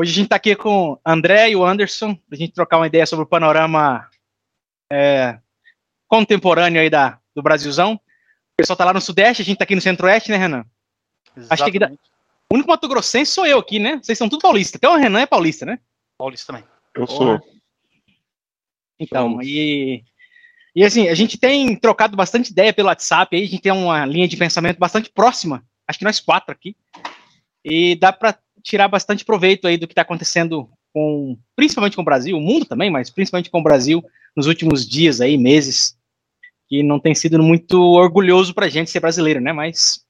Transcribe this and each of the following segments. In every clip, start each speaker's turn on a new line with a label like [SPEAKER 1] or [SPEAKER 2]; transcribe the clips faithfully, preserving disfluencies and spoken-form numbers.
[SPEAKER 1] Hoje a gente está aqui com o André e o Anderson, para a gente trocar uma ideia sobre o panorama é, contemporâneo aí da, do Brasilzão. O pessoal está lá no Sudeste, a gente está aqui no Centro-Oeste, né, Renan?
[SPEAKER 2] Exatamente.
[SPEAKER 1] Acho que aqui da... o único mato-grossense sou eu aqui, né? Vocês são tudo paulista. Até o Renan é paulista, né?
[SPEAKER 2] Paulista também.
[SPEAKER 3] Eu sou.
[SPEAKER 1] Então,
[SPEAKER 2] Somos.
[SPEAKER 1] e, e assim, a gente tem trocado bastante ideia pelo WhatsApp, aí a gente tem uma linha de pensamento bastante próxima, acho que nós quatro aqui, e dá para tirar bastante proveito aí do que está acontecendo, com, principalmente com o Brasil, o mundo também, mas principalmente com o Brasil, nos últimos dias aí, meses, que não tem sido muito orgulhoso pra gente ser brasileiro, né, mas...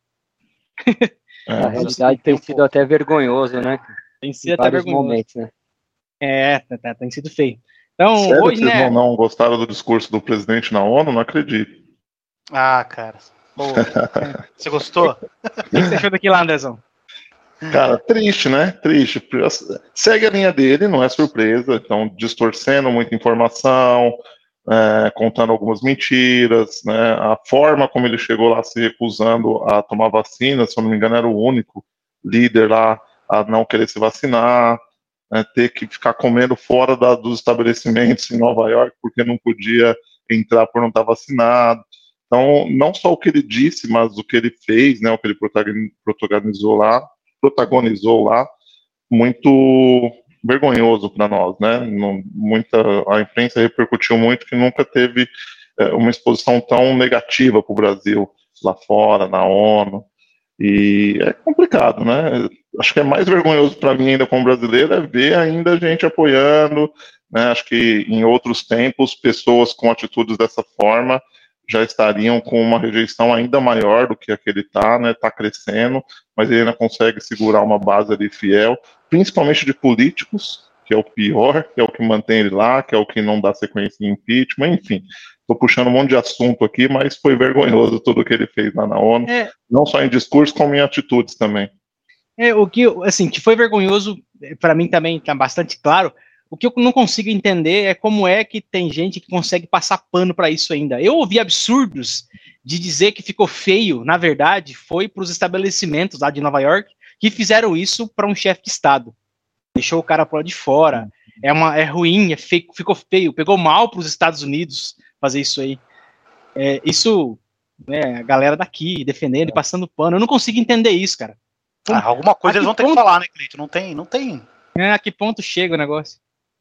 [SPEAKER 4] É, a realidade tem sido até vergonhoso, né?
[SPEAKER 1] Tem sido até vergonhoso.
[SPEAKER 4] Momentos, né?
[SPEAKER 1] É, tá, tem sido feio. Então,
[SPEAKER 3] Sério,
[SPEAKER 1] hoje,
[SPEAKER 3] vocês
[SPEAKER 1] né...
[SPEAKER 3] não, não gostaram do discurso do presidente na ONU? Não acredito.
[SPEAKER 2] Ah, cara. Boa. Você gostou?
[SPEAKER 1] O que você achou daquilo lá, Anderson?
[SPEAKER 3] Cara, triste, né? Triste. Segue a linha dele, não é surpresa. Então, distorcendo muita informação, é, contando algumas mentiras, né? A forma como ele chegou lá se recusando a tomar vacina, se eu não me engano, era o único líder lá a não querer se vacinar, né? Ter que ficar comendo fora da, dos estabelecimentos em Nova York porque não podia entrar por não estar vacinado. Então, não só o que ele disse, mas o que ele fez, né? O que ele protagonizou lá, protagonizou lá, muito vergonhoso para nós, né? Não, muita, a imprensa repercutiu muito que nunca teve é, uma exposição tão negativa para o Brasil lá fora, na ONU, e é complicado, né? Acho que é mais vergonhoso para mim ainda como brasileiro é ver ainda a gente apoiando, né? Acho que em outros tempos pessoas com atitudes dessa forma já estariam com uma rejeição ainda maior do que a que ele está, né? Está crescendo, mas ele ainda consegue segurar uma base ali fiel, principalmente de políticos, que é o pior, que é o que mantém ele lá, que é o que não dá sequência em impeachment, enfim. Estou puxando um monte de assunto aqui, mas foi vergonhoso tudo o que ele fez lá na ONU, é, não só em discurso, como em atitudes também.
[SPEAKER 1] É, o que, assim, que foi vergonhoso, para mim também está bastante claro. O que eu não consigo entender é como é que tem gente que consegue passar pano para isso ainda. Eu ouvi absurdos de dizer que ficou feio, na verdade, foi para os estabelecimentos lá de Nova York que fizeram isso para um chefe de Estado. Deixou o cara por lá de fora. É, uma, é ruim, é feio, ficou feio, pegou mal para os Estados Unidos fazer isso aí. É, isso, né, a galera daqui defendendo e passando pano. Eu não consigo entender isso, cara.
[SPEAKER 2] Ah, alguma coisa eles vão ter ponto... que falar, né, Cleiton? Não tem, não tem.
[SPEAKER 1] É, a que ponto chega o negócio?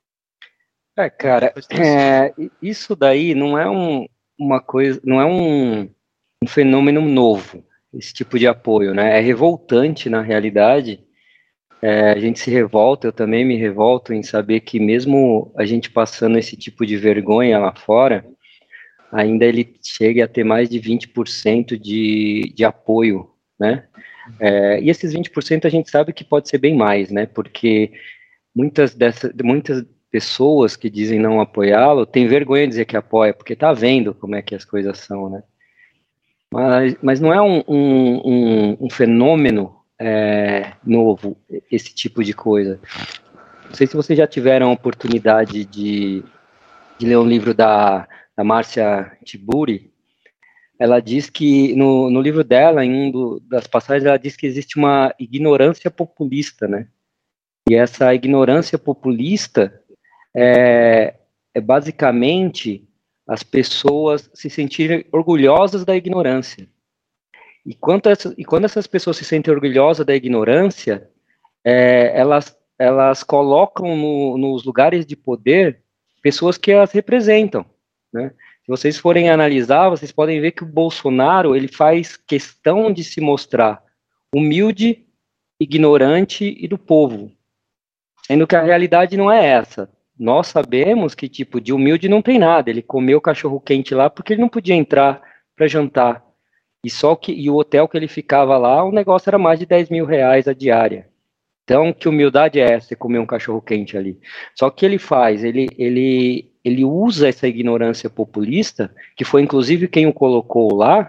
[SPEAKER 4] É, cara, é, isso daí não é um, uma coisa, não é um, um fenômeno novo, esse tipo de apoio, né? É revoltante, na realidade. É, a gente se revolta, eu também me revolto em saber que mesmo a gente passando esse tipo de vergonha lá fora, ainda ele chega a ter mais de vinte por cento de, de apoio, né? É, e esses vinte por cento a gente sabe que pode ser bem mais, né? Porque muitas dessas, muitas pessoas que dizem não apoiá-lo têm vergonha de dizer que apoia, porque tá vendo como é que as coisas são, né? Mas, mas não é um, um, um, um fenômeno é, novo, esse tipo de coisa. Não sei se vocês já tiveram a oportunidade de, de ler um livro da, da Márcia Tiburi. Ela diz que, no, no livro dela, em uma das passagens, ela diz que existe uma ignorância populista, né? E essa ignorância populista é, é basicamente as pessoas se sentirem orgulhosas da ignorância. E, quando essa, e quando essas pessoas se sentem orgulhosas da ignorância, é, elas, elas colocam no, nos lugares de poder pessoas que as representam, né? Se vocês forem analisar, vocês podem ver que o Bolsonaro, ele faz questão de se mostrar humilde, ignorante e do povo, sendo que a realidade não é essa. Nós sabemos que, tipo, de humilde não tem nada. Ele comeu cachorro quente lá porque ele não podia entrar para jantar. E só que e o hotel que ele ficava lá, o negócio era mais de dez mil reais a diária. Então, que humildade é essa, comer um cachorro quente ali? Só que ele faz, ele, ele, ele usa essa ignorância populista, que foi inclusive quem o colocou lá,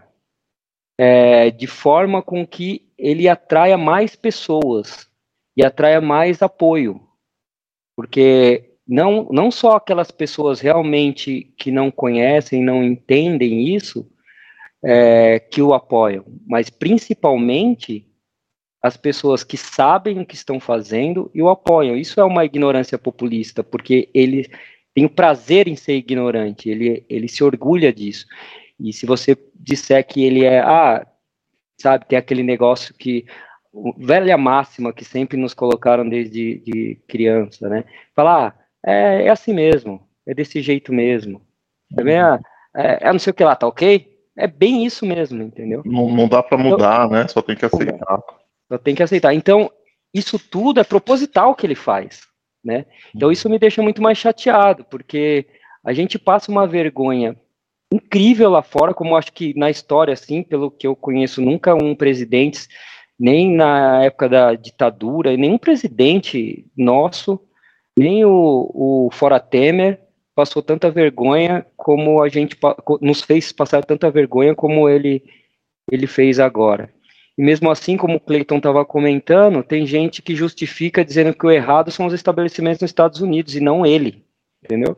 [SPEAKER 4] é, de forma com que ele atraia mais pessoas e atraia mais apoio. Porque não, não só aquelas pessoas realmente que não conhecem, não entendem isso, é, que o apoiam, mas principalmente as pessoas que sabem o que estão fazendo e o apoiam. Isso é uma ignorância populista, porque ele tem o prazer em ser ignorante, ele, ele se orgulha disso. E se você disser que ele é, ah, sabe, tem aquele negócio que, velha máxima que sempre nos colocaram desde de criança, né? Falar, ah, é, é assim mesmo, é desse jeito mesmo. Também é, é, é não sei o que lá, tá ok? É bem isso mesmo, entendeu?
[SPEAKER 3] Não, não dá para mudar, então, né? Só tem que aceitar.
[SPEAKER 4] Só tem que aceitar. Então, isso tudo é proposital que ele faz, né? Então, isso me deixa muito mais chateado, porque a gente passa uma vergonha incrível lá fora, como acho que na história, assim, pelo que eu conheço, nunca um presidente, nem na época da ditadura, nenhum presidente nosso, nem o, o Fora Temer, passou tanta vergonha como a gente nos fez passar tanta vergonha como ele, ele fez agora. E mesmo assim, como o Cleiton estava comentando, tem gente que justifica dizendo que o errado são os estabelecimentos nos Estados Unidos e não ele, entendeu?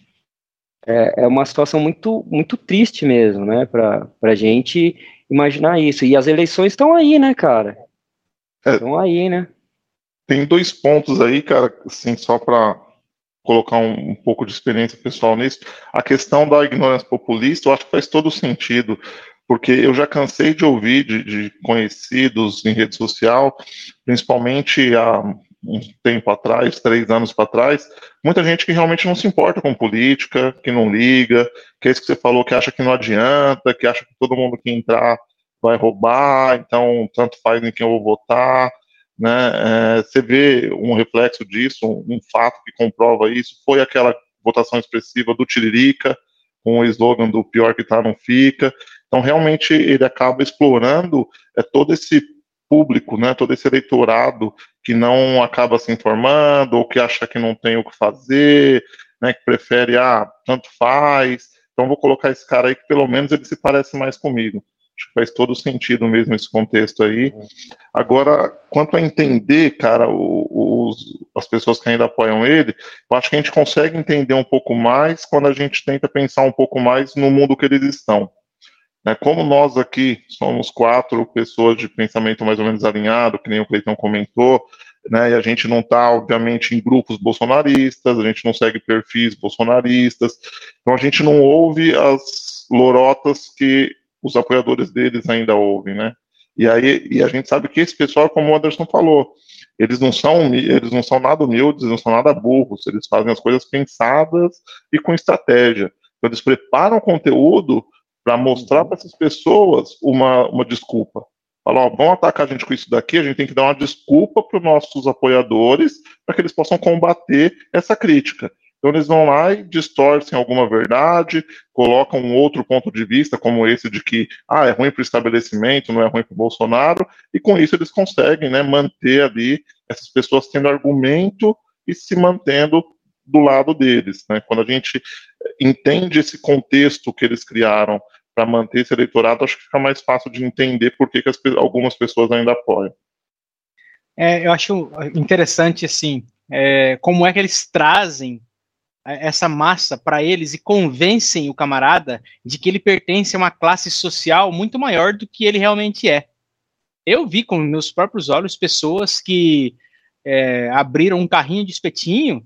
[SPEAKER 4] É, é uma situação muito, muito triste mesmo, né, para a gente imaginar isso. E as eleições estão aí, né, cara? Estão é, aí, né?
[SPEAKER 3] Tem dois pontos aí, cara, assim, só para colocar um, um pouco de experiência pessoal nisso. A questão da ignorância populista, eu acho que faz todo sentido, porque eu já cansei de ouvir de, de conhecidos em rede social, principalmente há um tempo atrás, três anos para trás, muita gente que realmente não se importa com política, que não liga, que é isso que você falou, que acha que não adianta, que acha que todo mundo que entrar vai roubar, então tanto faz em quem eu vou votar, né? É, você vê um reflexo disso, um, um fato que comprova isso, foi aquela votação expressiva do Tiririca, com o slogan do pior que tá não fica. Então realmente ele acaba explorando é, todo esse público, né, todo esse eleitorado que não acaba se informando, ou que acha que não tem o que fazer, né, que prefere, ah, tanto faz, então vou colocar esse cara aí que pelo menos ele se parece mais comigo. Acho que faz todo sentido mesmo esse contexto aí. Agora, quanto a entender, cara, os, as pessoas que ainda apoiam ele, eu acho que a gente consegue entender um pouco mais quando a gente tenta pensar um pouco mais no mundo que eles estão. Né, como nós aqui somos quatro pessoas de pensamento mais ou menos alinhado, que nem o Cleiton comentou, né, e a gente não está, obviamente, em grupos bolsonaristas, a gente não segue perfis bolsonaristas, então a gente não ouve as lorotas que os apoiadores deles ainda ouvem, né? E aí e a gente sabe que esse pessoal, como o Anderson falou, eles não são eles não são nada humildes, não são nada burros, eles fazem as coisas pensadas e com estratégia. Então, eles preparam conteúdo para mostrar para essas pessoas uma, uma desculpa. Falar, ó, vão atacar a gente com isso daqui, a gente tem que dar uma desculpa para os nossos apoiadores para que eles possam combater essa crítica. Então eles vão lá e distorcem alguma verdade, colocam um outro ponto de vista, como esse de que ah, é ruim para o estabelecimento, não é ruim para o Bolsonaro, e com isso eles conseguem, né, manter ali essas pessoas tendo argumento e se mantendo do lado deles. Né? Quando a gente entende esse contexto que eles criaram para manter esse eleitorado, acho que fica mais fácil de entender por que, que as, algumas pessoas ainda apoiam.
[SPEAKER 1] É, eu acho interessante, assim, é, como é que eles trazem essa massa para eles e convencem o camarada de que ele pertence a uma classe social muito maior do que ele realmente é. Eu vi com meus próprios olhos pessoas que é, abriram um carrinho de espetinho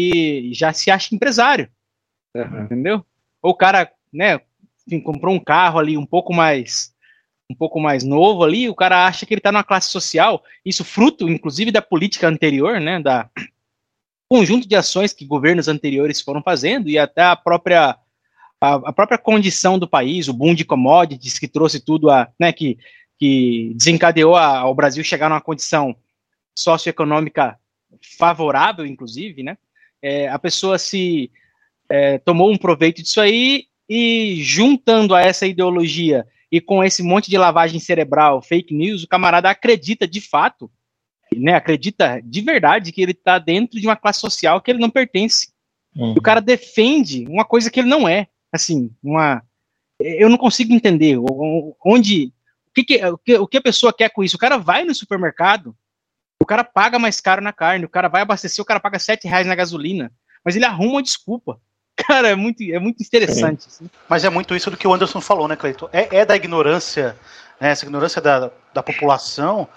[SPEAKER 1] e já se acha empresário, uhum. Entendeu? Ou o cara, né, enfim, comprou um carro ali um pouco mais um pouco mais novo ali, o cara acha que ele está numa classe social, isso fruto, inclusive, da política anterior, né, da conjunto de ações que governos anteriores foram fazendo e até a própria a, a própria condição do país, o boom de commodities que trouxe tudo a, né, que, que desencadeou a, ao Brasil chegar numa condição socioeconômica favorável, inclusive, né, é, a pessoa se é, tomou um proveito disso aí e juntando a essa ideologia e com esse monte de lavagem cerebral, fake news, o camarada acredita de fato, né, acredita de verdade que ele está dentro de uma classe social que ele não pertence. Uhum. O cara defende uma coisa que ele não é. Assim, uma... eu não consigo entender onde, o que, que, o, que, o que a pessoa quer com isso. O cara vai no supermercado, o cara paga mais caro na carne, o cara vai abastecer, o cara paga sete reais na gasolina, mas ele arruma uma desculpa. Cara, é muito, é muito interessante. Assim.
[SPEAKER 2] Mas é muito isso do que o Anderson falou, né, Cleiton? É, é da ignorância, né, essa ignorância da, da população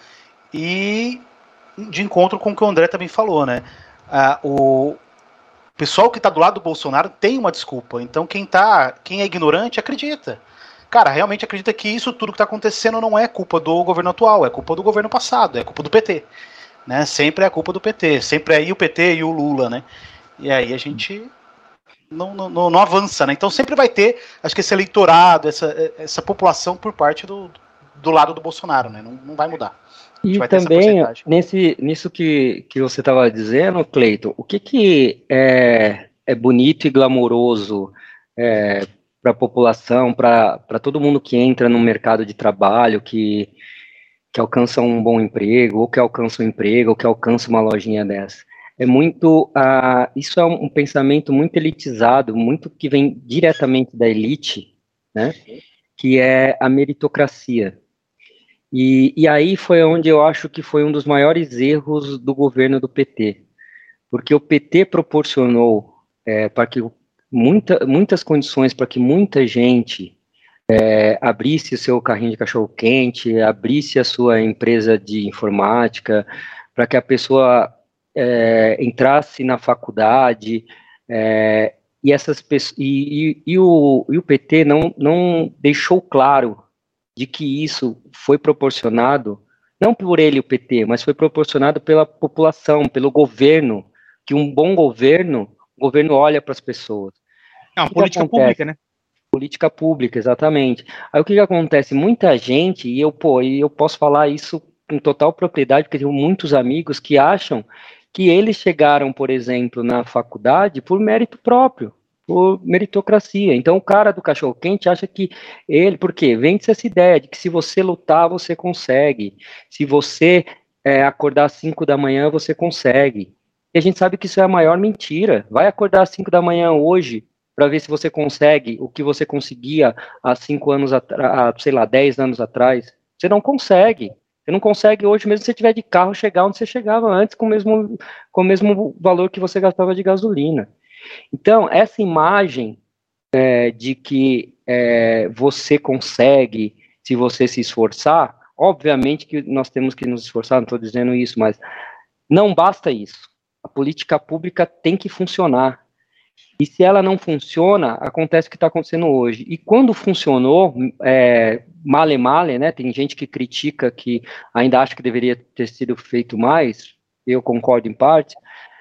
[SPEAKER 2] e de encontro com o que o André também falou, né? Ah, o pessoal que está do lado do Bolsonaro tem uma desculpa. Então quem tá, quem é ignorante acredita. Cara, realmente acredita que isso tudo que está acontecendo não é culpa do governo atual, é culpa do governo passado, é culpa do P T. Né? Sempre é a culpa do P T, sempre é e o P T e o Lula, né? E aí a gente não, não, não avança, né? Então sempre vai ter, acho que esse eleitorado, essa, essa população por parte do, do lado do Bolsonaro, né? Não, não vai mudar.
[SPEAKER 4] E também, nesse, nisso que, que você estava dizendo, Cleiton, o que, que é, é bonito e glamouroso é, para a população, para todo mundo que entra no mercado de trabalho, que, que alcança um bom emprego, ou que alcança um emprego, ou que alcança uma lojinha dessa? É muito, uh, isso é um, um pensamento muito elitizado, muito que vem diretamente da elite, né, que é a meritocracia. E, e aí foi onde eu acho que foi um dos maiores erros do governo do P T, porque o P T proporcionou é, para que muita, muitas condições para que muita gente é, abrisse o seu carrinho de cachorro-quente, abrisse a sua empresa de informática, para que a pessoa é, entrasse na faculdade, é, e, essas pessoas, e, e, e, o, e o P T não, não deixou claro de que isso foi proporcionado, não por ele, o P T, mas foi proporcionado pela população, pelo governo, que um bom governo, o governo olha para as pessoas.
[SPEAKER 1] É uma política pública, né?
[SPEAKER 4] Política pública, exatamente. Aí o que, que acontece? Muita gente, e eu, pô, e eu posso falar isso com total propriedade, porque tenho muitos amigos que acham que eles chegaram, por exemplo, na faculdade por mérito próprio, por meritocracia. Então o cara do cachorro-quente acha que ele, por quê? Vende-se essa ideia de que se você lutar, você consegue. Se você é, acordar às cinco da manhã, você consegue. E a gente sabe que isso é a maior mentira. Vai acordar às cinco da manhã hoje para ver se você consegue o que você conseguia há cinco anos atrás, sei lá, dez anos atrás. Você não consegue. Você não consegue hoje, mesmo se você tiver de carro, chegar onde você chegava antes com o mesmo, com o mesmo valor que você gastava de gasolina. Então, essa imagem é, de que é, você consegue, se você se esforçar, obviamente que nós temos que nos esforçar, não estou dizendo isso, mas não basta isso. A política pública tem que funcionar. E se ela não funciona, acontece o que está acontecendo hoje. E quando funcionou, é, male male, né? Tem gente que critica, que ainda acha que deveria ter sido feito mais, eu concordo em parte,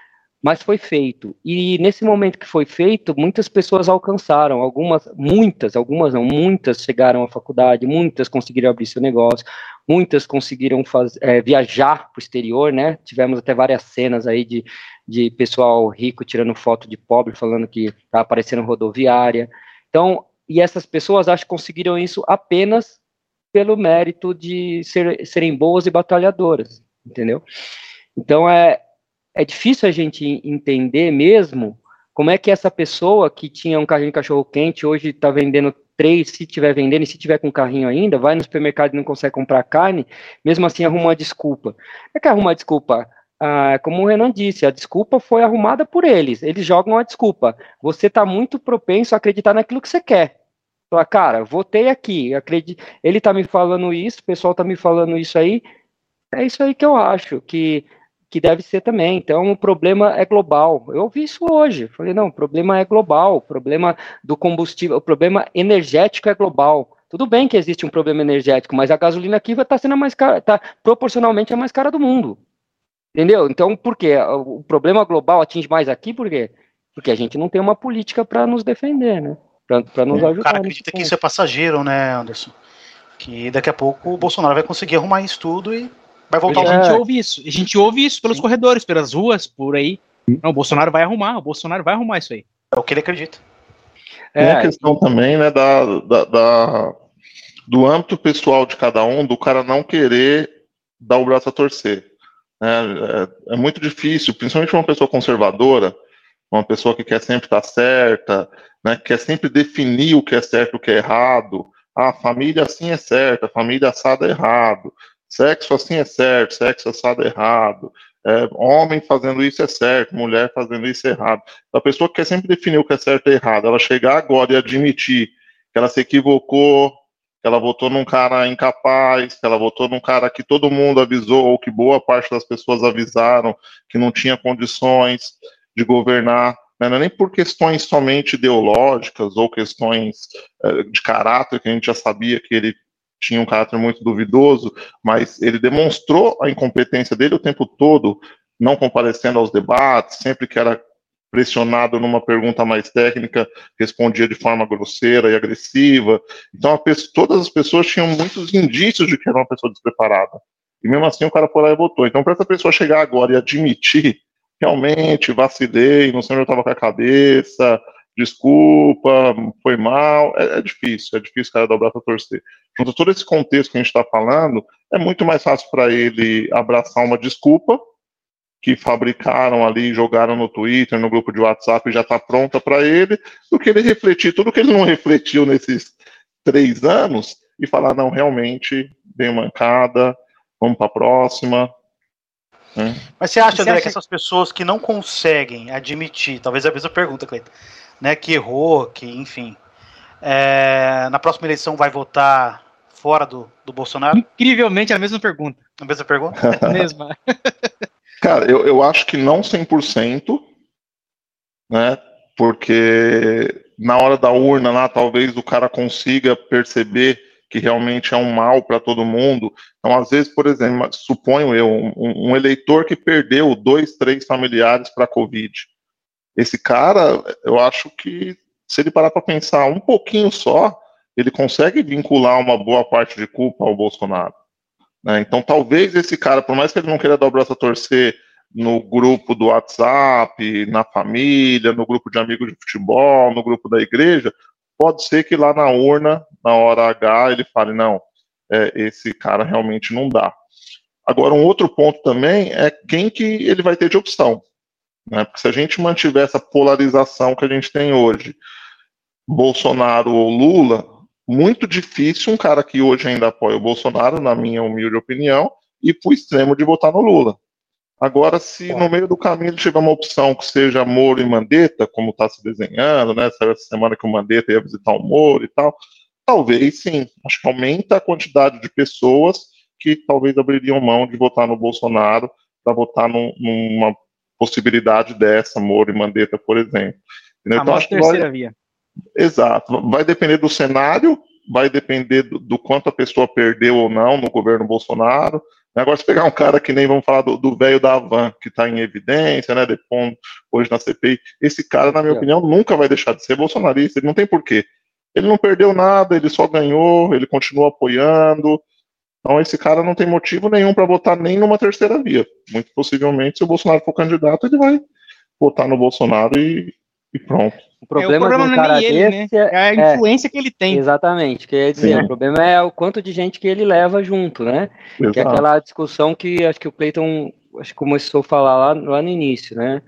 [SPEAKER 4] mas foi feito. E nesse momento que foi feito, muitas pessoas alcançaram, algumas, muitas, algumas não, muitas chegaram à faculdade, muitas conseguiram abrir seu negócio, muitas conseguiram faz, é, viajar para o exterior, né? Tivemos até várias cenas aí de, de pessoal rico tirando foto de pobre, falando que está aparecendo rodoviária. Então, e essas pessoas acho que conseguiram isso apenas pelo mérito de ser, serem boas e batalhadoras, entendeu? Então, é É difícil a gente entender mesmo como é que essa pessoa que tinha um carrinho de cachorro-quente hoje está vendendo três, se tiver vendendo, e se tiver com carrinho ainda, vai no supermercado e não consegue comprar carne, mesmo assim arruma uma desculpa. É que arruma uma desculpa, ah, como o Renan disse, a desculpa foi arrumada por eles, eles jogam a desculpa. Você está muito propenso a acreditar naquilo que você quer. Fala, cara, votei aqui, acredito, ele está me falando isso, o pessoal está me falando isso aí, é isso aí que eu acho, que que deve ser também. Então, o problema é global. Eu ouvi isso hoje. Falei, não, o problema é global. O problema do combustível, o problema energético é global. Tudo bem que existe um problema energético, mas a gasolina aqui vai estar sendo a mais cara, está proporcionalmente a mais cara do mundo. Entendeu? Então, por quê? O problema global atinge mais aqui, por quê? Porque a gente não tem uma política para nos defender, né? Para nos ajudar.
[SPEAKER 2] O cara acredita que isso é passageiro, né, Anderson? Que daqui a pouco o Bolsonaro vai conseguir arrumar isso tudo e vai voltar.
[SPEAKER 1] A gente ouve isso. A gente ouve isso pelos Sim. corredores, pelas ruas, por aí. Não, o Bolsonaro vai arrumar, o Bolsonaro vai arrumar isso aí.
[SPEAKER 2] É o que ele acredita.
[SPEAKER 3] Tem é, a questão e... também, né, da, da, da, do âmbito pessoal de cada um, do cara não querer dar o braço a torcer. É, é, é muito difícil, principalmente uma pessoa conservadora, uma pessoa que quer sempre estar certa, né, quer sempre definir o que é certo e o que é errado. Ah, família assim é certa, família assada é errado. Sexo assim é certo, sexo assado é errado. É, homem fazendo isso é certo, mulher fazendo isso é errado. A pessoa que quer sempre definir o que é certo e errado, ela chegar agora e admitir que ela se equivocou, que ela votou num cara incapaz, que ela votou num cara que todo mundo avisou, ou que boa parte das pessoas avisaram que não tinha condições de governar, né? Não é nem por questões somente ideológicas ou questões uh, de caráter, que a gente já sabia que ele tinha um caráter muito duvidoso, mas ele demonstrou a incompetência dele o tempo todo, não comparecendo aos debates, sempre que era pressionado numa pergunta mais técnica, respondia de forma grosseira e agressiva. Então, a pessoa, todas as pessoas tinham muitos indícios de que era uma pessoa despreparada. E mesmo assim, o cara foi lá e votou. Então, para essa pessoa chegar agora e admitir, realmente, vacilei, não sei onde eu estava com a cabeça, desculpa, foi mal, é, é difícil, é difícil o cara dobrar para torcer. Junto a todo esse contexto que a gente está falando, é muito mais fácil para ele abraçar uma desculpa, que fabricaram ali, jogaram no Twitter, no grupo de WhatsApp, e já está pronta para ele, do que ele refletir tudo que ele não refletiu nesses três anos e falar, não, realmente, dei uma mancada, vamos para a próxima. Né?
[SPEAKER 2] Mas você acha,
[SPEAKER 1] você
[SPEAKER 2] André,
[SPEAKER 1] acha...
[SPEAKER 2] que essas pessoas que não conseguem admitir, talvez a mesma pergunta, Cleiton, né, que errou, que, enfim, é, na próxima eleição vai votar fora do, do Bolsonaro?
[SPEAKER 1] Incrivelmente, a mesma pergunta.
[SPEAKER 2] A mesma pergunta?
[SPEAKER 1] A mesma.
[SPEAKER 3] Cara, eu, eu acho que não cem por cento, né, porque na hora da urna lá, talvez o cara consiga perceber que realmente é um mal para todo mundo. Então, às vezes, por exemplo, suponho eu, um, um eleitor que perdeu dois, três familiares para a Covid. Esse cara, eu acho que, se ele parar para pensar um pouquinho só, ele consegue vincular uma boa parte de culpa ao Bolsonaro. Né? Então, talvez esse cara, por mais que ele não queira dar o braço a torcer no grupo do WhatsApp, na família, no grupo de amigos de futebol, no grupo da igreja, pode ser que lá na urna, na hora H, ele fale, não, é, esse cara realmente não dá. Agora, um outro ponto também é quem que ele vai ter de opção. Né? Porque se a gente mantiver essa polarização que a gente tem hoje, Bolsonaro ou Lula, muito difícil um cara que hoje ainda apoia o Bolsonaro, na minha humilde opinião, ir para o extremo de votar no Lula. Agora, se no meio do caminho ele tiver uma opção que seja Moro e Mandetta, como está se desenhando, né? Essa semana que o Mandetta ia visitar o Moro e tal, talvez sim. Acho que aumenta a quantidade de pessoas que talvez abririam mão de votar no Bolsonaro para votar num, numa possibilidade dessa, Moro e Mandetta, por exemplo.
[SPEAKER 1] A então, acho que terceira vai... via.
[SPEAKER 3] Exato. Vai depender do cenário, vai depender do, do quanto a pessoa perdeu ou não no governo Bolsonaro. Agora, se pegar um cara que nem vamos falar do velho da Havan, que está em evidência, né, depondo hoje na C P I, esse cara, na minha é. opinião, nunca vai deixar de ser bolsonarista, ele não tem porquê. Ele não perdeu nada, ele só ganhou, ele continua apoiando. Então, esse cara não tem motivo nenhum para votar nem numa terceira via. Muito possivelmente, se o Bolsonaro for candidato, ele vai votar no Bolsonaro e, e pronto.
[SPEAKER 4] O problema, é, o problema
[SPEAKER 1] de um
[SPEAKER 4] cara
[SPEAKER 1] não é ele,
[SPEAKER 4] desse
[SPEAKER 1] né? É a influência é, que ele tem.
[SPEAKER 4] Exatamente. Quer dizer, Sim. o problema é o quanto de gente que ele leva junto, né? Exato. Que é aquela discussão que acho que o Cleiton acho que começou a falar lá, lá no início, né?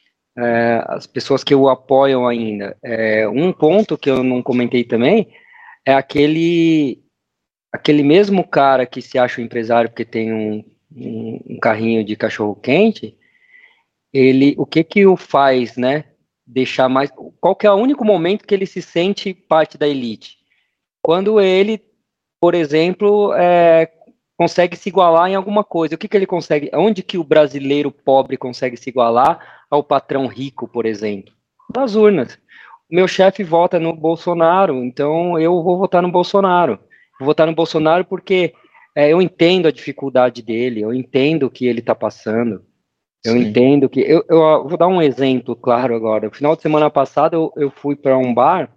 [SPEAKER 4] É, as pessoas que o apoiam ainda. É, um ponto que eu não comentei também é aquele, aquele mesmo cara que se acha um empresário porque tem um, um, um carrinho de cachorro-quente, ele, o que que o faz, né? Deixar mais. Qual que é o único momento que ele se sente parte da elite? Quando ele, por exemplo, é, consegue se igualar em alguma coisa. O que que ele consegue? Onde que o brasileiro pobre consegue se igualar ao patrão rico, por exemplo? Nas urnas. O meu chefe vota no Bolsonaro, então eu vou votar no Bolsonaro. Vou votar no Bolsonaro porque é, eu entendo a dificuldade dele, eu entendo o que ele está passando. Eu Sim. entendo que... Eu, eu vou dar um exemplo claro agora. No final de semana passada, eu, eu fui para um bar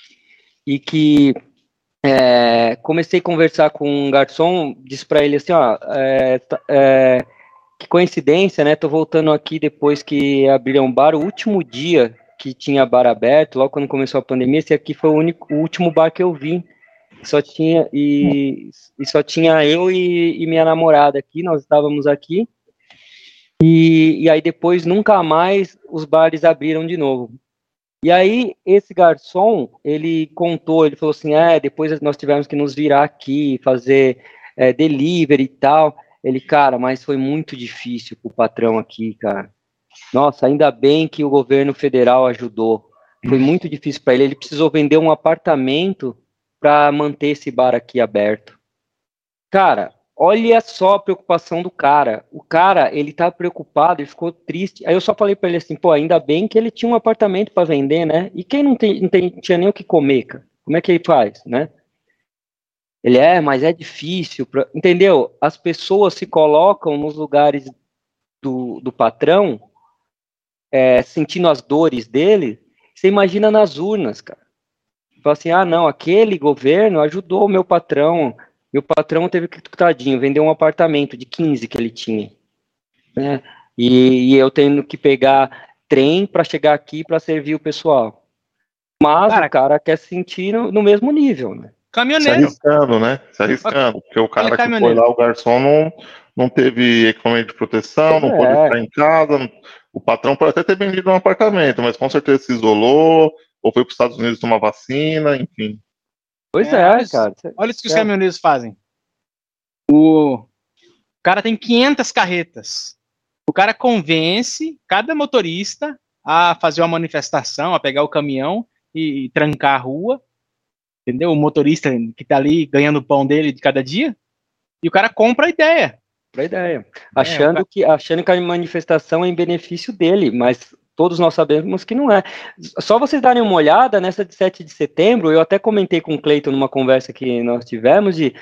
[SPEAKER 4] e que é, comecei a conversar com um garçom, disse para ele assim, ó, é, é, que coincidência, né? Tô voltando aqui depois que abriram um bar, o último dia que tinha bar aberto, logo quando começou a pandemia, esse aqui foi o, único, o último bar que eu vim. Só tinha, e, e só tinha eu e, e minha namorada aqui, nós estávamos aqui. E, e aí depois nunca mais os bares abriram de novo. E aí esse garçom, ele contou, ele falou assim, é, depois nós tivemos que nos virar aqui, fazer é, delivery e tal. Ele, cara, mas foi muito difícil pro patrão aqui, cara. Nossa, ainda bem que o governo federal ajudou. Foi muito difícil para ele, ele precisou vender um apartamento para manter esse bar aqui aberto. Cara, olha só a preocupação do cara. O cara, ele tá preocupado, ele ficou triste. Aí eu só falei para ele assim, pô, ainda bem que ele tinha um apartamento para vender, né? E quem não, tem, não tem, tinha nem o que comer, cara? Como é que ele faz, né? Ele é, mas é difícil, pra... entendeu? As pessoas se colocam nos lugares do, do patrão, é, sentindo as dores dele. Você imagina nas urnas, cara. Fala assim, ah, não, aquele governo ajudou o meu patrão. Meu patrão teve que, tadinho, vender um apartamento de quinze que ele tinha, né? E, e eu tenho que pegar trem para chegar aqui para servir o pessoal. Mas cara, o cara quer se sentir no, no mesmo nível, né?
[SPEAKER 1] Caminhoneiro.
[SPEAKER 3] Se arriscando, né? Se arriscando. Porque o cara que foi lá, o garçom, não, não teve equipamento de proteção, não é. pôde ficar em casa. O patrão pode até ter vendido um apartamento, mas com certeza se isolou, ou foi para os Estados Unidos tomar vacina, enfim.
[SPEAKER 4] Pois
[SPEAKER 1] é,
[SPEAKER 4] é,
[SPEAKER 1] olha
[SPEAKER 4] cara.
[SPEAKER 1] Isso, olha isso que é. os caminhoneiros fazem. O cara tem quinhentas carretas. O cara convence cada motorista a fazer uma manifestação, a pegar o caminhão e, e trancar a rua. Entendeu? O motorista que tá ali ganhando o pão dele de cada dia. E o cara compra a ideia.
[SPEAKER 4] Compra a ideia. Achando, é, cara... que, achando que a manifestação é em benefício dele, mas todos nós sabemos que não é. Só vocês darem uma olhada nessa de sete de setembro, eu até comentei com o Cleiton numa conversa que nós tivemos, de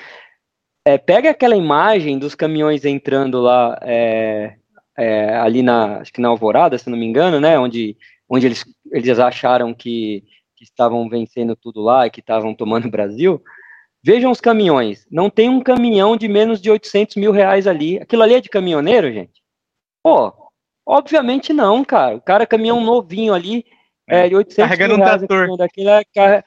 [SPEAKER 4] é, pega aquela imagem dos caminhões entrando lá, é, é, ali na, acho que na Alvorada, se não me engano, né, onde, onde eles, eles acharam que, que estavam vencendo tudo lá e que estavam tomando o Brasil. Vejam os caminhões, não tem um caminhão de menos de oitocentos mil reais ali. Aquilo ali é de caminhoneiro, gente? Pô, obviamente não, cara. O cara, caminhão novinho ali, é, de oitocentos
[SPEAKER 1] carregando
[SPEAKER 4] mil reais.
[SPEAKER 1] Um trator.
[SPEAKER 4] Daquilo é,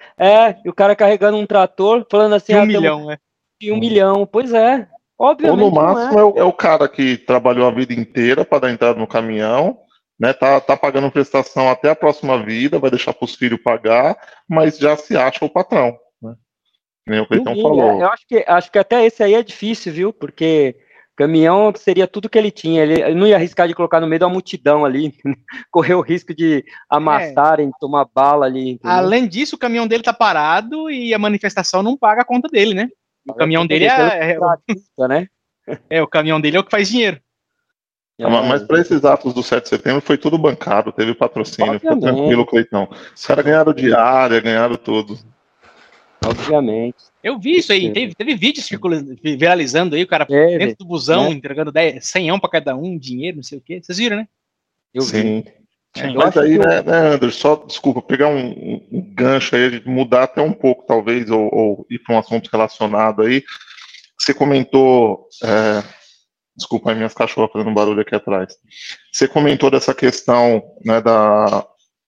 [SPEAKER 4] é, e o cara carregando um trator, falando assim...
[SPEAKER 1] De um
[SPEAKER 4] ah,
[SPEAKER 1] milhão,
[SPEAKER 4] tamo,
[SPEAKER 1] né?
[SPEAKER 4] De um hum. milhão, pois é. Obviamente
[SPEAKER 3] ou no máximo
[SPEAKER 4] é.
[SPEAKER 3] É, o, é o cara que trabalhou a vida inteira para dar entrada no caminhão, né? Tá, tá pagando prestação até a próxima vida, vai deixar para os filhos pagar, mas já se acha o patrão, né? Nem o Cleitão falou.
[SPEAKER 4] É, eu acho que, acho que até esse aí é difícil, viu? Porque caminhão seria tudo que ele tinha. Ele, ele não ia arriscar de colocar no meio de uma multidão ali, correr o risco de amassarem, é. tomar bala ali. Entendeu?
[SPEAKER 1] Além disso, o caminhão dele tá parado e a manifestação não paga a conta dele, né? O caminhão dele é, é,
[SPEAKER 4] né?
[SPEAKER 1] é, o caminhão dele é o que faz dinheiro.
[SPEAKER 3] É, mas para esses atos do sete de setembro foi tudo bancado, teve patrocínio, fica tranquilo, Cleitão. Os caras ganharam diária, ganharam tudo.
[SPEAKER 4] Obviamente.
[SPEAKER 1] Eu vi isso aí, teve, teve vídeos circulando, viralizando aí, o cara
[SPEAKER 4] teve,
[SPEAKER 1] dentro do busão,
[SPEAKER 4] né?
[SPEAKER 1] entregando dez, cem para cada um, dinheiro, não sei o quê. Vocês viram, né?
[SPEAKER 4] Eu
[SPEAKER 3] Sim.
[SPEAKER 4] vi.
[SPEAKER 3] Sim. Mas aí, né, né, Anderson, só, desculpa, pegar um, um gancho aí, mudar até um pouco, talvez, ou, ou ir para um assunto relacionado aí. Você comentou, é, desculpa aí, minhas cachorras fazendo barulho aqui atrás. Você comentou dessa questão, né, da,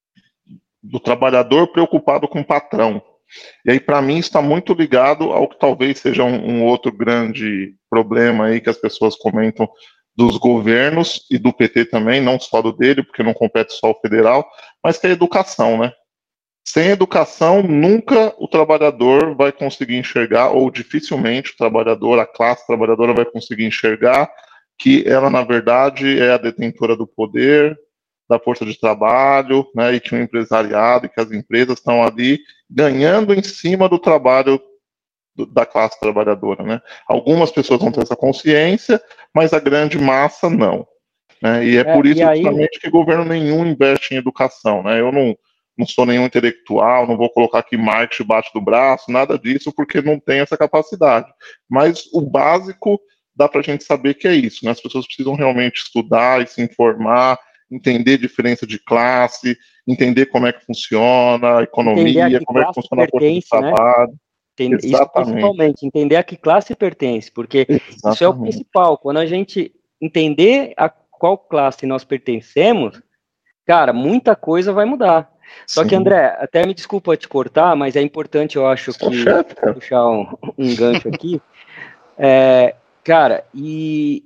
[SPEAKER 3] do trabalhador preocupado com o patrão. E aí, para mim, está muito ligado ao que talvez seja um, um outro grande problema aí que as pessoas comentam dos governos e do P T também, não só do dele, porque não compete só o federal, mas que é a educação, né? Sem educação, nunca o trabalhador vai conseguir enxergar, ou dificilmente o trabalhador, a classe trabalhadora vai conseguir enxergar que ela, na verdade, é a detentora do poder, da força de trabalho, né, e que o empresariado e que as empresas estão ali ganhando em cima do trabalho do, da classe trabalhadora, né? Algumas pessoas vão ter essa consciência, mas a grande massa não, né? E é, é por isso aí... justamente que governo nenhum investe em educação, né? Eu não, não sou nenhum intelectual, não vou colocar aqui Marx debaixo do braço, nada disso, porque não tem essa capacidade. Mas o básico dá para a gente saber que é isso, né? As pessoas precisam realmente estudar e se informar, entender a diferença de classe, entender como é que funciona a economia, a como é que funciona a força de trabalho. Né?
[SPEAKER 4] Entender, isso principalmente, entender a que classe pertence, porque Exatamente. Isso é o principal. Quando a gente entender a qual classe nós pertencemos, cara, muita coisa vai mudar. Só Sim. que, André, até me desculpa te cortar, mas é importante, eu acho, que chefe, puxar um, um gancho aqui. É, cara, e,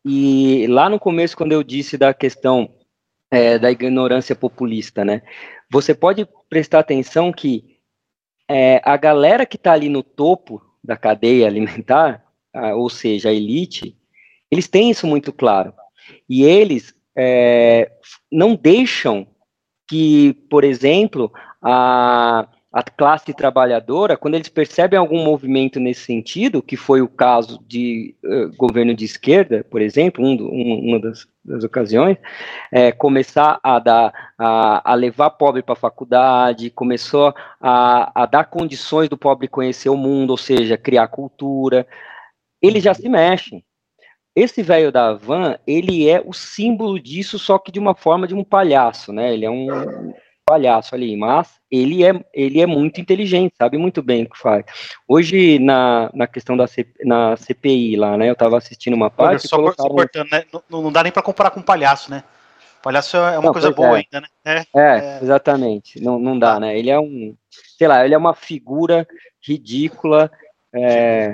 [SPEAKER 4] e lá no começo, quando eu disse da questão É, da ignorância populista, né? Você pode prestar atenção que é, a galera que está ali no topo da cadeia alimentar, a, ou seja, a elite, eles têm isso muito claro. E eles é, não deixam que, por exemplo, a, a classe trabalhadora, quando eles percebem algum movimento nesse sentido, que foi o caso de uh, governo de esquerda, por exemplo, um, um, uma das, das ocasiões, é, começar a, dar, a, a levar pobre para a faculdade, começou a, a dar condições do pobre conhecer o mundo, ou seja, criar cultura, eles já se mexem. Esse velho da van, ele é o símbolo disso, só que de uma forma de um palhaço, né? Ele é um palhaço ali, mas ele é, ele é muito inteligente, sabe muito bem o que faz. Hoje, na, na questão da C, na C P I lá, né, eu estava assistindo uma parte...
[SPEAKER 2] Só colocaram... cortando, né? não, não dá nem para comparar com palhaço, né? Palhaço é uma não, coisa boa é. ainda, né?
[SPEAKER 4] É, é, é, exatamente, não, não dá, ah. né? Ele é um, sei lá, ele é uma figura ridícula, é,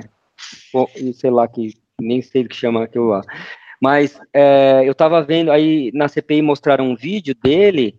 [SPEAKER 4] sei lá, que nem sei o que chama aquilo lá. Mas é, eu estava vendo, aí na C P I mostraram um vídeo dele,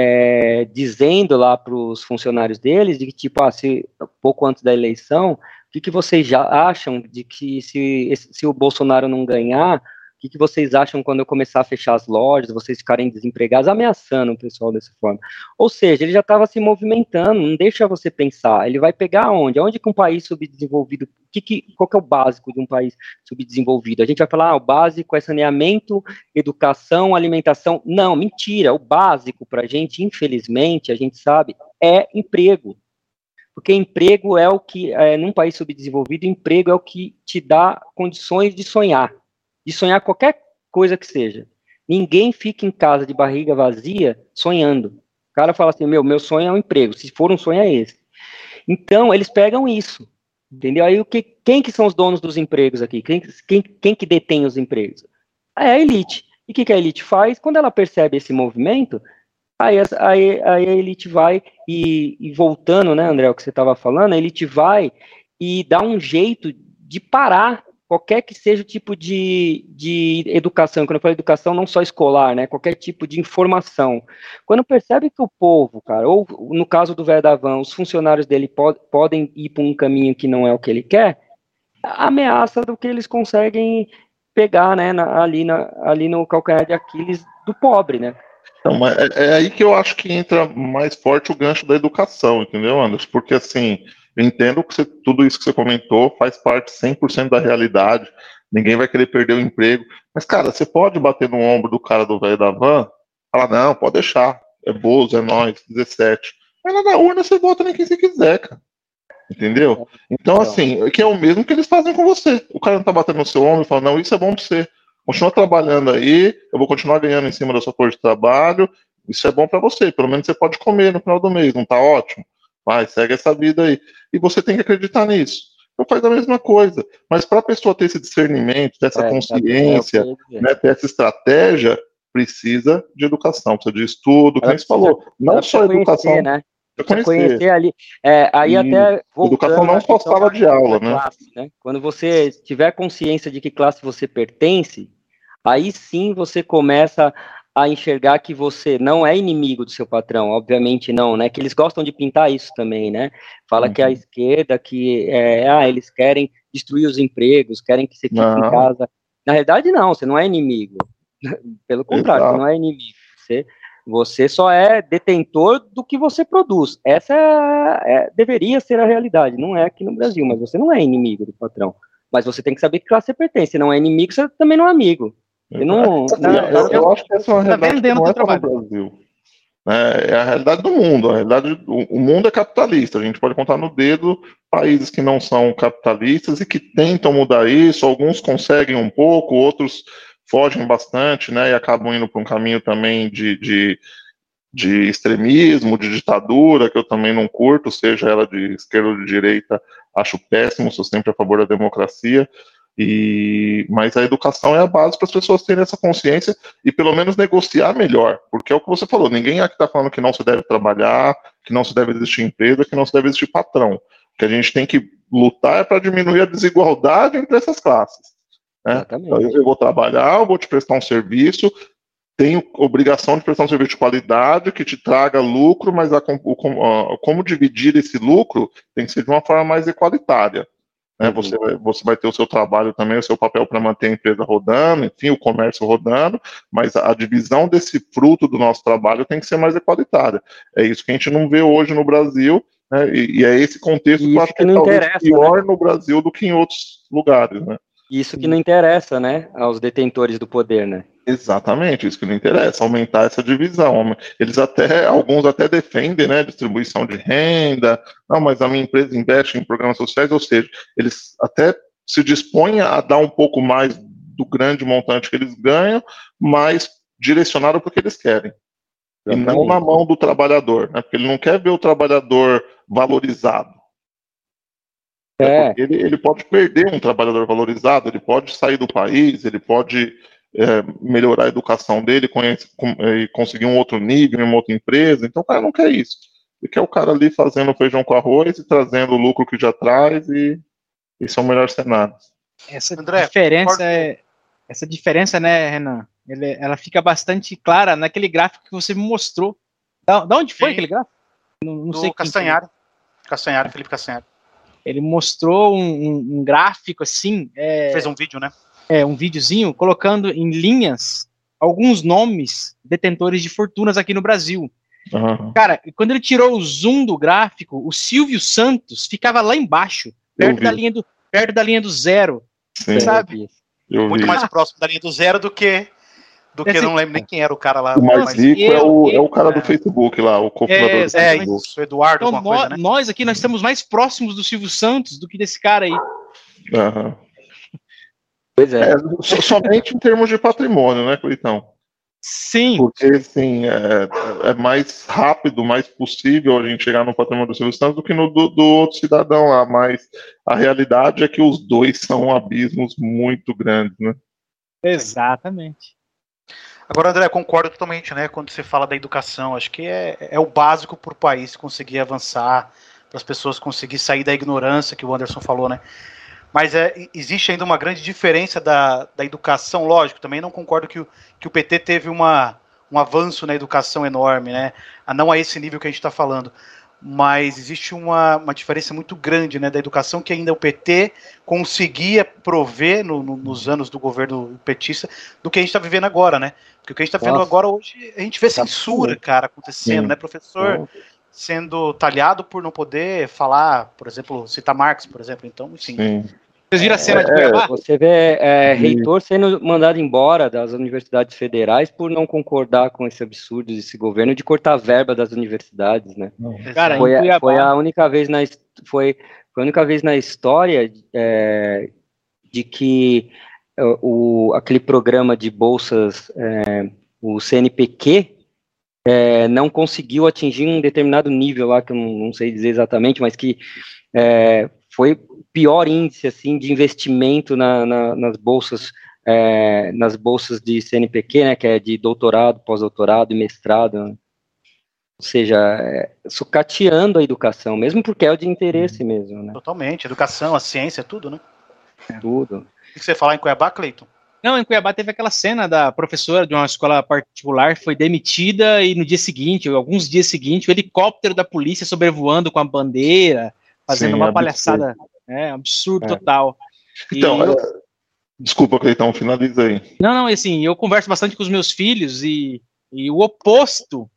[SPEAKER 4] É, dizendo lá para os funcionários deles, de que, tipo, ah, se, pouco antes da eleição, o que, que vocês já acham de que se, se o Bolsonaro não ganhar, o que, que vocês acham quando eu começar a fechar as lojas, vocês ficarem desempregados, ameaçando o pessoal dessa forma. Ou seja, ele já estava se movimentando, não deixa você pensar, ele vai pegar onde? Onde que um país subdesenvolvido, que que, qual que é o básico de um país subdesenvolvido? A gente vai falar, ah, o básico é saneamento, educação, alimentação. Não, mentira, o básico para a gente, infelizmente, a gente sabe, é emprego. Porque emprego é o que, é, num país subdesenvolvido, emprego é o que te dá condições de sonhar. De sonhar qualquer coisa que seja. Ninguém fica em casa de barriga vazia sonhando. O cara fala assim, meu, meu sonho é um emprego, se for um sonho é esse. Então, eles pegam isso, entendeu? Aí, o que, quem que são os donos dos empregos aqui? Quem, quem, quem que detém os empregos? É a elite. E o que, que a elite faz? Quando ela percebe esse movimento, aí, aí, aí a elite vai e, e voltando, né, André, o que você estava falando, a elite vai e dá um jeito de parar qualquer que seja o tipo de, de educação, quando eu falo educação, não só escolar, né, qualquer tipo de informação. Quando percebe que o povo, cara, ou no caso do velho da van, os funcionários dele pod, podem ir por um caminho que não é o que ele quer, ameaça do que eles conseguem pegar, né, na, ali, na, ali no calcanhar de Aquiles do pobre, né.
[SPEAKER 3] Então, é, é aí que eu acho que entra mais forte o gancho da educação, entendeu, Anderson? Porque, assim, eu entendo que você, tudo isso que você comentou faz parte cem por cento da realidade, ninguém vai querer perder o emprego, mas, cara, você pode bater no ombro do cara do velho da van, falar, não, pode deixar, é Bozo, é nós, dezessete, mas lá na urna você vota nem quem você quiser, cara, entendeu? Então, assim, que é o mesmo que eles fazem com você, o cara não tá batendo no seu ombro e fala, não, isso é bom pra você, continua trabalhando aí, eu vou continuar ganhando em cima da sua força de trabalho, isso é bom pra você, pelo menos você pode comer no final do mês, não tá ótimo? Vai, segue essa vida aí. E você tem que acreditar nisso. Então faz a mesma coisa. Mas para a pessoa ter esse discernimento, ter essa é, consciência, é né, ter essa estratégia, precisa de educação, precisa de estudo, como você falou. Não só educação.
[SPEAKER 4] Conhecer, né? Conhecer. conhecer ali. É, aí e até
[SPEAKER 3] educação não só sala de aula, né?
[SPEAKER 4] Classe, né? Quando você tiver consciência de que classe você pertence, aí sim você começa a enxergar que você não é inimigo do seu patrão, obviamente não, né, que eles gostam de pintar isso também, né, fala uhum. que a esquerda, que é, ah, eles querem destruir os empregos, querem que você fique não. em casa, na realidade não, você não é inimigo, pelo contrário, Exato. Você não é inimigo, você, você só é detentor do que você produz, essa é, é, deveria ser a realidade, não é aqui no Brasil, mas você não é inimigo do patrão, mas você tem que saber que classe você pertence, você não é inimigo, você também não é amigo. Eu, não,
[SPEAKER 3] não, eu, eu acho que essa é uma realidade que não é só no Brasil. É, é a realidade do mundo. A realidade, o, o mundo é capitalista. A gente pode contar no dedo países que não são capitalistas e que tentam mudar isso. Alguns conseguem um pouco, outros fogem bastante, né? E acabam indo para um caminho também de, de, de extremismo, de ditadura, que eu também não curto, seja ela de esquerda ou de direita, acho péssimo, sou sempre a favor da democracia. E, mas a educação é a base para as pessoas terem essa consciência e pelo menos negociar melhor, porque é o que você falou, ninguém aqui está falando que não se deve trabalhar, que não se deve existir empresa, que não se deve existir patrão, que a gente tem que lutar para diminuir a desigualdade entre essas classes, né? Então, eu vou trabalhar, eu vou te prestar um serviço, tenho obrigação de prestar um serviço de qualidade que te traga lucro, mas a, o, a, como dividir esse lucro tem que ser de uma forma mais igualitária. Né, você, você vai ter o seu trabalho também, o seu papel para manter a empresa rodando, enfim, o comércio rodando, mas a divisão desse fruto do nosso trabalho tem que ser mais igualitária. É isso que a gente não vê hoje no Brasil, Né? E, e é esse contexto
[SPEAKER 4] E
[SPEAKER 3] que eu acho
[SPEAKER 4] isso que
[SPEAKER 3] que é
[SPEAKER 4] não
[SPEAKER 3] talvez
[SPEAKER 4] interessa,
[SPEAKER 3] pior
[SPEAKER 4] né?
[SPEAKER 3] no Brasil do que em outros lugares, né?
[SPEAKER 4] Isso que não interessa, né, aos detentores do poder, né?
[SPEAKER 3] Exatamente, isso que não interessa, aumentar essa divisão. Eles até, alguns até defendem, né, distribuição de renda, não, mas a minha empresa investe em programas sociais, ou seja, eles até se dispõem a dar um pouco mais do grande montante que eles ganham, mas direcionado para o que eles querem. Exatamente. E não na mão do trabalhador, né, porque ele não quer ver o trabalhador valorizado. É. Ele, ele pode perder um trabalhador valorizado, ele pode sair do país, ele pode é, melhorar a educação dele conhece, com, e conseguir um outro nível em uma outra empresa. Então o cara não quer isso. Ele quer o cara ali fazendo feijão com arroz e trazendo o lucro que já traz, e esse é o melhor cenário.
[SPEAKER 1] Essa André, diferença, é, essa diferença, né, Renan, ele, ela fica bastante clara naquele gráfico que você me mostrou. Da, da onde foi Sim. aquele gráfico?
[SPEAKER 2] Não, não Do sei Castanhari. Castanhari, Felipe Castanhari.
[SPEAKER 1] Ele mostrou um, um, um gráfico assim. É,
[SPEAKER 2] Fez um vídeo, né?
[SPEAKER 1] É, um videozinho colocando em linhas alguns nomes detentores de fortunas aqui no Brasil. Uhum. Cara, quando ele tirou o zoom do gráfico, o Silvio Santos ficava lá embaixo, perto da linha do, perto da linha do zero.
[SPEAKER 3] Sim,
[SPEAKER 1] sabe?
[SPEAKER 2] Eu Muito vi. mais próximo da linha do zero do que. Do que Esse, não lembro nem quem era o cara lá.
[SPEAKER 3] O mais rico eu, é, o, eu, é o cara é. do Facebook lá, o cofundador é, do Facebook.
[SPEAKER 2] É, o Eduardo.
[SPEAKER 1] Então, nós, coisa, né? nós aqui nós estamos mais próximos do Silvio Santos do que desse cara aí.
[SPEAKER 3] Uhum.
[SPEAKER 4] Pois é.
[SPEAKER 3] é. Somente em termos de patrimônio, né, Cleitão?
[SPEAKER 1] Sim.
[SPEAKER 3] Porque, assim, é, é mais rápido, mais possível a gente chegar no patrimônio do Silvio Santos do que no do, do outro cidadão lá, mas a realidade é que os dois são abismos muito grandes, né?
[SPEAKER 1] Exatamente.
[SPEAKER 2] Agora, André, concordo totalmente, né? Quando você fala da educação, acho que é, é o básico para o país conseguir avançar, para as pessoas conseguirem sair da ignorância que o Anderson falou, né? Mas é, existe ainda uma grande diferença da, da educação, lógico, também não concordo que o, que o P T teve uma, um avanço na educação enorme, né? A não a esse nível que a gente está falando. Mas existe uma, uma diferença muito grande, né, da educação que ainda o P T conseguia prover no, no, nos anos do governo petista do que a gente está vivendo agora, né? Porque o que a gente está vivendo agora hoje, a gente vê censura, cara, acontecendo, Sim. né? Professor Sim. sendo talhado por não poder falar, por exemplo, citar Marx, por exemplo. Então, enfim. Sim.
[SPEAKER 1] Vocês viram a cena é, de Cuiabá?
[SPEAKER 4] Você vê é, reitor sendo mandado embora das universidades federais por não concordar com esse absurdo desse governo de cortar a verba das universidades, né?
[SPEAKER 1] Cara,
[SPEAKER 4] foi, a, foi a única vez na foi, foi a única vez na história é, de que o, aquele programa de bolsas, é, o C N P Q, é, não conseguiu atingir um determinado nível lá, que eu não, não sei dizer exatamente, mas que é, foi o pior índice assim, de investimento na, na, nas bolsas é, nas bolsas de C N P Q, né, que é de doutorado, pós-doutorado e mestrado, né? Ou seja, é, sucateando a educação, mesmo porque é o de interesse mesmo, né?
[SPEAKER 2] Totalmente, educação, a ciência, tudo, né?
[SPEAKER 4] Tudo.
[SPEAKER 2] O que você fala em Cuiabá, Cleiton?
[SPEAKER 1] Não, em Cuiabá teve aquela cena da professora de uma escola particular, foi demitida e no dia seguinte, ou alguns dias seguintes, o helicóptero da polícia sobrevoando com a bandeira, fazendo Sim, uma absurdo. palhaçada, é, absurdo é. total.
[SPEAKER 3] Então, eu... é... desculpa, Cleitão, finaliza aí.
[SPEAKER 1] Não, não, assim, eu converso bastante com os meus filhos e, e o oposto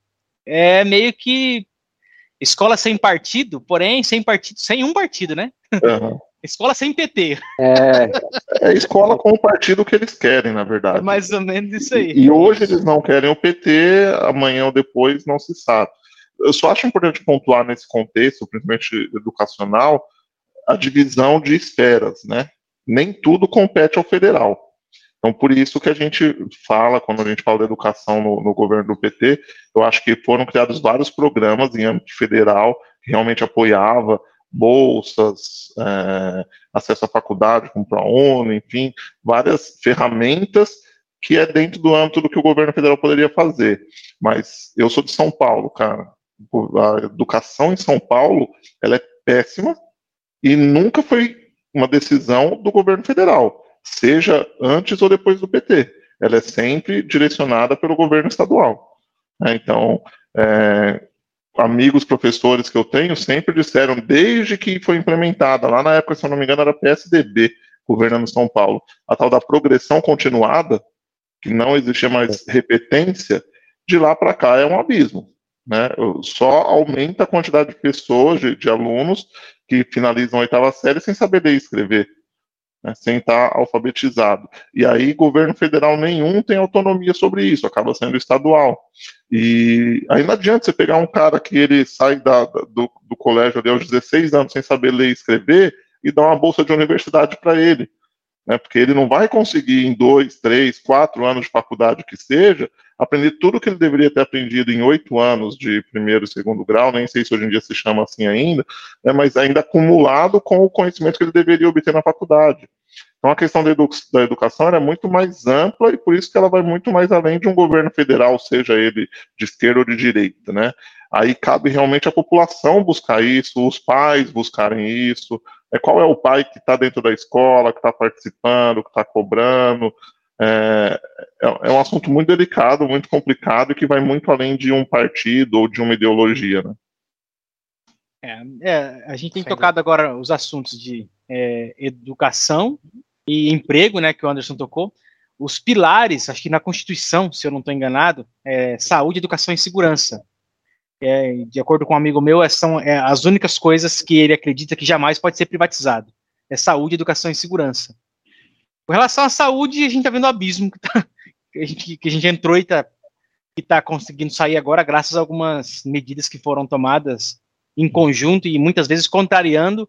[SPEAKER 1] é meio que escola sem partido, porém sem partido, sem um partido, né? Uhum. Escola sem P T.
[SPEAKER 3] É, é escola com o partido que eles querem, na verdade. É
[SPEAKER 1] mais ou menos isso aí.
[SPEAKER 3] E, e hoje eles não querem o P T, amanhã ou depois não se sabe. Eu só acho importante pontuar nesse contexto, principalmente educacional, a divisão de esferas, né? Nem tudo compete ao federal. Então, por isso que a gente fala, quando a gente fala da educação no, no governo do P T, eu acho que foram criados vários programas em âmbito federal que realmente apoiava bolsas, é, acesso à faculdade com o ProUni, enfim, várias ferramentas que é dentro do âmbito do que o governo federal poderia fazer. Mas eu sou de São Paulo, cara. A educação em São Paulo, ela é péssima e nunca foi uma decisão do governo federal, seja antes ou depois do P T. Ela é sempre direcionada pelo governo estadual. Então, é, amigos professores que eu tenho sempre disseram, desde que foi implementada, lá na época, se eu não me engano, era P S D B, governando São Paulo, a tal da progressão continuada, que não existia mais repetência, de lá para cá é um abismo. né? Só aumenta a quantidade de pessoas, de, de alunos que finalizam a oitava série sem saber ler e escrever, né? Sem estar alfabetizado. E aí governo federal nenhum tem autonomia sobre isso, acaba sendo estadual. E aí não adianta você pegar um cara que ele sai da, do, do colégio ali aos dezesseis anos sem saber ler e escrever e dar uma bolsa de universidade para ele, né? Porque ele não vai conseguir em dois, três, quatro anos de faculdade que seja, aprender tudo que ele deveria ter aprendido em oito anos de primeiro e segundo grau, nem sei se hoje em dia se chama assim ainda, né? Mas ainda acumulado com o conhecimento que ele deveria obter na faculdade. Então a questão da, edu da educação é muito mais ampla e por isso que ela vai muito mais além de um governo federal, seja ele de esquerda ou de direita, né? Aí cabe realmente à população buscar isso, os pais buscarem isso, é, qual é o pai que está dentro da escola, que está participando, que está cobrando. É, é, é um assunto muito delicado, muito complicado e que vai muito além de um partido ou de uma ideologia, né?
[SPEAKER 1] É, é, a gente tem Sem tocado dúvida. Agora os assuntos de é, educação e emprego, né, que o Anderson tocou. Os pilares, acho que na Constituição, se eu não estou enganado, é saúde, educação e segurança. É, de acordo com um amigo meu, são é, as únicas coisas que ele acredita que jamais pode ser privatizado. É saúde, educação e segurança. Com relação à saúde, a gente está vendo o abismo que, tá, que, a gente, que a gente entrou e está tá conseguindo sair agora, graças a algumas medidas que foram tomadas em conjunto e muitas vezes contrariando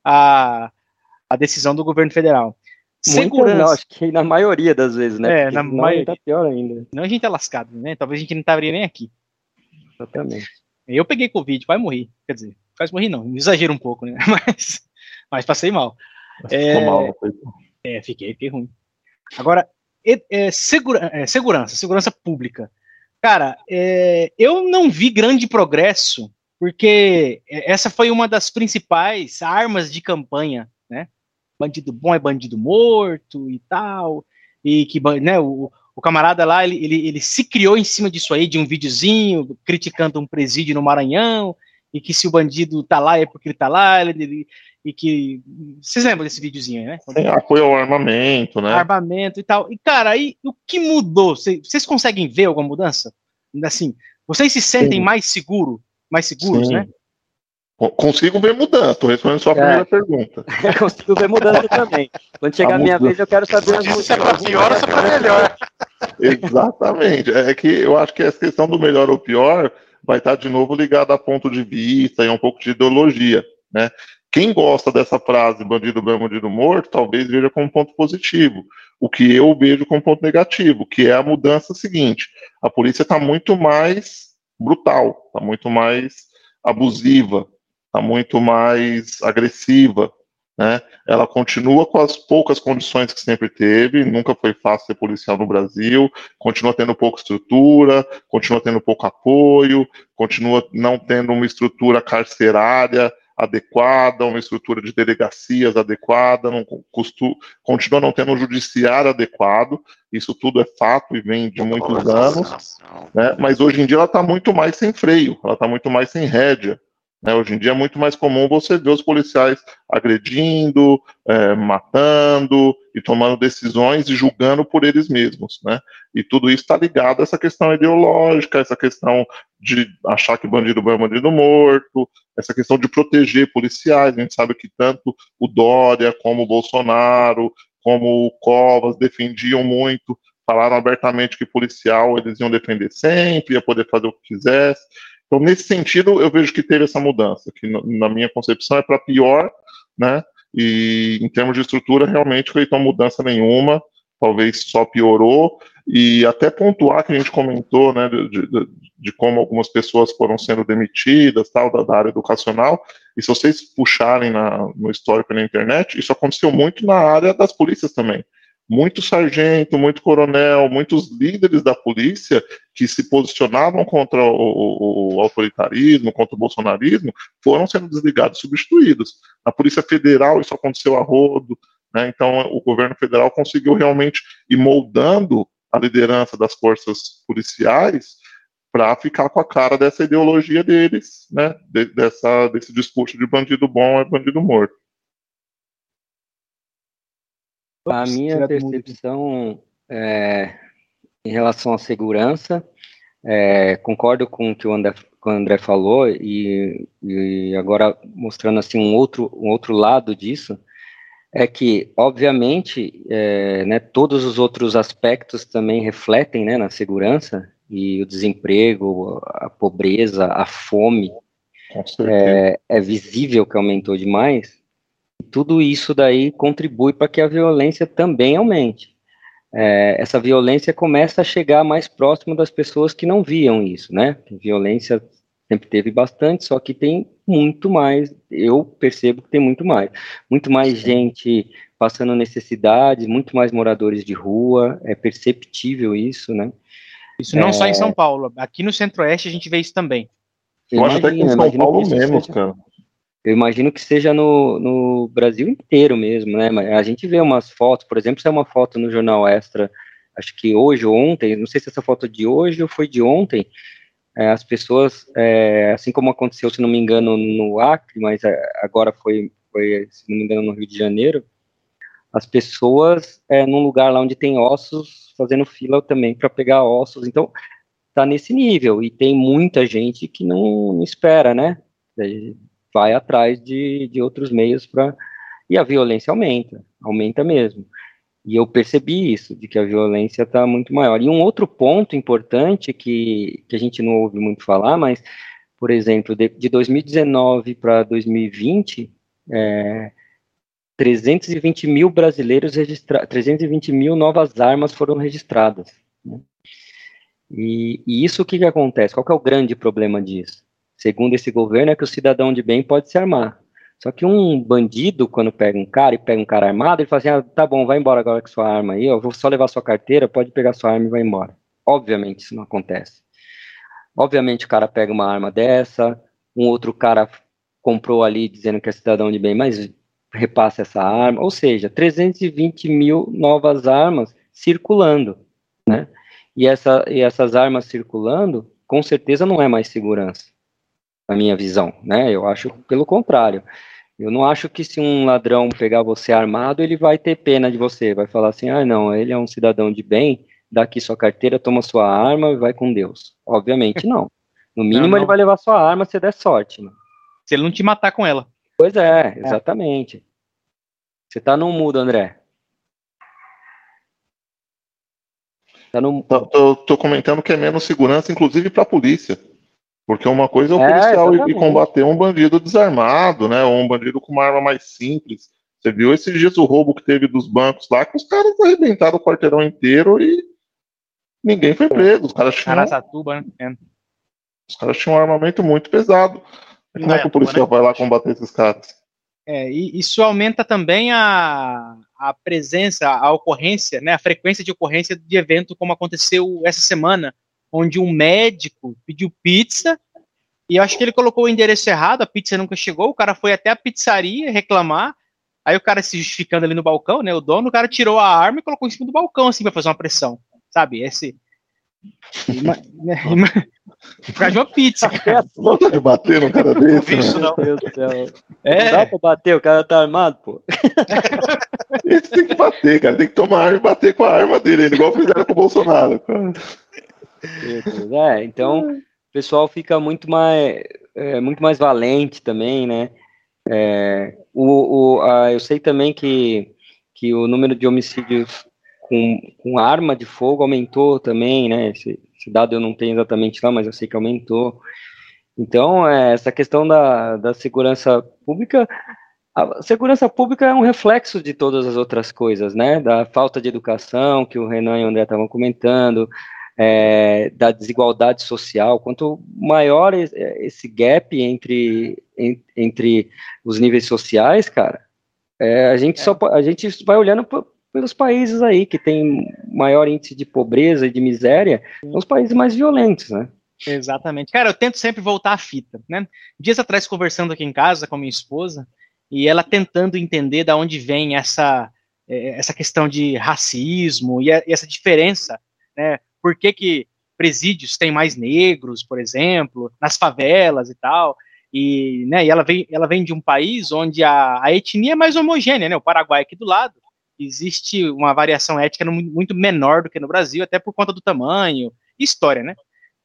[SPEAKER 1] a, a decisão do governo federal.
[SPEAKER 4] Segurança. Não, acho que na maioria das vezes, né?
[SPEAKER 1] É,
[SPEAKER 4] Porque
[SPEAKER 1] na maioria.
[SPEAKER 4] Tá pior ainda.
[SPEAKER 1] Não, a gente é lascado, né? Talvez a gente não estaria nem aqui.
[SPEAKER 4] Exatamente.
[SPEAKER 1] Eu peguei Covid, quase morri. Quer dizer, quase morri não, exagero um pouco, né? Mas, mas passei mal. É, mal foi... é, fiquei, fiquei ruim. Agora, é, é, segura, é, segurança, segurança pública. Cara, é, eu não vi grande progresso, porque essa foi uma das principais armas de campanha, né? Bandido bom é bandido morto e tal, e que, né, o, o camarada lá, ele, ele, ele se criou em cima disso aí, de um videozinho, criticando um presídio no Maranhão, e que se o bandido tá lá é porque ele tá lá, ele, ele, e que... Vocês lembram desse videozinho aí, né?
[SPEAKER 3] Tem apoio ao armamento, né?
[SPEAKER 1] Armamento e tal. E, cara, aí, o que mudou? Vocês conseguem ver alguma mudança? Assim, vocês se sentem Sim. mais seguro, mais seguros, Sim. né?
[SPEAKER 3] Consigo ver mudança, estou respondendo só a é. primeira pergunta.
[SPEAKER 4] Consigo ver mudança também. Quando chegar a, a minha mudança. vez, eu quero saber as mudanças.
[SPEAKER 2] Se é para pior ou se é para melhor.
[SPEAKER 3] Exatamente. É que eu acho que essa questão do melhor ou pior vai estar de novo ligada a ponto de vista e a um pouco de ideologia, né? Quem gosta dessa frase, bandido bem, bandido morto, talvez veja como ponto positivo. O que eu vejo como ponto negativo, que é a mudança seguinte. A polícia está muito mais brutal, está muito mais abusiva, está muito mais agressiva, né? Ela continua com as poucas condições que sempre teve, nunca foi fácil ser policial no Brasil, continua tendo pouca estrutura, continua tendo pouco apoio, continua não tendo uma estrutura carcerária adequada, uma estrutura de delegacias adequada, não costu, continua não tendo um judiciário adequado, isso tudo é fato e vem de muitos anos, né? Mas hoje em dia ela está muito mais sem freio, ela está muito mais sem rédea. Né, hoje em dia é muito mais comum você ver os policiais agredindo, é, matando e tomando decisões e julgando por eles mesmos, né? E tudo isso está ligado a essa questão ideológica, essa questão de achar que bandido bom é bandido morto, essa questão de proteger policiais. A gente sabe que tanto o Dória, como o Bolsonaro, como o Covas defendiam muito, falaram abertamente que policial eles iam defender sempre, ia poder fazer o que quisesse. Então, nesse sentido, eu vejo que teve essa mudança, que na minha concepção é para pior, né? E em termos de estrutura, realmente foi uma mudança nenhuma, talvez só piorou, e até pontuar que a gente comentou, né, de, de, de como algumas pessoas foram sendo demitidas, tal, da, da área educacional, e se vocês puxarem na, no histórico na internet, isso aconteceu muito na área das polícias também. Muito sargento, muito coronel, muitos líderes da polícia que se posicionavam contra o, o, o autoritarismo, contra o bolsonarismo, foram sendo desligados, substituídos. Na Polícia Federal isso aconteceu a rodo, né? Então o governo federal conseguiu realmente ir moldando a liderança das forças policiais para ficar com a cara dessa ideologia deles, né? De, dessa, desse discurso de bandido bom é bandido morto.
[SPEAKER 4] A minha percepção é, em relação à segurança, é, concordo com o que o André, que o André falou, e, e agora mostrando assim um outro, um outro lado disso, é que, obviamente, é, né, todos os outros aspectos também refletem, né, na segurança, e o desemprego, a pobreza, a fome, é, é visível que aumentou demais. Tudo isso daí contribui para que a violência também aumente. É, essa violência começa a chegar mais próximo das pessoas que não viam isso, né? A violência sempre teve bastante, só que tem muito mais, eu percebo que tem muito mais. Muito mais Sim. gente passando necessidades, muito mais moradores de rua, é perceptível isso, né?
[SPEAKER 1] Isso não é... só em São Paulo, aqui no Centro-Oeste a gente vê isso também.
[SPEAKER 3] Eu acho até que em São Paulo menos,
[SPEAKER 4] seja...
[SPEAKER 3] cara.
[SPEAKER 4] Eu imagino que seja no, no Brasil inteiro mesmo, né? A gente vê umas fotos, por exemplo, se é uma foto no Jornal Extra, acho que hoje ou ontem, não sei se essa foto é de hoje ou foi de ontem, é, as pessoas, é, assim como aconteceu, se não me engano, no Acre, mas agora foi, foi, se não me engano, no Rio de Janeiro, as pessoas é, num lugar lá onde tem ossos, fazendo fila também para pegar ossos, então tá nesse nível, e tem muita gente que não, não espera, né? Vai atrás de, de outros meios para... E a violência aumenta, aumenta mesmo. E eu percebi isso, de que a violência está muito maior. E um outro ponto importante que, que a gente não ouve muito falar, mas, por exemplo, de, de dois mil e dezenove para dois mil e vinte, é, trezentos e vinte mil brasileiros registrados, trezentos e vinte mil novas armas foram registradas. Né? E, e isso o que, que acontece? Qual que é o grande problema disso? Segundo esse governo, é que o cidadão de bem pode se armar. Só que um bandido, quando pega um cara e pega um cara armado, ele fala assim, ah, tá bom, vai embora agora com sua arma aí, eu vou só levar sua carteira, pode pegar sua arma e vai embora. Obviamente isso não acontece. Obviamente o cara pega uma arma dessa, um outro cara comprou ali dizendo que é cidadão de bem, mas repassa essa arma, ou seja, trezentos e vinte mil novas armas circulando, né? E, essa, e essas armas circulando, com certeza não é mais segurança. Na minha visão, né? Eu acho pelo contrário. Eu não acho que se um ladrão pegar você armado, ele vai ter pena de você, vai falar assim, ah, não, ele é um cidadão de bem, dá aqui sua carteira, toma sua arma e vai com Deus. Obviamente não. No mínimo não, não. Ele vai levar sua arma se der sorte. Né?
[SPEAKER 1] Se ele não te matar com ela.
[SPEAKER 4] Pois é, exatamente. É. Você tá no mudo, André.
[SPEAKER 3] Tá no... tô, tô, tô comentando que é menos segurança, inclusive para a polícia. Porque uma coisa é o policial é, ir combater um bandido desarmado, né? Ou um bandido com uma arma mais simples. Você viu esses dias o roubo que teve dos bancos lá, que os caras arrebentaram o quarteirão inteiro e ninguém foi preso. Os caras tinham,
[SPEAKER 1] Araçatuba, né?
[SPEAKER 3] Os caras tinham um armamento muito pesado. E como é que o policial vai lá combater esses caras?
[SPEAKER 1] É, e isso aumenta também a, a presença, a ocorrência, né? A frequência de ocorrência de evento como aconteceu essa semana, onde um médico pediu pizza, e eu acho que ele colocou o endereço errado, a pizza nunca chegou, o cara foi até a pizzaria reclamar, aí o cara se justificando ali no balcão, né, o dono, o cara tirou a arma e colocou em cima do balcão, assim, pra fazer uma pressão, sabe, esse... Ima... Ima... Por causa de uma pizza, cara.
[SPEAKER 3] Não tá de bater no cara desse,
[SPEAKER 4] isso, não. Meu Deus do céu. É. Não dá pra bater, o cara tá armado, pô.
[SPEAKER 3] Esse tem que bater, cara, tem que tomar arma e bater com a arma dele, igual fizeram com o Bolsonaro, cara.
[SPEAKER 4] É, então o pessoal fica muito mais, é, muito mais valente também, né? É, o, o, a, eu sei também que, que o número de homicídios com, com arma de fogo aumentou também, né? Esse, esse dado eu não tenho exatamente lá, mas eu sei que aumentou. Então, é, essa questão da, da segurança pública, a segurança pública é um reflexo de todas as outras coisas, né? Da falta de educação, que o Renan e o André estavam comentando, É, da desigualdade social. Quanto maior esse gap entre, entre os níveis sociais, cara, é, a, gente é. só, a gente vai olhando p- pelos países aí que tem maior índice de pobreza e de miséria, são os países mais violentos, né?
[SPEAKER 1] Exatamente. Cara, eu tento sempre voltar à fita, né? Dias atrás, conversando aqui em casa com a minha esposa, e ela tentando entender da onde vem essa, essa questão de racismo e, a, e essa diferença, né? Por que que presídios têm mais negros, por exemplo, nas favelas e tal, e, né, e ela, vem, ela vem de um país onde a, a etnia é mais homogênea, né, o Paraguai aqui do lado, existe uma variação étnica muito menor do que no Brasil, até por conta do tamanho e história, né,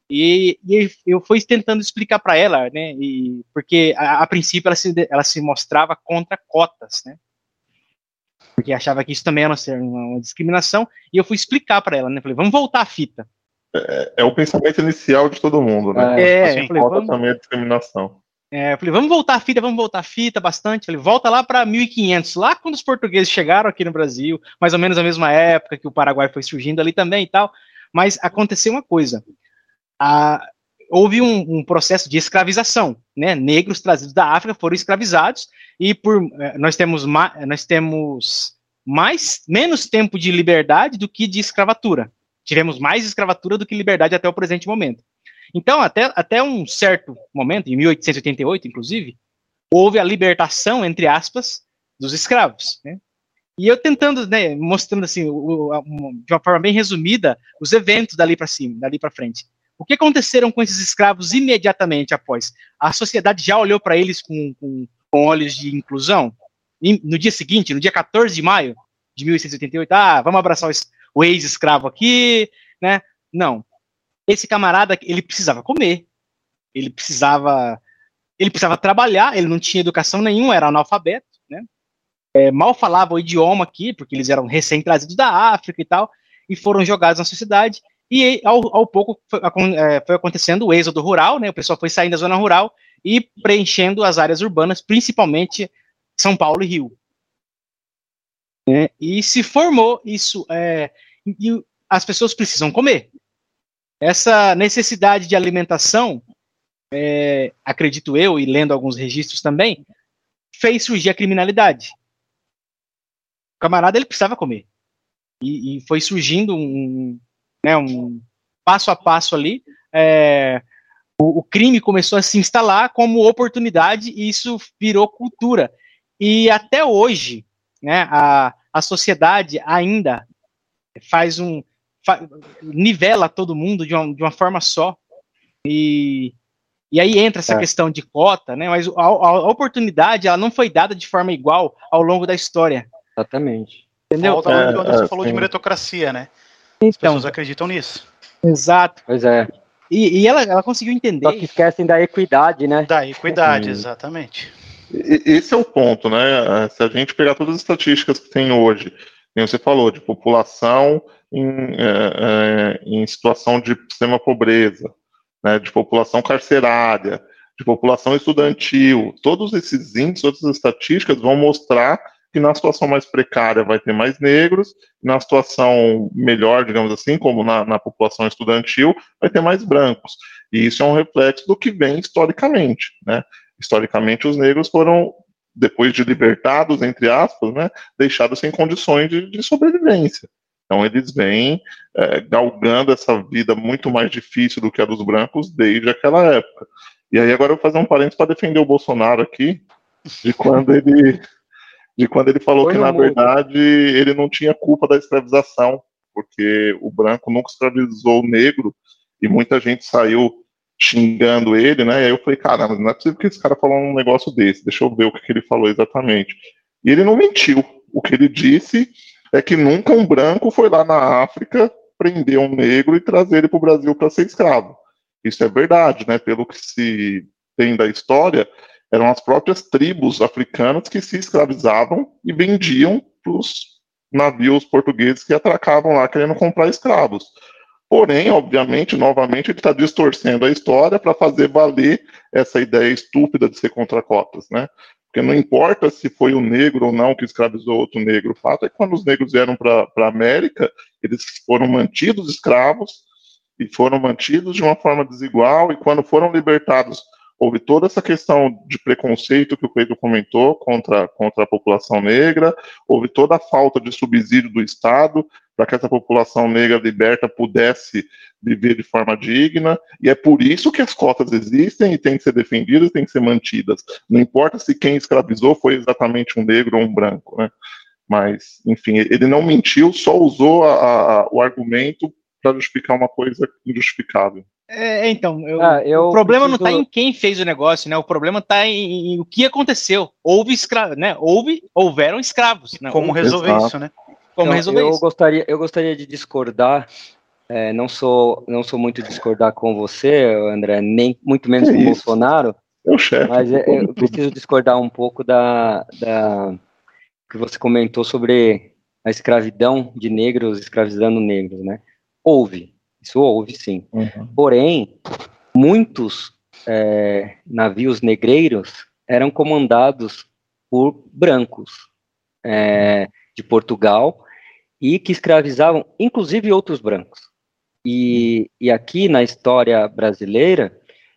[SPEAKER 1] E, e eu fui tentando explicar para ela, né, e, porque a, a princípio ela se, ela se mostrava contra cotas, né, porque achava que isso também era uma, uma discriminação, e eu fui explicar para ela, né, falei, vamos voltar à fita.
[SPEAKER 3] É, é o pensamento inicial de todo mundo, né?
[SPEAKER 1] É,
[SPEAKER 3] assim,
[SPEAKER 1] eu falei,
[SPEAKER 3] cota
[SPEAKER 1] vamos,
[SPEAKER 3] também é discriminação.
[SPEAKER 1] É, eu falei, vamos voltar à fita, vamos voltar à fita bastante. Eu falei, volta lá para mil e quinhentos, lá quando os portugueses chegaram aqui no Brasil, mais ou menos a mesma época que o Paraguai foi surgindo ali também e tal. Mas aconteceu uma coisa. A, houve um, um processo de escravização, né? Negros trazidos da África foram escravizados e por nós temos, nós temos mais, menos tempo de liberdade do que de escravatura. Tivemos mais escravatura do que liberdade até o presente momento. Então, até, até um certo momento, em mil oitocentos e oitenta e oito, inclusive, houve a libertação, entre aspas, dos escravos, né? E eu tentando, né, mostrando assim, o, a, de uma forma bem resumida, os eventos dali para cima, dali para frente. O que aconteceram com esses escravos imediatamente após? A sociedade já olhou para eles com, com, com olhos de inclusão? E no dia seguinte, no dia quatorze de maio de mil oitocentos e oitenta e oito, ah, vamos abraçar o, o ex-escravo aqui, né? Não. Esse camarada, ele precisava comer, ele precisava, ele precisava trabalhar, ele não tinha educação nenhuma, era analfabeto, né? É, mal falava o idioma aqui, porque eles eram recém-trazidos da África e tal, e foram jogados na sociedade, e ao, ao pouco foi, é, foi acontecendo o êxodo rural, né? O pessoal foi saindo da zona rural e preenchendo as áreas urbanas, principalmente São Paulo e Rio. É, e se formou isso, é, e as pessoas precisam comer. Essa necessidade de alimentação, é, acredito eu, e lendo alguns registros também, fez surgir a criminalidade. O camarada, ele precisava comer. E, e foi surgindo um, né, um passo a passo ali, é, o, o crime começou a se instalar como oportunidade e isso virou cultura. E até hoje, né, a, a sociedade ainda faz um... nivela todo mundo de uma, de uma forma só, e, e aí entra essa é. questão de cota, né, mas a, a oportunidade ela não foi dada de forma igual ao longo da história.
[SPEAKER 4] Exatamente.
[SPEAKER 2] Entendeu? Volta é, quando você é, falou sim. de meritocracia, né? As
[SPEAKER 1] então,
[SPEAKER 2] pessoas acreditam nisso.
[SPEAKER 1] Exato.
[SPEAKER 4] Pois é.
[SPEAKER 1] E, e ela, ela conseguiu entender.
[SPEAKER 4] Só que esquecem da equidade, né?
[SPEAKER 2] Da equidade, sim. Exatamente.
[SPEAKER 3] Esse é o ponto, né? Se a gente pegar todas as estatísticas que tem hoje, como você falou, de população em, é, em situação de extrema pobreza, né, de população carcerária, de população estudantil, todos esses índices, todas as estatísticas vão mostrar que na situação mais precária vai ter mais negros, na situação melhor, digamos assim, como na, na população estudantil, vai ter mais brancos. E isso é um reflexo do que vem historicamente, né? Historicamente, os negros foram, depois de libertados, entre aspas, né, deixados sem condições de, de sobrevivência. Então, eles vêm é, galgando essa vida muito mais difícil do que a dos brancos desde aquela época. E aí, agora eu vou fazer um parênteses para defender o Bolsonaro aqui, de quando ele, de quando ele falou Foi que, na mundo. verdade, ele não tinha culpa da escravização, porque o branco nunca escravizou o negro, e muita gente saiu xingando ele, né? E aí eu falei, caramba, não é possível que esse cara falou um negócio desse, deixa eu ver o que, que ele falou exatamente. E ele não mentiu. O que ele disse é que nunca um branco foi lá na África prender um negro e trazer ele para o Brasil para ser escravo. Isso é verdade, né? Pelo que se tem da história, eram as próprias tribos africanas que se escravizavam e vendiam para os navios portugueses que atracavam lá querendo comprar escravos. Porém, obviamente, novamente, ele está distorcendo a história para fazer valer essa ideia estúpida de ser contra cotas, né? Porque não importa se foi o negro ou não que escravizou outro negro, o fato é que quando os negros vieram para a América, eles foram mantidos escravos e foram mantidos de uma forma desigual, e quando foram libertados, houve toda essa questão de preconceito que o Pedro comentou contra, contra a população negra, houve toda a falta de subsídio do Estado para que essa população negra liberta pudesse viver de forma digna, e é por isso que as cotas existem e têm que ser defendidas, têm que ser mantidas. Não importa se quem escravizou foi exatamente um negro ou um branco, né? Mas, enfim, ele não mentiu, só usou a, a, o argumento para justificar uma coisa injustificável.
[SPEAKER 1] É, então, eu, ah, eu o problema preciso... não está em quem fez o negócio, né? O problema está em, em o que aconteceu. Houve escravos, né? Houve, houveram escravos. Né?
[SPEAKER 2] Como
[SPEAKER 1] Houve...
[SPEAKER 2] resolver Exato. isso, né?
[SPEAKER 1] Como
[SPEAKER 4] então,
[SPEAKER 1] resolver
[SPEAKER 4] eu
[SPEAKER 1] isso?
[SPEAKER 4] Gostaria, eu gostaria de discordar é, não sou não sou muito discordar com você, André, nem muito menos
[SPEAKER 3] Que
[SPEAKER 4] com o
[SPEAKER 3] isso?
[SPEAKER 4] Bolsonaro,
[SPEAKER 3] É o chefe.
[SPEAKER 4] mas é, eu preciso discordar um pouco da, da que você comentou sobre a escravidão de negros escravizando negros, né? Houve, isso houve, sim.
[SPEAKER 3] Uhum.
[SPEAKER 4] Porém, muitos é, navios negreiros eram comandados por brancos é, de Portugal e que escravizavam, inclusive, outros brancos. E, e aqui na história brasileira,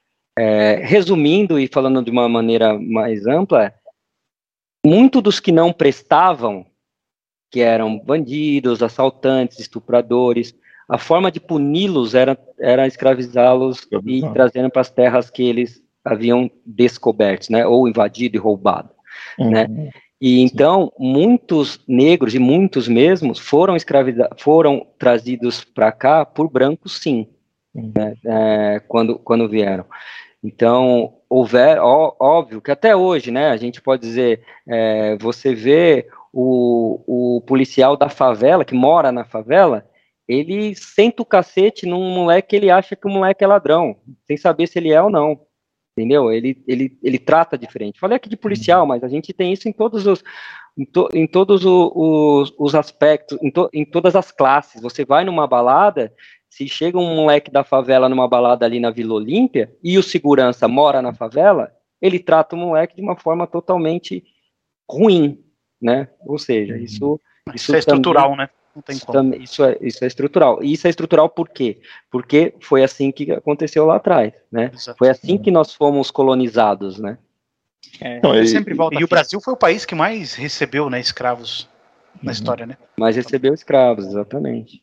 [SPEAKER 4] é, resumindo e falando de uma maneira mais ampla, muitos dos que não prestavam, que eram bandidos, assaltantes, estupradores, a forma de puni-los era, era escravizá-los e trazendo para as terras que eles haviam descoberto, né, ou invadido e roubado, uhum. né? E então muitos negros e muitos mesmos foram escravizados, foram trazidos para cá por brancos, sim, uhum. né, é, quando quando vieram. Então houver, ó, óbvio que até hoje, né, a gente pode dizer, é, você vê o, o policial da favela, que mora na favela, ele senta o cacete num moleque que ele acha que o moleque é ladrão, sem saber se ele é ou não, entendeu? Ele, ele, ele trata diferente. Falei aqui de policial, mas a gente tem isso em todos os, em, to, em todos os, os, os aspectos, em, to, em todas as classes. Você vai numa balada, se chega um moleque da favela numa balada ali na Vila Olímpia, e o segurança mora na favela, ele trata o moleque de uma forma totalmente ruim, né? Ou seja, isso...
[SPEAKER 2] Isso, isso é estrutural, também, né? Não tem
[SPEAKER 4] isso,
[SPEAKER 2] como.
[SPEAKER 4] Também, isso, é, isso é estrutural. E isso é estrutural por quê? Porque foi assim que aconteceu lá atrás, né? Exato. Foi assim que nós fomos colonizados, né?
[SPEAKER 2] É, Não, e, sempre volta e, e o Brasil foi o país que mais recebeu, né, escravos na uhum. história, né?
[SPEAKER 4] Mais recebeu escravos, exatamente.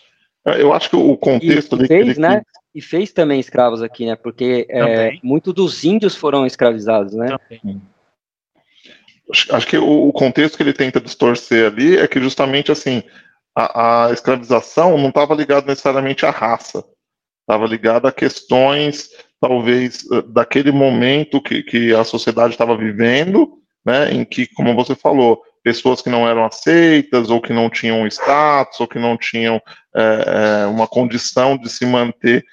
[SPEAKER 3] Eu acho que o contexto...
[SPEAKER 4] E, e fez, né? E fez também escravos aqui, né? Porque é, muitos dos índios foram escravizados, né?
[SPEAKER 2] Também.
[SPEAKER 3] Acho que o contexto que ele tenta distorcer ali é que justamente assim a, a escravização não estava ligada necessariamente à raça, estava ligada a questões talvez daquele momento que, que a sociedade estava vivendo, né, em que, como você falou, pessoas que não eram aceitas ou que não tinham status ou que não tinham é, uma condição de se manter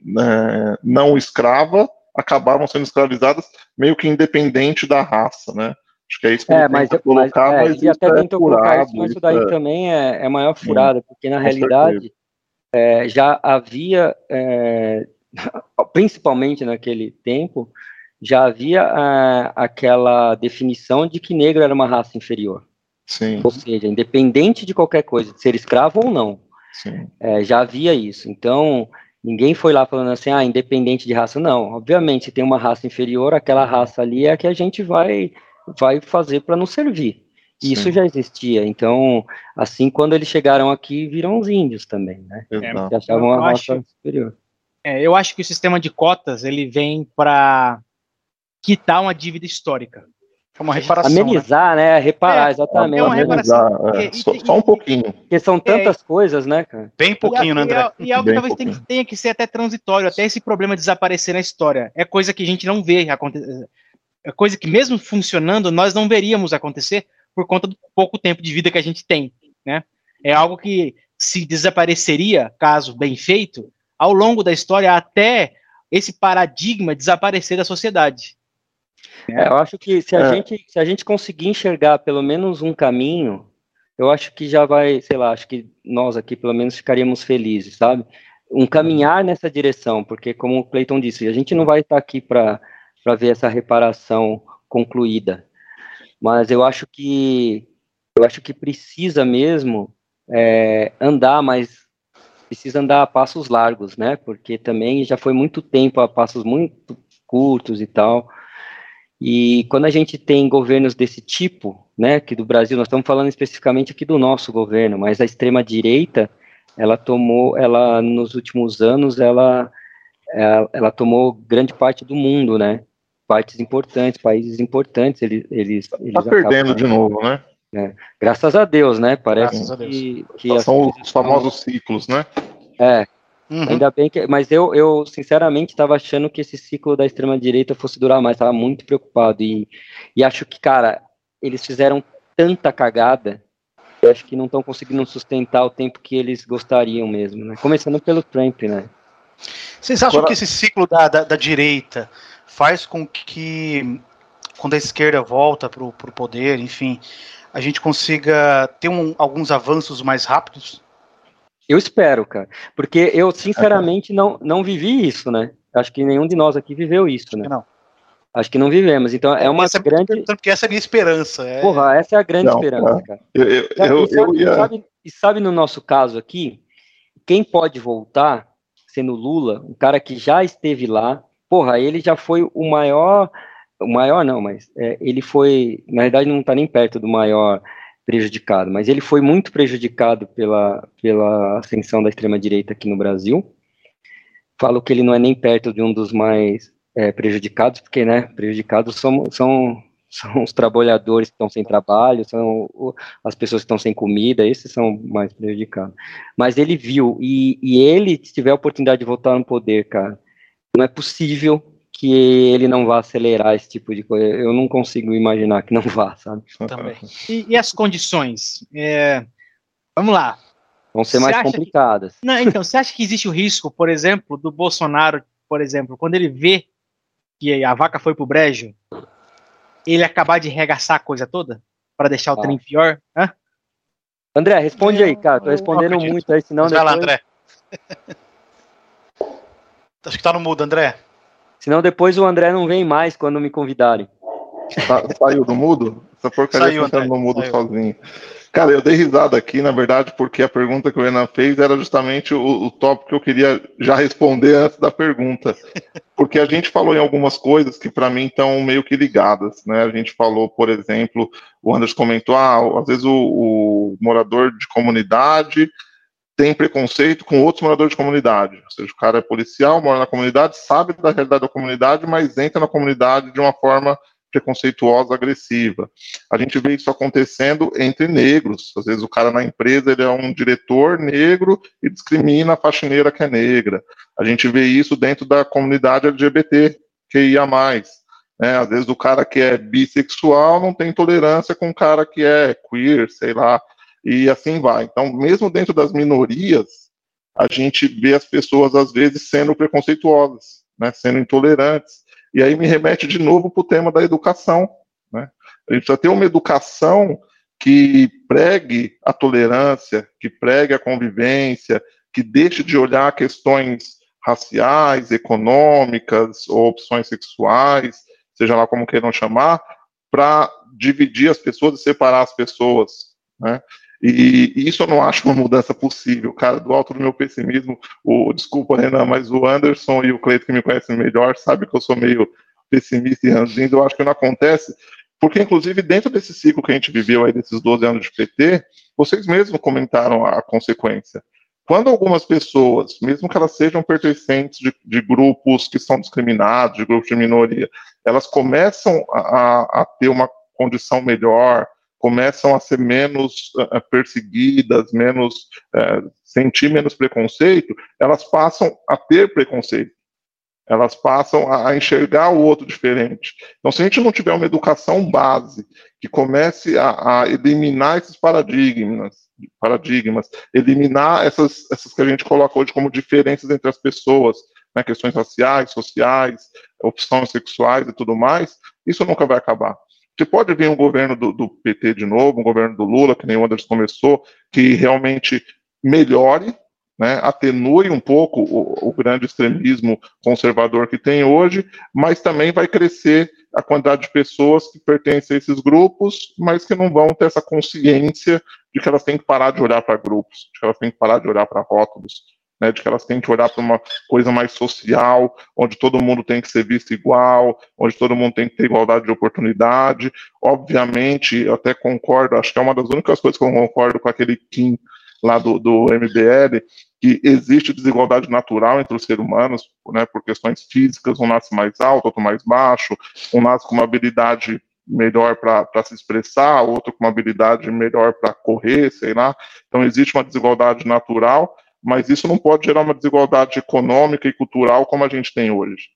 [SPEAKER 3] é, não escrava acabavam sendo escravizadas meio que independente da raça, né? Acho que é isso que
[SPEAKER 4] é,
[SPEAKER 3] ele
[SPEAKER 4] mas,
[SPEAKER 3] tenta colocar,
[SPEAKER 4] mas, é,
[SPEAKER 3] mas
[SPEAKER 4] ele até tentou
[SPEAKER 3] é
[SPEAKER 4] colocar isso, mas isso daí
[SPEAKER 3] é...
[SPEAKER 4] também é, é maior furada, hum, porque na realidade é, já havia, é, principalmente naquele tempo, já havia é, aquela definição de que negro era uma raça inferior.
[SPEAKER 3] Sim.
[SPEAKER 4] Ou seja, independente de qualquer coisa, de ser escravo ou não, é, já havia isso. Então, ninguém foi lá falando assim, ah, independente de raça, não. Obviamente, se tem uma raça inferior, aquela raça ali é a que a gente vai... vai fazer para nos servir. Sim. Isso já existia. Então, assim, quando eles chegaram aqui, viram os índios também, né?
[SPEAKER 3] É,
[SPEAKER 4] que achavam a raça
[SPEAKER 1] acho,
[SPEAKER 4] superior.
[SPEAKER 1] É, eu acho que o sistema de cotas, ele vem para quitar uma dívida histórica.
[SPEAKER 2] É uma reparação,
[SPEAKER 4] amenizar, né? né? Reparar, é, exatamente.
[SPEAKER 1] É uma reparação.
[SPEAKER 3] É, e, só, e, só um pouquinho.
[SPEAKER 4] Porque são tantas é, coisas, né, cara?
[SPEAKER 2] Bem pouquinho,
[SPEAKER 1] e,
[SPEAKER 2] né, André?
[SPEAKER 1] E, e algo que talvez tenha, tenha que ser até transitório, até esse problema desaparecer na história. É coisa que a gente não vê acontecer. É coisa que mesmo funcionando, nós não veríamos acontecer por conta do pouco tempo de vida que a gente tem, né? É algo que se desapareceria, caso bem feito, ao longo da história, até esse paradigma desaparecer da sociedade.
[SPEAKER 4] É, eu acho que se a, é. gente, se a gente conseguir enxergar pelo menos um caminho, eu acho que já vai, sei lá, acho que nós aqui pelo menos ficaríamos felizes, sabe? Um caminhar nessa direção, porque como o Cleiton disse, a gente não vai estar aqui para para ver essa reparação concluída, mas eu acho que eu acho que precisa mesmo é, andar, mas precisa andar a passos largos, né? Porque também já foi muito tempo a passos muito curtos e tal. E quando a gente tem governos desse tipo, né? Que do Brasil, nós estamos falando especificamente aqui do nosso governo, mas a extrema direita, ela tomou, ela nos últimos anos, ela ela, ela tomou grande parte do mundo, né? Partes importantes, países importantes, eles eles
[SPEAKER 3] está perdendo de novo, né?
[SPEAKER 4] É, graças a Deus, né? Parece
[SPEAKER 2] graças
[SPEAKER 4] que, que
[SPEAKER 3] são os famosos ciclos, né?
[SPEAKER 4] É,
[SPEAKER 2] uhum.
[SPEAKER 4] Ainda bem que, mas eu, eu sinceramente estava achando que esse ciclo da extrema direita fosse durar mais, estava muito preocupado e, e acho que, cara, eles fizeram tanta cagada eu acho que não estão conseguindo sustentar o tempo que eles gostariam mesmo, né? Começando pelo Trump, né?
[SPEAKER 2] Vocês acham Agora... que esse ciclo da, da, da direita faz com que, quando a esquerda volta para o poder, enfim, a gente consiga ter um, alguns avanços mais rápidos?
[SPEAKER 4] Eu espero, cara, porque eu, sinceramente, não, não vivi isso, né? Acho que nenhum de nós aqui viveu isso, né?
[SPEAKER 2] Não.
[SPEAKER 4] Acho que não vivemos, então é uma
[SPEAKER 2] essa
[SPEAKER 4] grande...
[SPEAKER 2] Porque essa é a minha esperança. É...
[SPEAKER 4] Porra, essa é a grande não, esperança, cara.
[SPEAKER 3] Eu, eu, eu,
[SPEAKER 4] e, sabe,
[SPEAKER 3] eu ia...
[SPEAKER 4] sabe, e sabe, no nosso caso aqui, quem pode voltar, sendo Lula, um cara que já esteve lá, porra, ele já foi o maior... O maior não, mas é, ele foi... Na verdade, não tá nem perto do maior... prejudicado, mas ele foi muito prejudicado pela, pela ascensão da extrema-direita aqui no Brasil. Falo que ele não é nem perto de um dos mais é, prejudicados, porque, né, prejudicados são, são, são os trabalhadores que estão sem trabalho, são o, as pessoas que estão sem comida, esses são mais prejudicados. Mas ele viu, e, e ele, se tiver a oportunidade de voltar no poder, cara, não é possível que ele não vá acelerar esse tipo de coisa. Eu não consigo imaginar que não vá, sabe?
[SPEAKER 1] Também. E, e as condições? É, vamos lá.
[SPEAKER 4] Vão ser mais complicadas.
[SPEAKER 1] Que, não, então, você acha que existe o risco, por exemplo, do Bolsonaro, por exemplo, quando ele vê que a vaca foi pro brejo, ele acabar de regaçar a coisa toda? Para deixar o ah. trem pior? Hã?
[SPEAKER 4] André, responde aí, cara. Tô respondendo muito aí, senão
[SPEAKER 2] Vai
[SPEAKER 4] depois...
[SPEAKER 2] lá, André. Acho que tá no mudo, André.
[SPEAKER 4] Senão depois o André não vem mais quando me convidarem.
[SPEAKER 3] Sa saiu do mudo? Essa porcaria saiu, tá no mudo saiu. sozinho. Cara, eu dei risada aqui, na verdade, porque a pergunta que o Renan fez era justamente o, o tópico que eu queria já responder antes da pergunta. Porque a gente falou em algumas coisas que para mim estão meio que ligadas, né? A gente falou, por exemplo, o Anderson comentou, ah, às vezes o, o morador de comunidade tem preconceito com outros moradores de comunidade. Ou seja, o cara é policial, mora na comunidade, sabe da realidade da comunidade, mas entra na comunidade de uma forma preconceituosa, agressiva. A gente vê isso acontecendo entre negros. Às vezes o cara na empresa ele é um diretor negro e discrimina a faxineira que é negra. A gente vê isso dentro da comunidade L G B T Q I A mais. É, às vezes o cara que é bissexual não tem tolerância com o cara que é queer, sei lá, e assim vai. Então, mesmo dentro das minorias, a gente vê as pessoas, às vezes, sendo preconceituosas, né, sendo intolerantes. E aí me remete de novo para o tema da educação. Né? A gente precisa ter uma educação que pregue a tolerância, que pregue a convivência, que deixe de olhar questões raciais, econômicas, ou opções sexuais, seja lá como queiram chamar, para dividir as pessoas e separar as pessoas. Né? E, e isso eu não acho uma mudança possível, cara, do alto do meu pessimismo, o, desculpa, Renan, mas o Anderson e o Cleiton, que me conhecem melhor, sabe que eu sou meio pessimista e ranzinho, eu acho que não acontece, porque inclusive dentro desse ciclo que a gente viveu aí, desses doze anos de P T, vocês mesmos comentaram a consequência. Quando algumas pessoas, mesmo que elas sejam pertencentes de, de grupos que são discriminados, de grupos de minoria, elas começam a, a ter uma condição melhor, começam a ser menos uh, perseguidas, menos uh, sentir menos preconceito, elas passam a ter preconceito. Elas passam a, a enxergar o outro diferente. Então, se a gente não tiver uma educação base que comece a, a eliminar esses paradigmas, paradigmas, eliminar essas, essas que a gente coloca hoje como diferenças entre as pessoas, né, questões raciais, sociais, opções sexuais e tudo mais, isso nunca vai acabar. Você pode vir um governo do, do P T de novo, um governo do Lula, que nem o Anderson começou, que realmente melhore, né, atenue um pouco o, o grande extremismo conservador que tem hoje, mas também vai crescer a quantidade de pessoas que pertencem a esses grupos, mas que não vão ter essa consciência de que elas têm que parar de olhar para grupos, de que elas têm que parar de olhar para rótulos, né, de que elas têm que olhar para uma coisa mais social, onde todo mundo tem que ser visto igual, onde todo mundo tem que ter igualdade de oportunidade. Obviamente, eu até concordo, acho que é uma das únicas coisas que eu concordo com aquele Kim lá do, do M B L, que existe desigualdade natural entre os seres humanos, né, por questões físicas, um nasce mais alto, outro mais baixo, um nasce com uma habilidade melhor para se expressar, outro com uma habilidade melhor para correr, sei lá. Então existe uma desigualdade natural, mas isso não pode gerar uma desigualdade econômica e cultural como a gente tem hoje.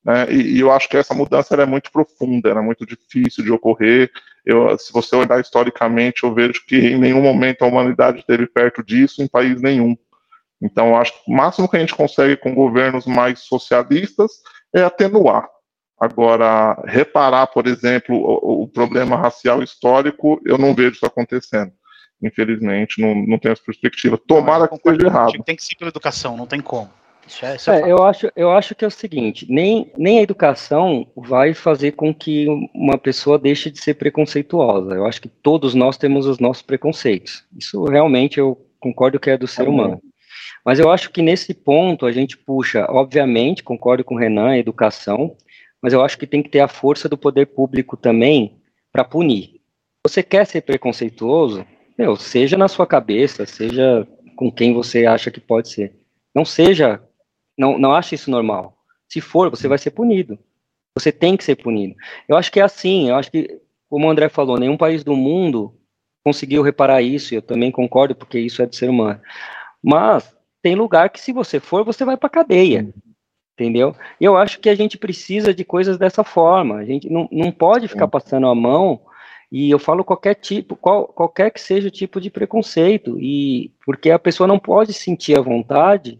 [SPEAKER 3] né? E, e eu acho que essa mudança ela é muito profunda, ela é muito difícil de ocorrer. Eu, se você olhar historicamente, eu vejo que em nenhum momento a humanidade esteve perto disso, em país nenhum. Então, eu acho que o máximo que a gente consegue com governos mais socialistas é atenuar. Agora, reparar, por exemplo, o, o problema racial histórico, eu não vejo isso acontecendo. Infelizmente, não, não tenho essa perspectiva. Tomara que esteja errado.
[SPEAKER 2] Tem que ser pela educação, não tem como. Isso é, isso é
[SPEAKER 4] É, eu, acho, eu acho que é o seguinte, nem, nem a educação vai fazer com que uma pessoa deixe de ser preconceituosa. Eu acho que todos nós temos os nossos preconceitos. Isso realmente eu concordo que é do ser humano. Mas eu acho que nesse ponto a gente puxa, obviamente, concordo com o Renan, a educação, mas eu acho que tem que ter a força do poder público também para punir. Você quer ser preconceituoso? Meu, seja na sua cabeça, seja com quem você acha que pode ser. Não seja... Não, não acha isso normal. Se for, você vai ser punido. Você tem que ser punido. Eu acho que é assim, eu acho que, como o André falou, nenhum país do mundo conseguiu reparar isso, e eu também concordo, porque isso é do ser humano. Mas tem lugar que, se você for, você vai para cadeia. Entendeu? E eu acho que a gente precisa de coisas dessa forma. A gente não, não pode ficar passando a mão, e eu falo qualquer tipo, qual, qualquer que seja o tipo de preconceito, e porque a pessoa não pode sentir a vontade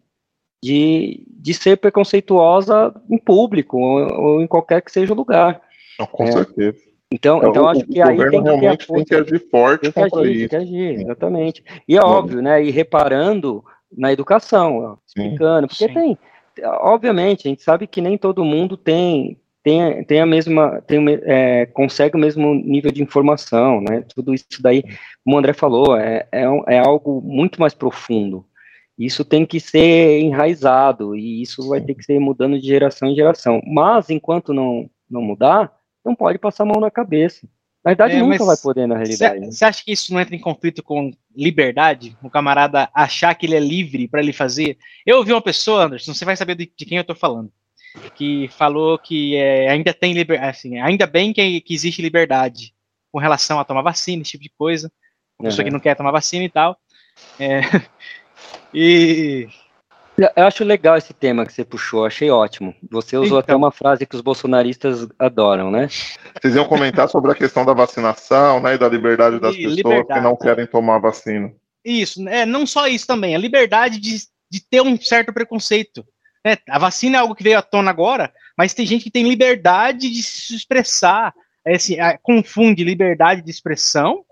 [SPEAKER 4] De, de ser preconceituosa em público ou, ou em qualquer que seja o lugar.
[SPEAKER 3] Não, com
[SPEAKER 4] é.
[SPEAKER 3] certeza.
[SPEAKER 4] Então,
[SPEAKER 3] é,
[SPEAKER 4] então
[SPEAKER 3] o,
[SPEAKER 4] acho que
[SPEAKER 3] o
[SPEAKER 4] aí tem que ter a
[SPEAKER 3] tem que agir forte
[SPEAKER 4] tem que
[SPEAKER 3] contra
[SPEAKER 4] agir,
[SPEAKER 3] isso.
[SPEAKER 4] Tem que agir, exatamente. E é Sim. óbvio, né? E reparando na educação, ó, explicando, porque Sim. tem, obviamente, a gente sabe que nem todo mundo tem tem, tem a mesma, tem, é, consegue o mesmo nível de informação, né? Tudo isso daí, como o André falou, é, é, é algo muito mais profundo. Isso tem que ser enraizado, e isso vai ter que ser mudando de geração em geração. Mas, enquanto não, não mudar, não pode passar a mão na cabeça. Na verdade, é, nunca vai poder, na realidade.
[SPEAKER 1] Você acha que isso não entra em conflito com liberdade? O camarada achar que ele é livre para ele fazer? Eu ouvi uma pessoa, Anderson, você vai saber de, de quem eu estou falando, que falou que é, ainda tem liberdade, assim, ainda bem que, que existe liberdade com relação a tomar vacina, esse tipo de coisa. Uma pessoa uhum. que não quer tomar vacina e tal. É... E...
[SPEAKER 4] Eu acho legal esse tema que você puxou, achei ótimo. Você usou então, até uma frase que os bolsonaristas adoram, né?
[SPEAKER 3] Vocês iam comentar sobre a questão da vacinação, né, e da liberdade das pessoas liberdade. que não querem tomar vacina.
[SPEAKER 1] Isso, é, não só isso também, a liberdade de, de ter um certo preconceito. Né? A vacina é algo que veio à tona agora, mas tem gente que tem liberdade de se expressar, é, assim, a, confunde liberdade de expressão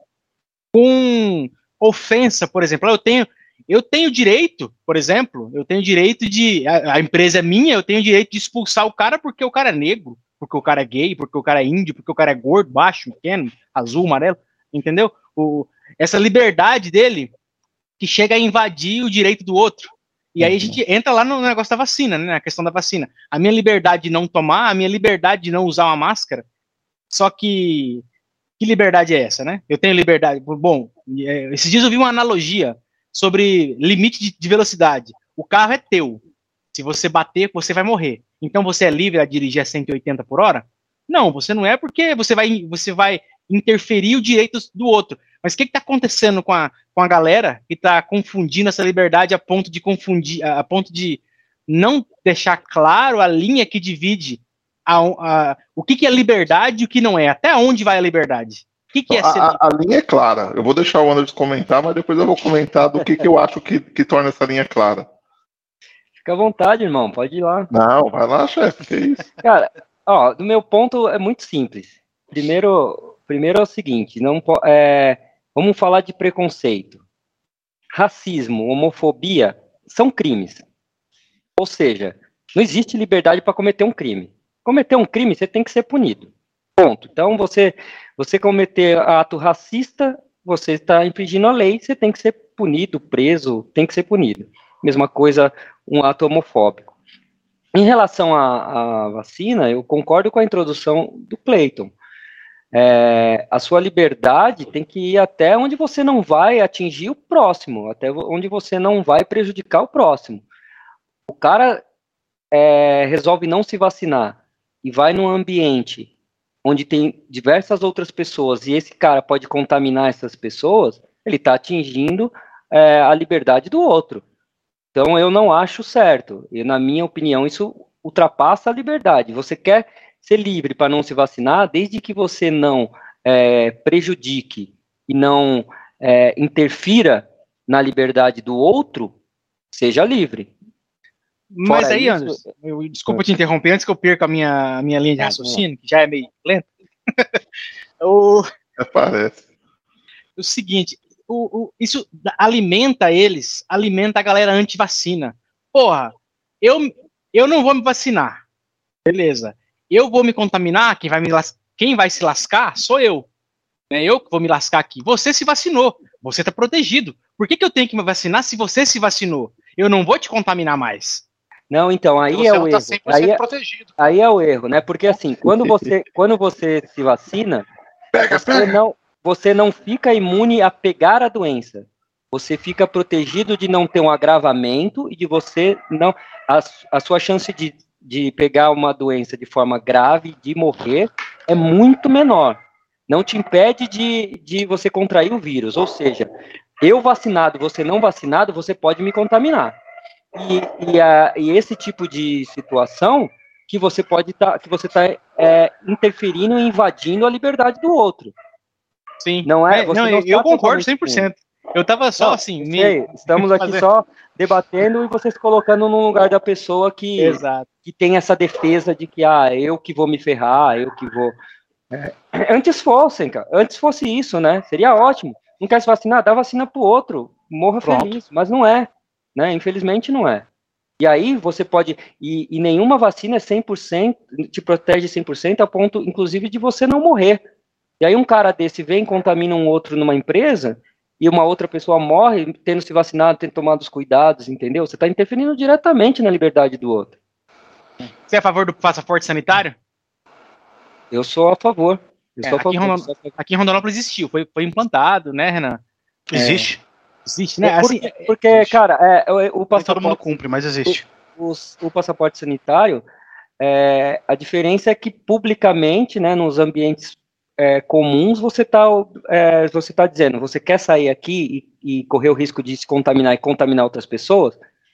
[SPEAKER 1] com ofensa, por exemplo. Eu tenho Eu tenho direito, por exemplo, eu tenho direito de, a, a empresa é minha, eu tenho direito de expulsar o cara porque o cara é negro, porque o cara é gay, porque o cara é índio, porque o cara é gordo, baixo, pequeno, azul, amarelo, entendeu? O, essa liberdade dele que chega a invadir o direito do outro. E aí a gente entra lá no negócio da vacina, né, na questão da vacina. A minha liberdade de não tomar, a minha liberdade de não usar uma máscara, só que que liberdade é essa, né? Eu tenho liberdade, bom, esses dias eu vi uma analogia sobre limite de, de velocidade. O carro é teu. Se você bater, você vai morrer. Então você é livre a dirigir a cento e oitenta por hora? Não, você não é, porque você vai, você vai interferir o direito do outro. Mas o que está acontecendo com a, com a galera que está confundindo essa liberdade a ponto de confundir, a, a ponto de não deixar claro a linha que divide a, a, o que, que é liberdade e o que não é? Até onde vai a liberdade? O que, que é ser
[SPEAKER 3] a, a linha é clara. Eu vou deixar o Anderson comentar, mas depois eu vou comentar do que, que eu acho que, que torna essa linha clara.
[SPEAKER 4] Fica à vontade, irmão. Pode ir lá.
[SPEAKER 3] Não, vai lá, chefe. Que isso?
[SPEAKER 4] Cara, ó, do meu ponto é muito simples. Primeiro, primeiro é o seguinte, não, é, vamos falar de preconceito. Racismo, homofobia são crimes. Ou seja, não existe liberdade para cometer um crime. Cometer um crime, você tem que ser punido. Ponto. Então, você, você cometer ato racista, você está infringindo a lei, você tem que ser punido, preso, tem que ser punido. Mesma coisa, um ato homofóbico. Em relação à, à vacina, eu concordo com a introdução do Clayton. É, a sua liberdade tem que ir até onde você não vai atingir o próximo, até onde você não vai prejudicar o próximo. O cara é, resolve não se vacinar e vai num ambiente onde tem diversas outras pessoas, e esse cara pode contaminar essas pessoas, ele está atingindo é, a liberdade do outro. Então, eu não acho certo. E, na minha opinião, isso ultrapassa a liberdade. Você quer ser livre para não se vacinar, desde que você não é, prejudique e não é, interfira na liberdade do outro, seja livre.
[SPEAKER 1] Mas
[SPEAKER 4] Fora
[SPEAKER 1] aí,
[SPEAKER 4] isso,
[SPEAKER 1] Anderson, eu, desculpa te interromper antes que eu perca a minha, a minha linha de raciocínio, que já é meio lenta. o,
[SPEAKER 3] Parece.
[SPEAKER 1] o seguinte, o, o, isso alimenta eles, alimenta a galera anti-vacina. Porra, eu, eu não vou me vacinar. Beleza. Eu vou me contaminar, quem vai, me las... quem vai se lascar sou eu. É eu que vou me lascar aqui. Você se vacinou, você está protegido. Por que, que eu tenho que me vacinar se você se vacinou? Eu não vou te contaminar mais.
[SPEAKER 4] Não, então, aí é o erro. Aí é, aí é o erro, né? Porque assim, quando você, quando você se vacina, você não, você não fica imune a pegar a doença. Você fica protegido de não ter um agravamento e de você não... A, a sua chance de, de pegar uma doença de forma grave, de morrer, é muito menor. Não te impede de, de você contrair o vírus. Ou seja, eu vacinado, você não vacinado, você pode me contaminar. E, e, a, e esse tipo de situação que você pode estar, tá, que você está é, interferindo e invadindo a liberdade do outro.
[SPEAKER 1] Sim.
[SPEAKER 4] Não é?
[SPEAKER 1] é
[SPEAKER 4] você
[SPEAKER 1] não,
[SPEAKER 4] não
[SPEAKER 1] eu concordo cem por cento. Eu tava só não, assim.
[SPEAKER 4] Me... Estamos aqui fazer... só debatendo e você se colocando no lugar da pessoa que, que tem essa defesa de que ah, eu que vou me ferrar, eu que vou. É, antes fossem, cara. Antes fosse isso, né? Seria ótimo. Não quer se vacinar? Dá vacina pro outro. Morra Pronto. Feliz. Mas não é. Né? Infelizmente não é. E aí você pode. E, e nenhuma vacina é cem por cento, te protege cem por cento, a ponto, inclusive, de você não morrer. E aí um cara desse vem, contamina um outro numa empresa, e uma outra pessoa morre, tendo se vacinado, tendo tomado os cuidados, entendeu? Você está interferindo diretamente na liberdade do outro.
[SPEAKER 1] Você é a favor do passaporte sanitário?
[SPEAKER 4] Eu sou a favor. Eu
[SPEAKER 1] é,
[SPEAKER 4] sou a
[SPEAKER 1] aqui,
[SPEAKER 4] favor.
[SPEAKER 1] Em Rondon... aqui em Rondonópolis existiu, foi, foi implantado, né, Renan?
[SPEAKER 2] Existe.
[SPEAKER 1] É. Existe, né?
[SPEAKER 4] É porque,
[SPEAKER 1] assim,
[SPEAKER 4] porque
[SPEAKER 1] existe.
[SPEAKER 4] cara, é, o, o passaporte...
[SPEAKER 2] todo mundo cumpre, mas existe.
[SPEAKER 4] O, o, o passaporte sanitário, é, a diferença é que publicamente, né, nos ambientes é, comuns, você está é, você tá dizendo, você quer sair aqui e, e correr o risco de se contaminar e contaminar outras pessoas,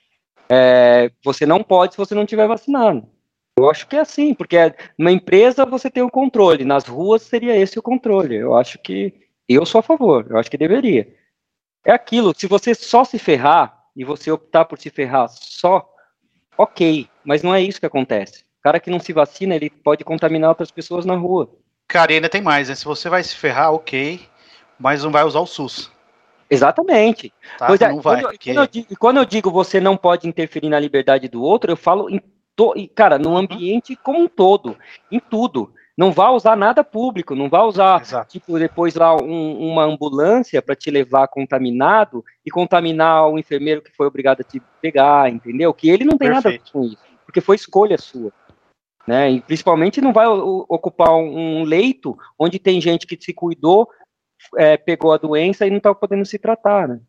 [SPEAKER 4] é, você não pode se você não tiver vacinado. Eu acho que é assim, porque numa empresa você tem o controle, nas ruas seria esse o controle. Eu acho que, eu sou a favor, eu acho que deveria. É aquilo, se você só se ferrar, e você optar por se ferrar só, ok, mas não é isso que acontece. O cara que não se vacina, ele pode contaminar outras pessoas na rua.
[SPEAKER 2] Cara, e ainda tem mais, né? Se você vai se ferrar, ok, mas não vai usar o SUS.
[SPEAKER 4] Exatamente.
[SPEAKER 2] Tá?
[SPEAKER 4] Pois é,
[SPEAKER 2] não vai,
[SPEAKER 4] quando,
[SPEAKER 2] porque...
[SPEAKER 4] quando, eu digo, quando eu digo você não pode interferir na liberdade do outro, eu falo, em to, cara, no ambiente como um todo, em tudo. Não vai usar nada público, não vai usar, Exato. tipo, depois lá um, uma ambulância para te levar contaminado e contaminar o enfermeiro que foi obrigado a te pegar, entendeu? Que ele não tem Perfeito. Nada a ver com isso, porque foi escolha sua. Né? E principalmente não vai o, ocupar um, um leito onde tem gente que se cuidou, é, pegou a doença e não está podendo se tratar, né?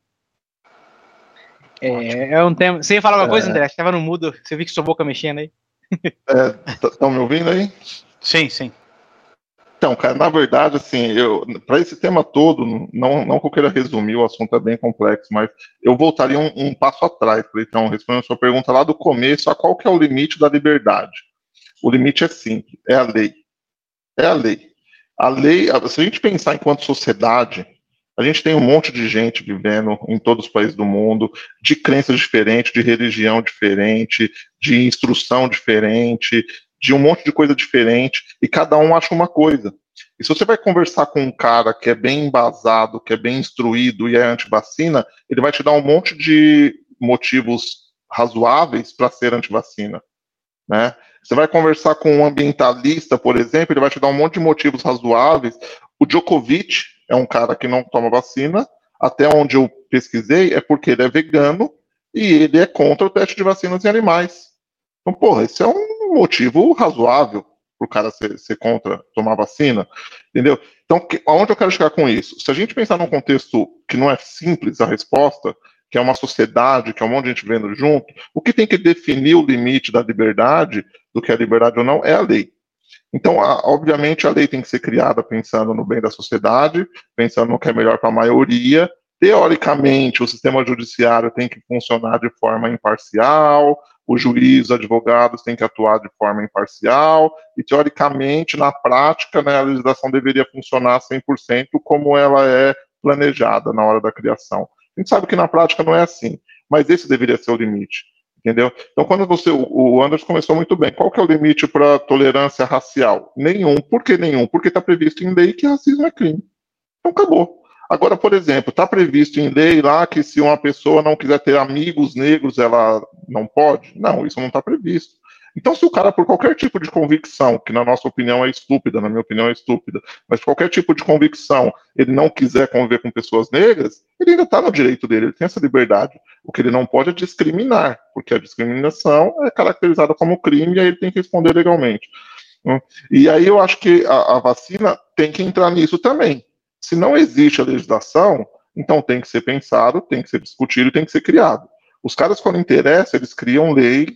[SPEAKER 1] É, é um tema... Você ia falar alguma é... coisa, André? Estava no mudo, você viu que sua boca mexendo aí?
[SPEAKER 3] Estão é, me ouvindo aí?
[SPEAKER 2] Sim, sim.
[SPEAKER 3] Então, cara, na verdade, assim, eu para esse tema todo, não, não que eu queira resumir, o assunto é bem complexo, mas eu voltaria um, um passo atrás, então, respondendo a sua pergunta lá do começo, a qual que é o limite da liberdade? O limite é simples, é a lei. É a lei. A lei, se a gente pensar enquanto sociedade, a gente tem um monte de gente vivendo em todos os países do mundo, de crenças diferentes, de religião diferente, de instrução diferente, de um monte de coisa diferente, e cada um acha uma coisa. E se você vai conversar com um cara que é bem embasado, que é bem instruído e é antivacina, ele vai te dar um monte de motivos razoáveis para ser antivacina, né? Você vai conversar com um ambientalista, por exemplo, ele vai te dar um monte de motivos razoáveis. O Djokovic é um cara que não toma vacina, até onde eu pesquisei, é porque ele é vegano e ele é contra o teste de vacinas em animais. Então, porra, esse é um motivo razoável para o cara ser, ser contra tomar vacina, entendeu? Então, que, aonde eu quero chegar com isso? Se a gente pensar num contexto que não é simples a resposta, que é uma sociedade, que é um monte de gente vivendo junto, o que tem que definir o limite da liberdade, do que é liberdade ou não, é a lei. Então, a, obviamente, a lei tem que ser criada pensando no bem da sociedade, pensando no que é melhor para a maioria. Teoricamente, o sistema judiciário tem que funcionar de forma imparcial, o juiz, os advogados têm que atuar de forma imparcial, e teoricamente, na prática, né, a legislação deveria funcionar cem por cento como ela é planejada na hora da criação. A gente sabe que na prática não é assim, mas esse deveria ser o limite, entendeu? Então, quando você, o Anderson começou muito bem, qual que é o limite para tolerância racial? Nenhum. Por que nenhum? Porque está previsto em lei que racismo é crime. Então, acabou. Agora, por exemplo, está previsto em lei lá que se uma pessoa não quiser ter amigos negros, ela não pode? Não, isso não está previsto. Então, se o cara, por qualquer tipo de convicção, que na nossa opinião é estúpida, na minha opinião é estúpida, mas por qualquer tipo de convicção, ele não quiser conviver com pessoas negras, ele ainda está no direito dele, ele tem essa liberdade. O que ele não pode é discriminar, porque a discriminação é caracterizada como crime e aí ele tem que responder legalmente. E aí eu acho que a, a vacina tem que entrar nisso também. Se não existe a legislação, então tem que ser pensado, tem que ser discutido, tem que ser criado. Os caras, quando interessa, eles criam lei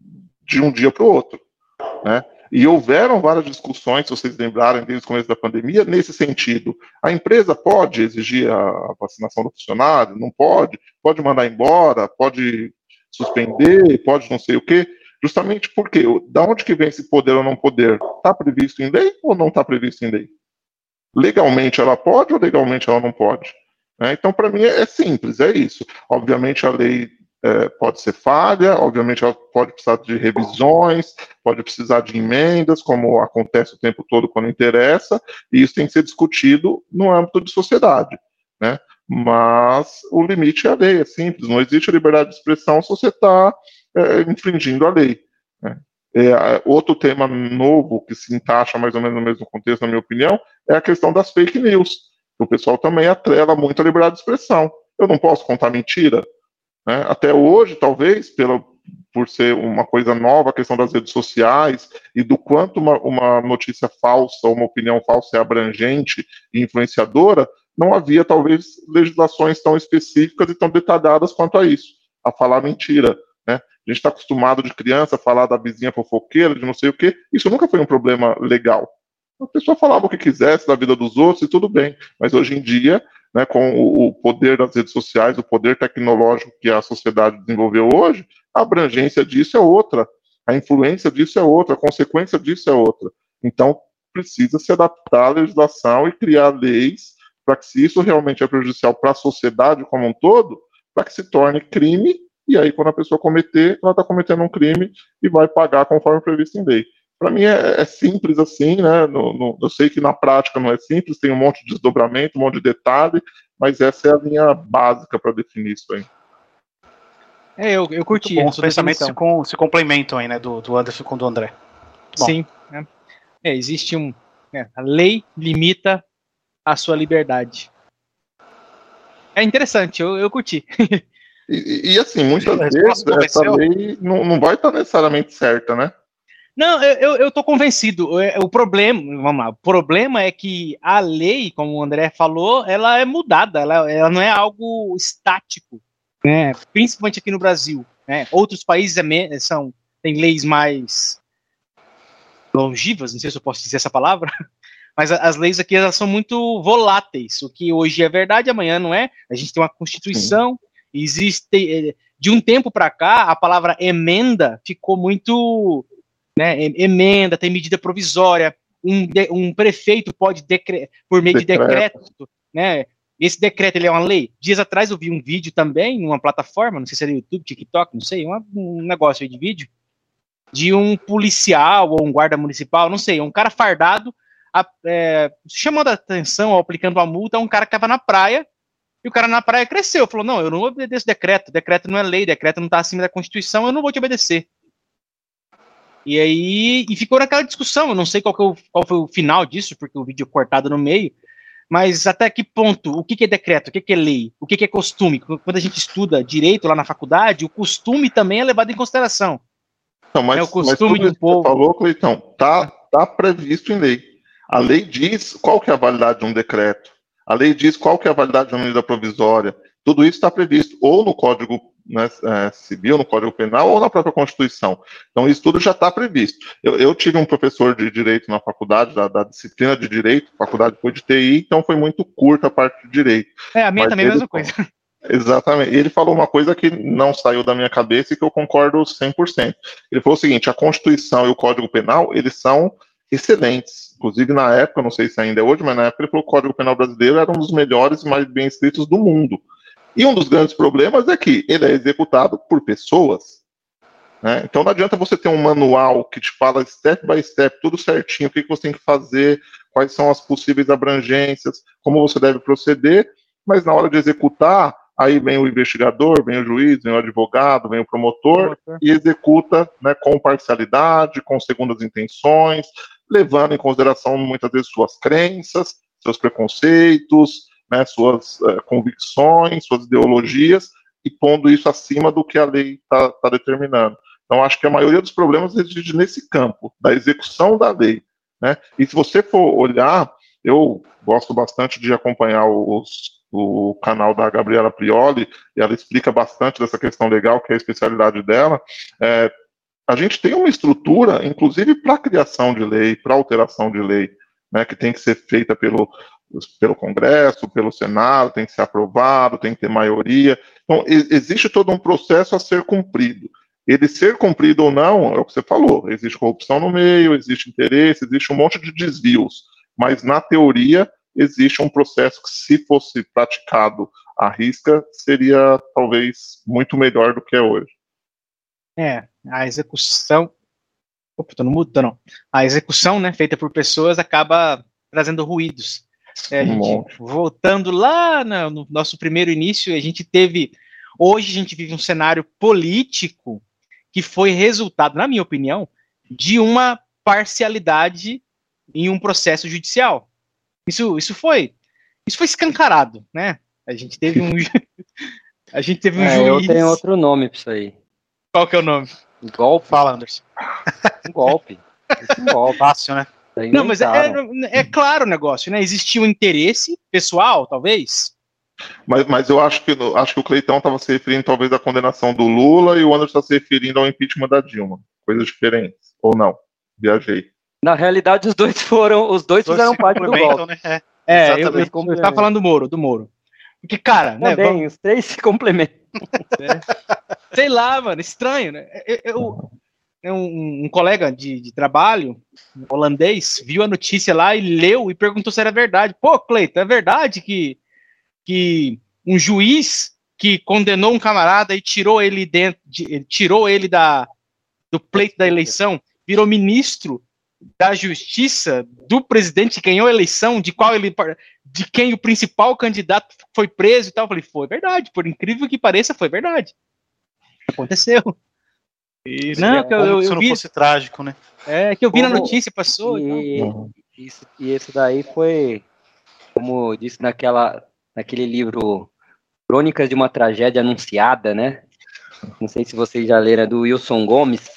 [SPEAKER 3] de um dia para o outro, né? E houveram várias discussões, se vocês lembrarem, desde o começo da pandemia, nesse sentido. A empresa pode exigir a vacinação do funcionário? Não pode? Pode mandar embora? Pode suspender? Pode não sei o quê? Justamente porque, da onde que vem esse poder ou não poder? Está previsto em lei ou não está previsto em lei? Legalmente ela pode ou legalmente ela não pode? É, então, para mim, é simples, é isso. Obviamente, a lei é, pode ser falha, obviamente, ela pode precisar de revisões, pode precisar de emendas, como acontece o tempo todo quando interessa, e isso tem que ser discutido no âmbito de sociedade, né? Mas o limite é a lei, é simples, não existe liberdade de expressão se você está é, infringindo a lei, né? É, outro tema novo que se encaixa mais ou menos no mesmo contexto, na minha opinião, é a questão das fake news. O pessoal também atrela muito a liberdade de expressão. Eu não posso contar mentira, né? Até hoje, talvez, pela, por ser uma coisa nova, a questão das redes sociais e do quanto uma, uma notícia falsa, uma opinião falsa é abrangente e influenciadora, não havia, talvez, legislações tão específicas e tão detalhadas quanto a isso, a falar mentira, né? A gente está acostumado de criança a falar da vizinha fofoqueira, de não sei o quê. Isso nunca foi um problema legal. A pessoa falava o que quisesse da vida dos outros e tudo bem. Mas hoje em dia, né, com o poder das redes sociais, o poder tecnológico que a sociedade desenvolveu hoje, a abrangência disso é outra. A influência disso é outra. A consequência disso é outra. Então, precisa se adaptar à legislação e criar leis para que, se isso realmente é prejudicial para a sociedade como um todo, para que se torne crime. E aí, quando a pessoa cometer, ela está cometendo um crime e vai pagar conforme previsto em lei. Para mim é, é simples assim, né? No, no, eu sei que na prática não é simples, tem um monte de desdobramento, um monte de detalhe, mas essa é a linha básica para definir isso aí.
[SPEAKER 1] É, eu, eu curti.
[SPEAKER 2] Bom, os pensamentos se, com, se complementam aí, né? Do, do Anderson com o do André.
[SPEAKER 1] Bom. Sim. É, é, existe um... É, a lei limita a sua liberdade. É interessante, eu, eu curti.
[SPEAKER 3] E, e assim, muitas vezes essa lei não, não vai estar necessariamente certa, né?
[SPEAKER 1] Não, eu, eu tô convencido. O problema, vamos lá, o problema é que a lei, como o André falou, ela é mudada, ela, ela não é algo estático, né? Principalmente aqui no Brasil, né? Outros países é, são, têm leis mais longivas, não sei se eu posso dizer essa palavra, mas as leis aqui elas são muito voláteis. O que hoje é verdade, amanhã não é. A gente tem uma Constituição. Sim. Existe, de um tempo para cá, a palavra emenda ficou muito, né, emenda, tem medida provisória, um, de, um prefeito pode, decre, por meio decreto. de decreto, né, esse decreto ele é uma lei. Dias atrás eu vi um vídeo também, numa plataforma, não sei se era YouTube, TikTok, não sei, um, um negócio aí de vídeo, de um policial ou um guarda municipal, não sei, um cara fardado, a, é, chamando a atenção, ou aplicando uma multa a um cara que estava na praia. E o cara na praia cresceu, falou, não, eu não obedeço decreto, decreto não é lei, decreto não está acima da Constituição, eu não vou te obedecer. E aí, e ficou naquela discussão, eu não sei qual, que eu, qual foi o final disso, porque o vídeo é cortado no meio, mas até que ponto, o que, que é decreto, o que, que é lei, o que, que é costume? Quando a gente estuda direito lá na faculdade, o costume também é levado em consideração.
[SPEAKER 3] Não, mas,
[SPEAKER 1] é o costume
[SPEAKER 3] mas
[SPEAKER 1] do povo.
[SPEAKER 3] Você falou, Cleitão, tá, tá previsto em lei. A lei diz qual que é a validade de um decreto. A lei diz qual que é a validade de uma medida provisória. Tudo isso está previsto ou no Código, né, é, Civil, no Código Penal, ou na própria Constituição. Então, isso tudo já está previsto. Eu, eu tive um professor de Direito na faculdade, da, da disciplina de Direito, a faculdade foi de T I, então foi muito curta a parte de Direito.
[SPEAKER 1] É, a minha
[SPEAKER 3] Mas
[SPEAKER 1] também é a mesma
[SPEAKER 3] ele,
[SPEAKER 1] coisa.
[SPEAKER 3] Exatamente. E ele falou uma coisa que não saiu da minha cabeça e que eu concordo cem por cento. Ele falou o seguinte, a Constituição e o Código Penal, eles são excelentes. Inclusive, na época, não sei se ainda é hoje, mas na época ele falou que o Código Penal brasileiro era um dos melhores e mais bem escritos do mundo. E um dos grandes problemas é que ele é executado por pessoas. Né? Então não adianta você ter um manual que te fala step by step, tudo certinho, o que, que você tem que fazer, quais são as possíveis abrangências, como você deve proceder, mas na hora de executar, aí vem o investigador, vem o juiz, vem o advogado, vem o promotor, promotor. e executa, né, com parcialidade, com segundas intenções, levando em consideração muitas vezes suas crenças, seus preconceitos, né, suas uh, convicções, suas ideologias, e pondo isso acima do que a lei está tá determinando. Então, acho que a maioria dos problemas reside nesse campo, da execução da lei. Né? E se você for olhar, eu gosto bastante de acompanhar os, o canal da Gabriela Prioli, e ela explica bastante dessa questão legal, que é a especialidade dela. É, a gente tem uma estrutura, inclusive para a criação de lei, para alteração de lei, né, que tem que ser feita pelo, pelo Congresso, pelo Senado, tem que ser aprovado, tem que ter maioria. Então, existe todo um processo a ser cumprido. Ele ser cumprido ou não, é o que você falou, existe corrupção no meio, existe interesse, existe um monte de desvios, mas na teoria existe um processo que, se fosse praticado à risca, seria talvez muito melhor do que é hoje.
[SPEAKER 1] É, a execução... Opa, tô no mudo, tô não. A execução, né, feita por pessoas acaba trazendo ruídos. É, a gente, voltando lá no, no nosso primeiro início, a gente teve... Hoje a gente vive um cenário político que foi resultado, na minha opinião, de uma parcialidade em um processo judicial. Isso, isso foi, isso foi escancarado, né? A gente teve um, a gente teve um
[SPEAKER 4] é,
[SPEAKER 1] juiz.
[SPEAKER 4] Eu tenho outro nome para isso aí.
[SPEAKER 1] Qual que é o nome?
[SPEAKER 4] Golpe.
[SPEAKER 1] Fala, Anderson.
[SPEAKER 4] Um golpe.
[SPEAKER 2] Um golpe. Fácil, né?
[SPEAKER 1] Não, mas é, é, é claro o negócio, né? Existia um interesse pessoal, talvez.
[SPEAKER 3] Mas, mas eu acho que, acho que o Cleitão estava se referindo talvez à condenação do Lula e o Anderson está se referindo ao impeachment da Dilma. Coisas diferentes. Ou não? Viajei.
[SPEAKER 4] Na realidade, os dois foram, os dois, dois fizeram parte do golpe.
[SPEAKER 1] Né? É, é eu, eu, eu estava falando do Moro, do Moro. Porque, cara,
[SPEAKER 4] Também,
[SPEAKER 1] né? Vamos...
[SPEAKER 4] os três se complementam.
[SPEAKER 1] É. Sei lá, mano, estranho, né? Eu, eu um, um colega de, de trabalho, um holandês, viu a notícia lá e leu e perguntou se era verdade. Pô, Cleiton, é verdade que que um juiz que condenou um camarada e tirou ele dentro, de, tirou ele da, do pleito da eleição, virou ministro da justiça do presidente que ganhou a eleição, de qual ele, de quem o principal candidato foi preso e tal. Eu falei, foi verdade, por incrível que pareça, foi verdade. Aconteceu. E, não, que eu, eu,
[SPEAKER 2] se
[SPEAKER 1] eu
[SPEAKER 2] não
[SPEAKER 1] vi,
[SPEAKER 2] fosse trágico, né?
[SPEAKER 1] É, que eu vi como, na notícia, passou.
[SPEAKER 4] E, e, isso, e isso daí foi, como disse naquela, naquele livro Crônicas de uma Tragédia Anunciada, né? Não sei se vocês já leram, é do Wilson Gomes.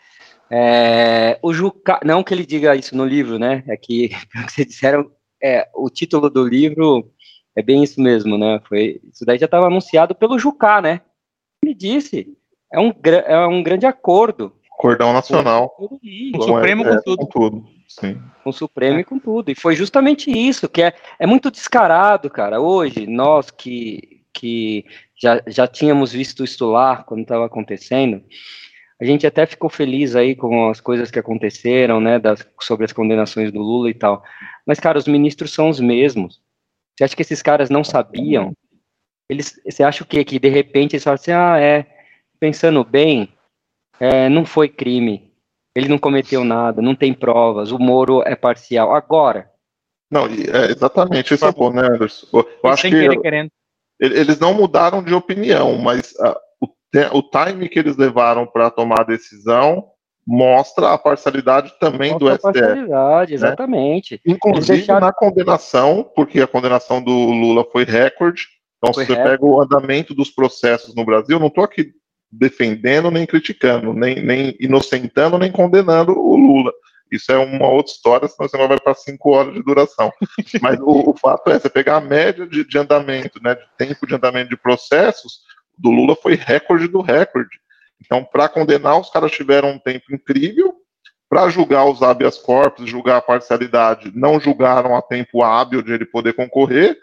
[SPEAKER 4] É, o Jucá, não que ele diga isso no livro, né? É que, como vocês disseram, é, o título do livro é bem isso mesmo, né? Foi, isso daí já estava anunciado pelo Jucá, né? Ele disse, é um, é um grande acordo.
[SPEAKER 3] Cordão nacional.
[SPEAKER 1] Com o Supremo, com, é, com tudo.
[SPEAKER 3] Com tudo, sim.
[SPEAKER 4] Com o Supremo é. e com tudo. E foi justamente isso, que é, é muito descarado, cara. Hoje, nós que, que já, já tínhamos visto isso lá, quando estava acontecendo, a gente até ficou feliz aí com as coisas que aconteceram, né, das, sobre as condenações do Lula e tal. Mas, cara, os ministros são os mesmos. Você acha que esses caras não sabiam? Eles, você acha o quê? Que, de repente, eles falam assim, ah, é, pensando bem, é, não foi crime, ele não cometeu nada, não tem provas, o Moro é parcial. Agora.
[SPEAKER 3] Não, é, exatamente, esse é bom, né, Anderson? Eu, eu acho que
[SPEAKER 1] querer, querendo.
[SPEAKER 3] Eles não mudaram de opinião, mas uh, o, o time que eles levaram para tomar a decisão mostra a parcialidade também mostra do S T F. A parcialidade,
[SPEAKER 4] né? Exatamente.
[SPEAKER 3] Inclusive deixaram... na condenação, porque a condenação do Lula foi recorde. Então, foi se você recorde. Pega o andamento dos processos no Brasil, não estou aqui defendendo nem criticando, nem, nem inocentando, nem condenando o Lula. Isso é uma outra história, senão você vai para cinco horas de duração. Mas o, o fato é, você pegar a média de, de andamento, né, de tempo de andamento de processos, do Lula foi recorde do recorde. Então, para condenar, os caras tiveram um tempo incrível. Para julgar os habeas corpus, julgar a parcialidade, não julgaram a tempo hábil de ele poder concorrer.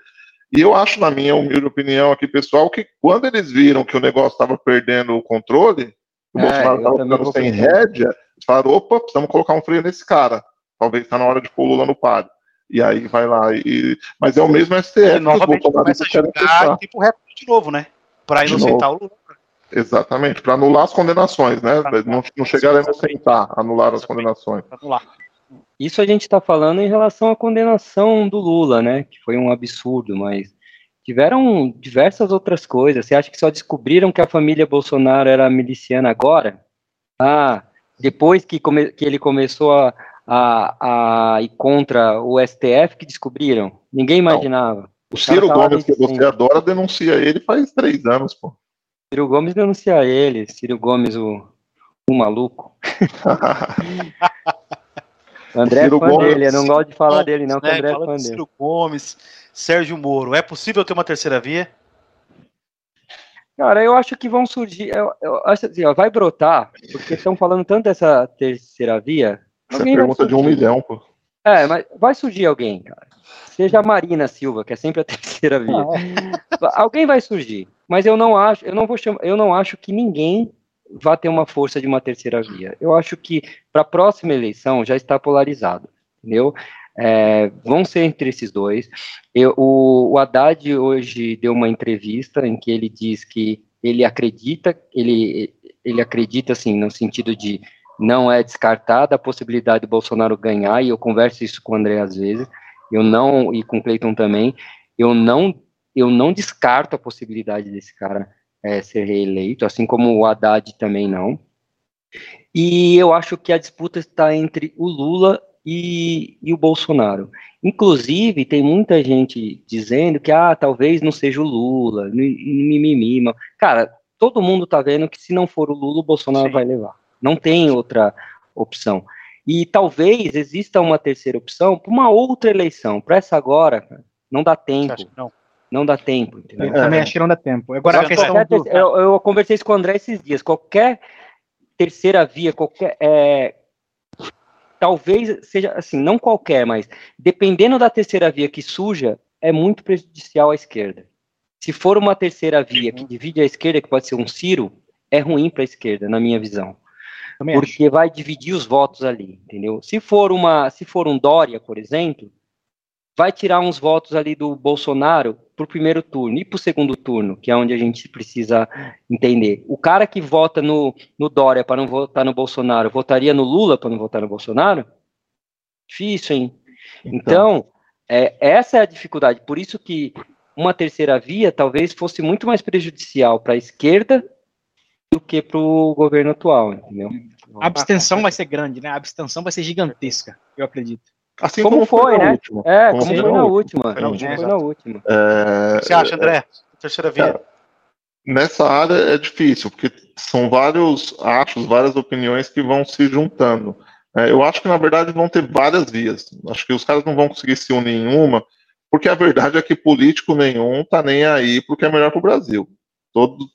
[SPEAKER 3] E eu acho, na minha humilde opinião aqui, pessoal, que quando eles viram que o negócio estava perdendo o controle, o
[SPEAKER 4] É,
[SPEAKER 3] Bolsonaro
[SPEAKER 4] eu
[SPEAKER 3] estava
[SPEAKER 4] também
[SPEAKER 3] ficando
[SPEAKER 4] vou
[SPEAKER 3] sem
[SPEAKER 4] pensar.
[SPEAKER 3] rédea, eles falaram, opa, precisamos colocar um freio nesse cara. Talvez está na hora de pôr o Lula no páreo. E aí vai lá. E... Mas é o mesmo S T F
[SPEAKER 2] E
[SPEAKER 3] que os
[SPEAKER 2] novamente
[SPEAKER 3] bolsonaristas
[SPEAKER 2] começa a
[SPEAKER 3] querem
[SPEAKER 2] jogar
[SPEAKER 3] fechar.
[SPEAKER 2] tipo recorde de novo, né? Para
[SPEAKER 3] De
[SPEAKER 2] inocentar
[SPEAKER 3] novo.
[SPEAKER 2] o Lula.
[SPEAKER 3] Exatamente, para anular as condenações, né?
[SPEAKER 2] Pra anular.
[SPEAKER 3] Não, não chegar a
[SPEAKER 2] Exatamente.
[SPEAKER 3] inocentar, anular as
[SPEAKER 2] Exatamente.
[SPEAKER 3] condenações.
[SPEAKER 2] Pra anular.
[SPEAKER 4] Isso a gente está falando em relação à condenação do Lula, né? Que foi um absurdo, mas tiveram diversas outras coisas. Você acha que só descobriram que a família Bolsonaro era miliciana agora? Ah, depois que, come, que ele começou a, a, a ir contra o S T F, que descobriram? Ninguém imaginava.
[SPEAKER 3] O Ciro
[SPEAKER 4] tá lá
[SPEAKER 3] Gomes, que
[SPEAKER 4] desde
[SPEAKER 3] você
[SPEAKER 4] sempre.
[SPEAKER 3] adora, denuncia ele faz três anos, pô.
[SPEAKER 4] Ciro Gomes denuncia ele, Ciro Gomes, o, o maluco. O André é
[SPEAKER 3] Ciro
[SPEAKER 4] fã
[SPEAKER 3] Gomes-
[SPEAKER 4] dele, eu não gosto de falar
[SPEAKER 2] Gomes,
[SPEAKER 4] dele, não, que o
[SPEAKER 2] né?
[SPEAKER 4] André é
[SPEAKER 2] Falando
[SPEAKER 4] fã
[SPEAKER 2] de
[SPEAKER 4] dele.
[SPEAKER 2] Ciro Gomes, Sérgio Moro. É possível ter uma terceira via?
[SPEAKER 4] Cara, eu acho que vão surgir, eu, eu acho assim, ó, vai brotar, porque estão falando tanto dessa terceira via,
[SPEAKER 3] Essa é
[SPEAKER 4] alguém vai
[SPEAKER 3] pergunta de um
[SPEAKER 4] surgir.
[SPEAKER 3] milhão, pô.
[SPEAKER 4] É, mas vai surgir alguém, cara. Seja a Marina Silva, que é sempre a terceira via. Alguém vai surgir, mas eu não acho, eu não vou chamar, eu não acho que ninguém vá ter uma força de uma terceira via. Eu acho que para a próxima eleição já está polarizado, entendeu? É, vão ser entre esses dois. Eu, o, o Haddad hoje deu uma entrevista em que ele diz que ele acredita, ele, ele acredita assim, no sentido de não é descartada a possibilidade do Bolsonaro ganhar, e eu converso isso com o André às vezes, eu não, e com o Cleiton também, eu não, eu não descarto a possibilidade desse cara é, ser reeleito, assim como o Haddad também não. E eu acho que a disputa está entre o Lula e, e o Bolsonaro. Inclusive, tem muita gente dizendo que, ah, talvez não seja o Lula, mimimi. Cara, todo mundo está vendo que se não for o Lula, o Bolsonaro
[SPEAKER 2] Sim.
[SPEAKER 4] vai levar. Não tem outra opção. E talvez exista uma terceira opção para uma outra eleição. Para essa agora, cara, não dá tempo.
[SPEAKER 2] Acho que não.
[SPEAKER 4] Não dá tempo, entendeu?
[SPEAKER 1] Eu também acho que não dá tempo. Agora, a
[SPEAKER 2] Qualquer
[SPEAKER 1] questão do...
[SPEAKER 4] Terceira, eu, eu conversei isso com o André esses dias. Qualquer terceira via, qualquer... É, talvez seja, assim, não qualquer, mas dependendo da terceira via que surja, é muito prejudicial à esquerda. Se for uma terceira via que divide a esquerda, que pode ser um Ciro, é ruim para a esquerda, na minha visão.
[SPEAKER 1] Também
[SPEAKER 4] Porque
[SPEAKER 1] acho.
[SPEAKER 4] vai dividir os votos ali, entendeu? Se for, uma, se for um Dória, por exemplo, vai tirar uns votos ali do Bolsonaro para o primeiro turno e para o segundo turno, que é onde a gente precisa entender. O cara que vota no, no Dória para não votar no Bolsonaro, votaria no Lula para não votar no Bolsonaro? Difícil, hein? Então, então é, essa é a dificuldade. Por isso que uma terceira via talvez fosse muito mais prejudicial para a esquerda do que para o governo atual, entendeu?
[SPEAKER 1] A abstenção vai ser grande, né? A abstenção vai ser gigantesca, eu acredito.
[SPEAKER 3] Assim
[SPEAKER 4] como, como foi,
[SPEAKER 3] foi
[SPEAKER 4] né?
[SPEAKER 3] Última.
[SPEAKER 4] É,
[SPEAKER 3] como,
[SPEAKER 4] como
[SPEAKER 3] foi
[SPEAKER 4] foi na
[SPEAKER 3] última.
[SPEAKER 4] última.
[SPEAKER 2] Foi na última,
[SPEAKER 4] Como foi
[SPEAKER 2] exato.
[SPEAKER 4] na última.
[SPEAKER 3] É,
[SPEAKER 2] O que você acha, André? Terceira via?
[SPEAKER 3] Cara, nessa área é difícil, porque são vários achos, várias opiniões que vão se juntando. É, eu acho que, na verdade, vão ter várias vias. Acho que os caras não vão conseguir se unir em uma, porque a verdade é que político nenhum tá nem aí porque é melhor pro Brasil. Todo...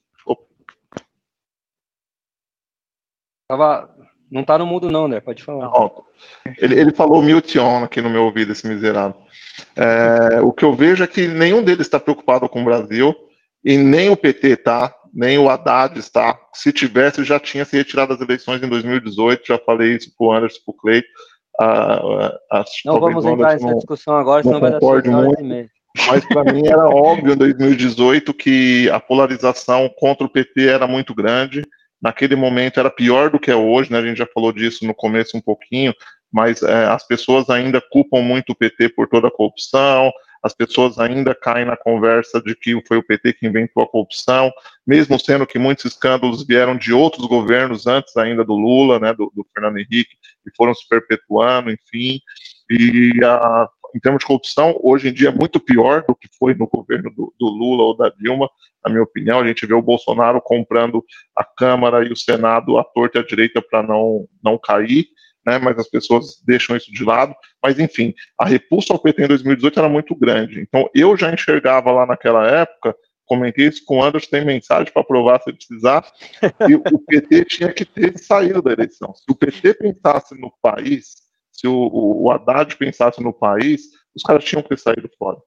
[SPEAKER 4] Tava... Não tá no mudo não, André, pode falar.
[SPEAKER 3] Não. Ele, ele falou mute on aqui no meu ouvido, esse miserável. É, o que eu vejo é que nenhum deles está preocupado com o Brasil, e nem o P T está, nem o Haddad está. Se tivesse, já tinha se retirado das eleições em dois mil e dezoito, já falei isso pro Anderson, pro Cleiton. Ah, ah,
[SPEAKER 4] não vamos entrar nessa
[SPEAKER 3] não,
[SPEAKER 4] discussão agora, senão vai dar seis horas e meia.
[SPEAKER 3] Mas para mim era óbvio em dois mil e dezoito que a polarização contra o P T era muito grande. Naquele momento era pior do que é hoje, né? A gente já falou disso no começo um pouquinho, mas é, as pessoas ainda culpam muito o P T por toda a corrupção, as pessoas ainda caem na conversa de que foi o P T que inventou a corrupção, mesmo sendo que muitos escândalos vieram de outros governos antes ainda do Lula, né, do, do Fernando Henrique, e foram se perpetuando, enfim, e a, em termos de corrupção, hoje em dia é muito pior do que foi no governo do, do Lula ou da Dilma, na minha opinião. A gente vê o Bolsonaro comprando a Câmara e o Senado à torta e à direita para não, não cair, né, mas as pessoas deixam isso de lado. Mas, enfim, a repulsa ao P T em dois mil e dezoito era muito grande. Então, eu já enxergava lá naquela época, comentei isso com o Anderson, tem mensagem para provar se precisar, e o P T tinha que ter saído da eleição. Se o P T pensasse no país, se o, o Haddad pensasse no país, os caras tinham que ter saído fora.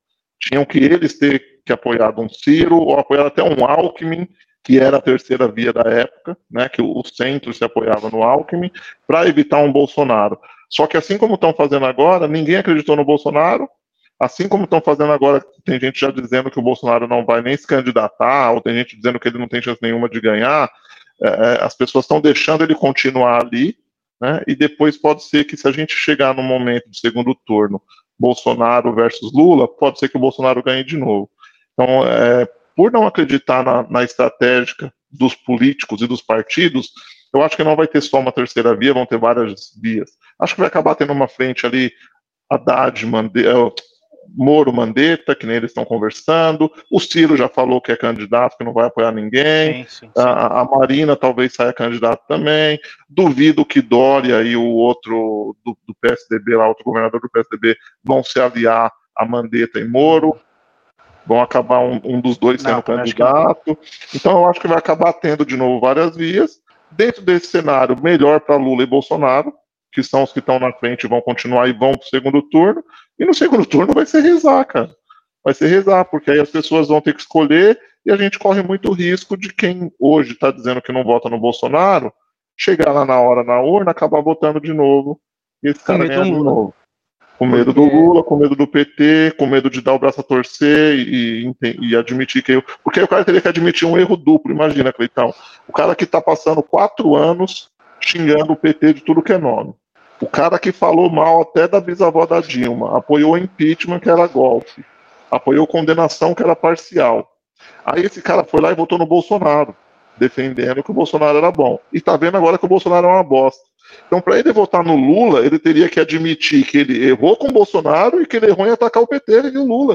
[SPEAKER 3] Tinham que eles ter que apoiado um Ciro, ou apoiado até um Alckmin, que era a terceira via da época, né, que o centro se apoiava no Alckmin, para evitar um Bolsonaro. Só que assim como estão fazendo agora, ninguém acreditou no Bolsonaro, assim como estão fazendo agora, tem gente já dizendo que o Bolsonaro não vai nem se candidatar, ou tem gente dizendo que ele não tem chance nenhuma de ganhar, é, as pessoas estão deixando ele continuar ali, né, e depois pode ser que se a gente chegar no momento do segundo turno, Bolsonaro versus Lula, pode ser que o Bolsonaro ganhe de novo. Então, é, por não acreditar na, na estratégia dos políticos e dos partidos, eu acho que não vai ter só uma terceira via, vão ter várias vias. Acho que vai acabar tendo uma frente ali, Haddad, Mandetta, Moro, Mandetta, que nem eles estão conversando. O Ciro já falou que é candidato, que não vai apoiar ninguém. Sim, sim, sim. A, a Marina talvez saia candidato também. Duvido que Dória e o outro do, do P S D B, lá, outro governador do P S D B, vão se aliar a Mandetta e Moro. Vão acabar um, um dos dois sendo não, candidato. Que... Então eu acho que vai acabar tendo de novo várias vias. Dentro desse cenário, melhor para Lula e Bolsonaro, que são os que estão na frente e vão continuar e vão para o segundo turno. E no segundo turno vai ser rezar, cara. Vai ser rezar, porque aí as pessoas vão ter que escolher e a gente corre muito risco de quem hoje está dizendo que não vota no Bolsonaro, chegar lá na hora na urna, acabar votando de novo e esse cara ganhar de novo. Com medo do Lula, com medo do P T, com medo de dar o braço a torcer e, e, e admitir que eu... Porque aí o cara teria que admitir um erro duplo, imagina, Cleitão. O cara que está passando quatro anos xingando o P T de tudo que é nome. O cara que falou mal até da bisavó da Dilma, apoiou o impeachment que era golpe, apoiou condenação que era parcial. Aí esse cara foi lá e votou no Bolsonaro, defendendo que o Bolsonaro era bom. E tá vendo agora que o Bolsonaro é uma bosta. Então, para ele votar no Lula, ele teria que admitir que ele errou com o Bolsonaro e que ele errou em atacar o P T e o Lula.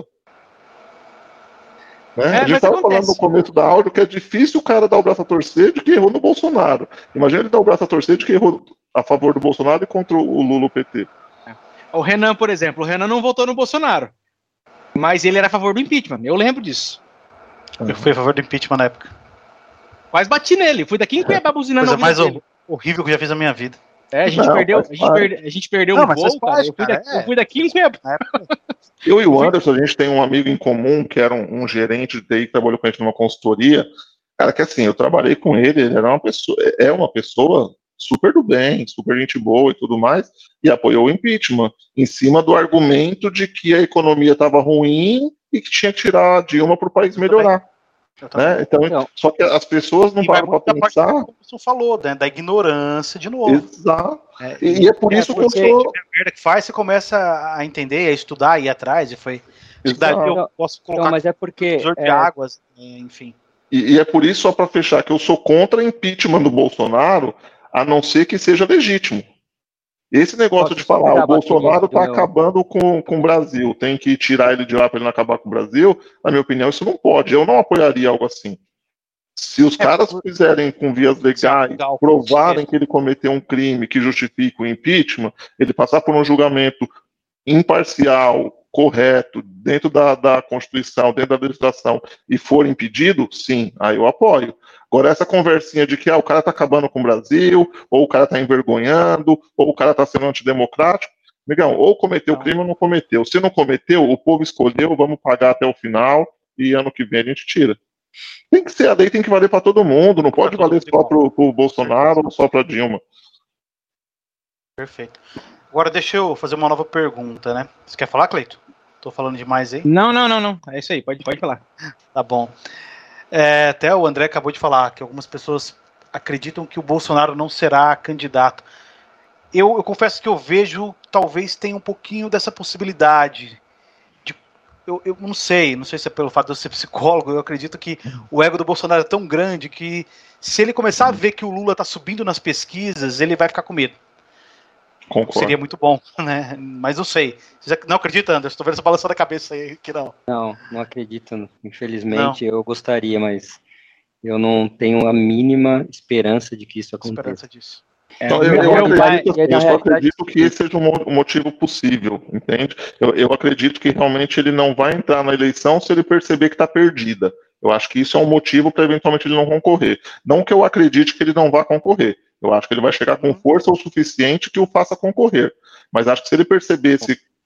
[SPEAKER 3] Né? É, a gente estava falando no começo da áudio que é difícil o cara dar o braço a torcer de que errou no Bolsonaro. Imagina ele dar o braço a torcer de que errou a favor do Bolsonaro e contra o Lula o P T.
[SPEAKER 1] O Renan, por exemplo, o Renan não votou no Bolsonaro, mas ele era a favor do impeachment, eu lembro disso.
[SPEAKER 2] Eu fui a favor do impeachment na época.
[SPEAKER 1] Quase bati nele, fui daqui em Cuiabá buzinando.
[SPEAKER 2] Coisa mais dele. Horrível que eu já fiz na minha vida.
[SPEAKER 1] É, a gente não, perdeu, a gente, perde, a gente perdeu não, um voo, cara. Eu fui, cara, daqui, é. eu fui daqui em Cuiabá.
[SPEAKER 3] Eu e o Anderson, a gente tem um amigo em comum que era um, um gerente de T I que trabalhou com a gente numa consultoria. Cara, que assim, eu trabalhei com ele, ele era uma pessoa, é uma pessoa super do bem, super gente boa e tudo mais, e apoiou o impeachment, em cima do argumento de que a economia estava ruim e que tinha que tirar a Dilma para o país melhorar. Né? Então, não. Só que as pessoas não param para pensar.
[SPEAKER 2] Como você falou, né? Da ignorância de novo.
[SPEAKER 3] Exato. É, e, e é por é, isso que eu sou.
[SPEAKER 2] A merda que faz, você começa a entender, a estudar, a ir atrás, e foi.
[SPEAKER 4] Daí eu posso colocar. Não, mas é porque.
[SPEAKER 2] De é... águas, enfim.
[SPEAKER 3] E, e é por isso, só para fechar, que eu sou contra impeachment do Bolsonaro, a não ser que seja legítimo. Esse negócio Posso de falar, o Bolsonaro está acabando com, com o Brasil, tem que tirar ele de lá para ele não acabar com o Brasil, na minha opinião, isso não pode. Eu não apoiaria algo assim. Se os é, caras por... fizerem com vias legais, legal, provarem que ele cometeu um crime que justifica o impeachment, ele passar por um julgamento imparcial, correto, dentro da, da Constituição, dentro da legislação, e for impedido, sim, aí eu apoio. Agora, essa conversinha de que ah, o cara tá acabando com o Brasil, ou o cara tá envergonhando, ou o cara tá sendo antidemocrático, amigão, ou cometeu o crime ou não cometeu. Se não cometeu, o povo escolheu, vamos pagar até o final, e ano que vem a gente tira. Tem que ser, a lei tem que valer para todo mundo, não pode valer só pro, pro Bolsonaro ou só pra Dilma.
[SPEAKER 2] Perfeito. Agora deixa eu fazer uma nova pergunta, né? Você quer falar, Cleito? Tô falando demais aí?
[SPEAKER 1] Não, não, não, não. É isso aí, pode, pode falar.
[SPEAKER 2] Tá bom. É, até o André acabou de falar que algumas pessoas acreditam que o Bolsonaro não será candidato. Eu, eu confesso que eu vejo, talvez tenha um pouquinho dessa possibilidade. De, eu, eu não sei, não sei se é pelo fato de eu ser psicólogo, eu acredito que o ego do Bolsonaro é tão grande que se ele começar a ver que o Lula tá subindo nas pesquisas, ele vai ficar com medo.
[SPEAKER 3] Concordo.
[SPEAKER 2] Seria muito bom, né? Mas não sei. Você não acredita, Anderson? Estou vendo essa balançando a cabeça aí que não.
[SPEAKER 4] Não, não acredito. Infelizmente, não. Eu gostaria, mas eu não tenho a mínima esperança de que isso aconteça. Esperança disso.
[SPEAKER 3] É, então, eu, eu, acredito, pai, assim, eu só acredito que esse seja um motivo possível, entende? Eu, eu acredito que realmente ele não vai entrar na eleição se ele perceber que está perdida. Eu acho que isso é um motivo para eventualmente ele não concorrer. Não que eu acredite que ele não vá concorrer. Eu acho que ele vai chegar com força o suficiente que o faça concorrer. Mas acho que se ele percebesse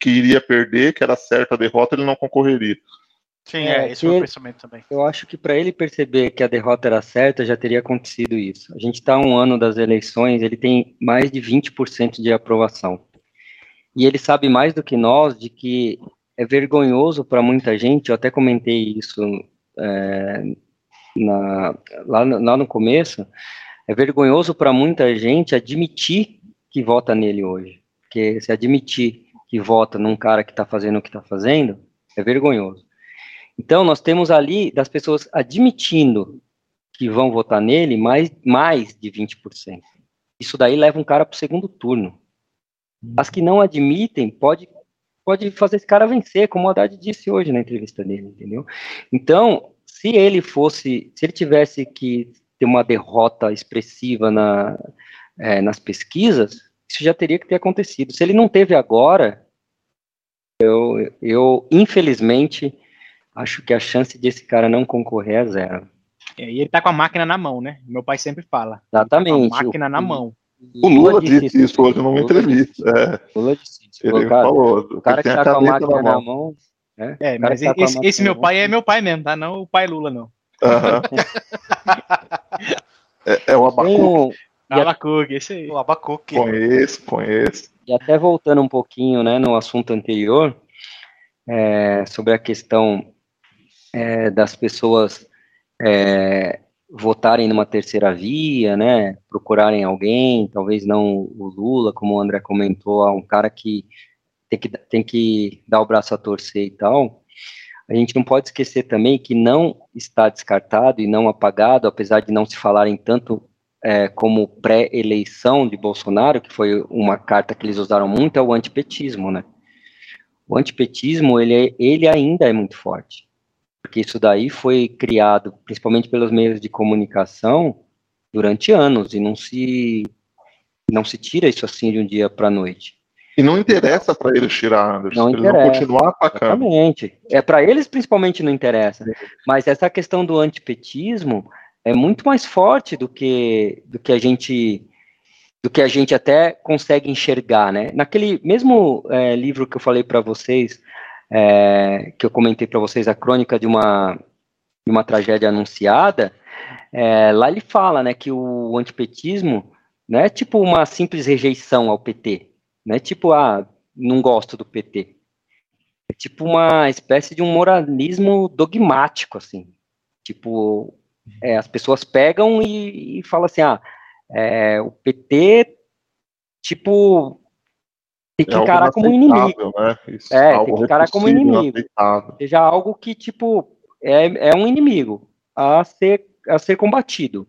[SPEAKER 3] que iria perder, que era certa a derrota, ele não concorreria.
[SPEAKER 2] Sim, é, é esse é o meu pensamento também.
[SPEAKER 4] Eu acho que para ele perceber que a derrota era certa, já teria acontecido isso. A gente está um ano das eleições, ele tem mais de vinte por cento de aprovação. E ele sabe mais do que nós de que é vergonhoso para muita gente, eu até comentei isso é, na, lá, lá no começo, é vergonhoso para muita gente admitir que vota nele hoje. Porque se admitir que vota num cara que está fazendo o que está fazendo, é vergonhoso. Então, nós temos ali das pessoas admitindo que vão votar nele mais, mais de vinte por cento. Isso daí leva um cara para o segundo turno. As que não admitem, pode, pode fazer esse cara vencer, como o Haddad disse hoje na entrevista dele, entendeu? Então, se ele fosse, se ele tivesse que ter uma derrota expressiva na, é, nas pesquisas, isso já teria que ter acontecido. Se ele não teve agora, eu, eu infelizmente... acho que a chance desse cara não concorrer é zero.
[SPEAKER 1] É, e ele tá com a máquina na mão, né? Meu pai sempre fala.
[SPEAKER 4] Exatamente.
[SPEAKER 1] Tá com a máquina o, na mão.
[SPEAKER 3] O Lula, Lula disse, disse isso hoje numa entrevista. É.
[SPEAKER 4] Lula disse isso.
[SPEAKER 3] Ele
[SPEAKER 4] cara,
[SPEAKER 3] falou.
[SPEAKER 4] O cara que tá com a máquina na mão...
[SPEAKER 1] É, é mas esse, esse, esse meu pai é meu pai mesmo, tá? Não o pai Lula, não.
[SPEAKER 3] Uh-huh. é, é o Abacuque.
[SPEAKER 1] Um, Abacuque, esse aí.
[SPEAKER 2] O Abacuque.
[SPEAKER 3] Conheço, conheço.
[SPEAKER 4] E até voltando um pouquinho, né, no assunto anterior, é, sobre a questão... É, das pessoas é, votarem numa terceira via, né, procurarem alguém, talvez não o Lula, como o André comentou, um cara que tem que, tem que dar o braço a torcer e tal. A gente não pode esquecer também que não está descartado e não apagado, apesar de não se falarem tanto é, como pré-eleição de Bolsonaro, que foi uma carta que eles usaram muito, é o antipetismo, né? O antipetismo, ele, ele ainda é muito forte. Porque isso daí foi criado, principalmente pelos meios de comunicação, durante anos, e não se, não se tira isso assim de um dia para a noite.
[SPEAKER 3] E não interessa para eles tirar, Anderson,
[SPEAKER 4] não
[SPEAKER 3] eles
[SPEAKER 4] interessa,
[SPEAKER 3] vão continuar atacando.
[SPEAKER 4] Exatamente. É, para eles principalmente não interessa, mas essa questão do antipetismo é muito mais forte do que, do que a gente... do que a gente até consegue enxergar, né? Naquele mesmo é, livro que eu falei para vocês, É, que eu comentei para vocês, a crônica de uma, de uma tragédia anunciada, é, lá ele fala, né, que o antipetismo não é tipo uma simples rejeição ao P T, não é tipo, ah, não gosto do P T, é tipo uma espécie de um moralismo dogmático, assim, tipo, é, as pessoas pegam e, e falam assim, ah, é, o P T, tipo... tem que
[SPEAKER 3] é
[SPEAKER 4] encarar como inimigo.
[SPEAKER 3] Né? Isso,
[SPEAKER 4] é, tem que encarar como inimigo. Seja algo que, tipo, é, é um inimigo a ser, a ser combatido.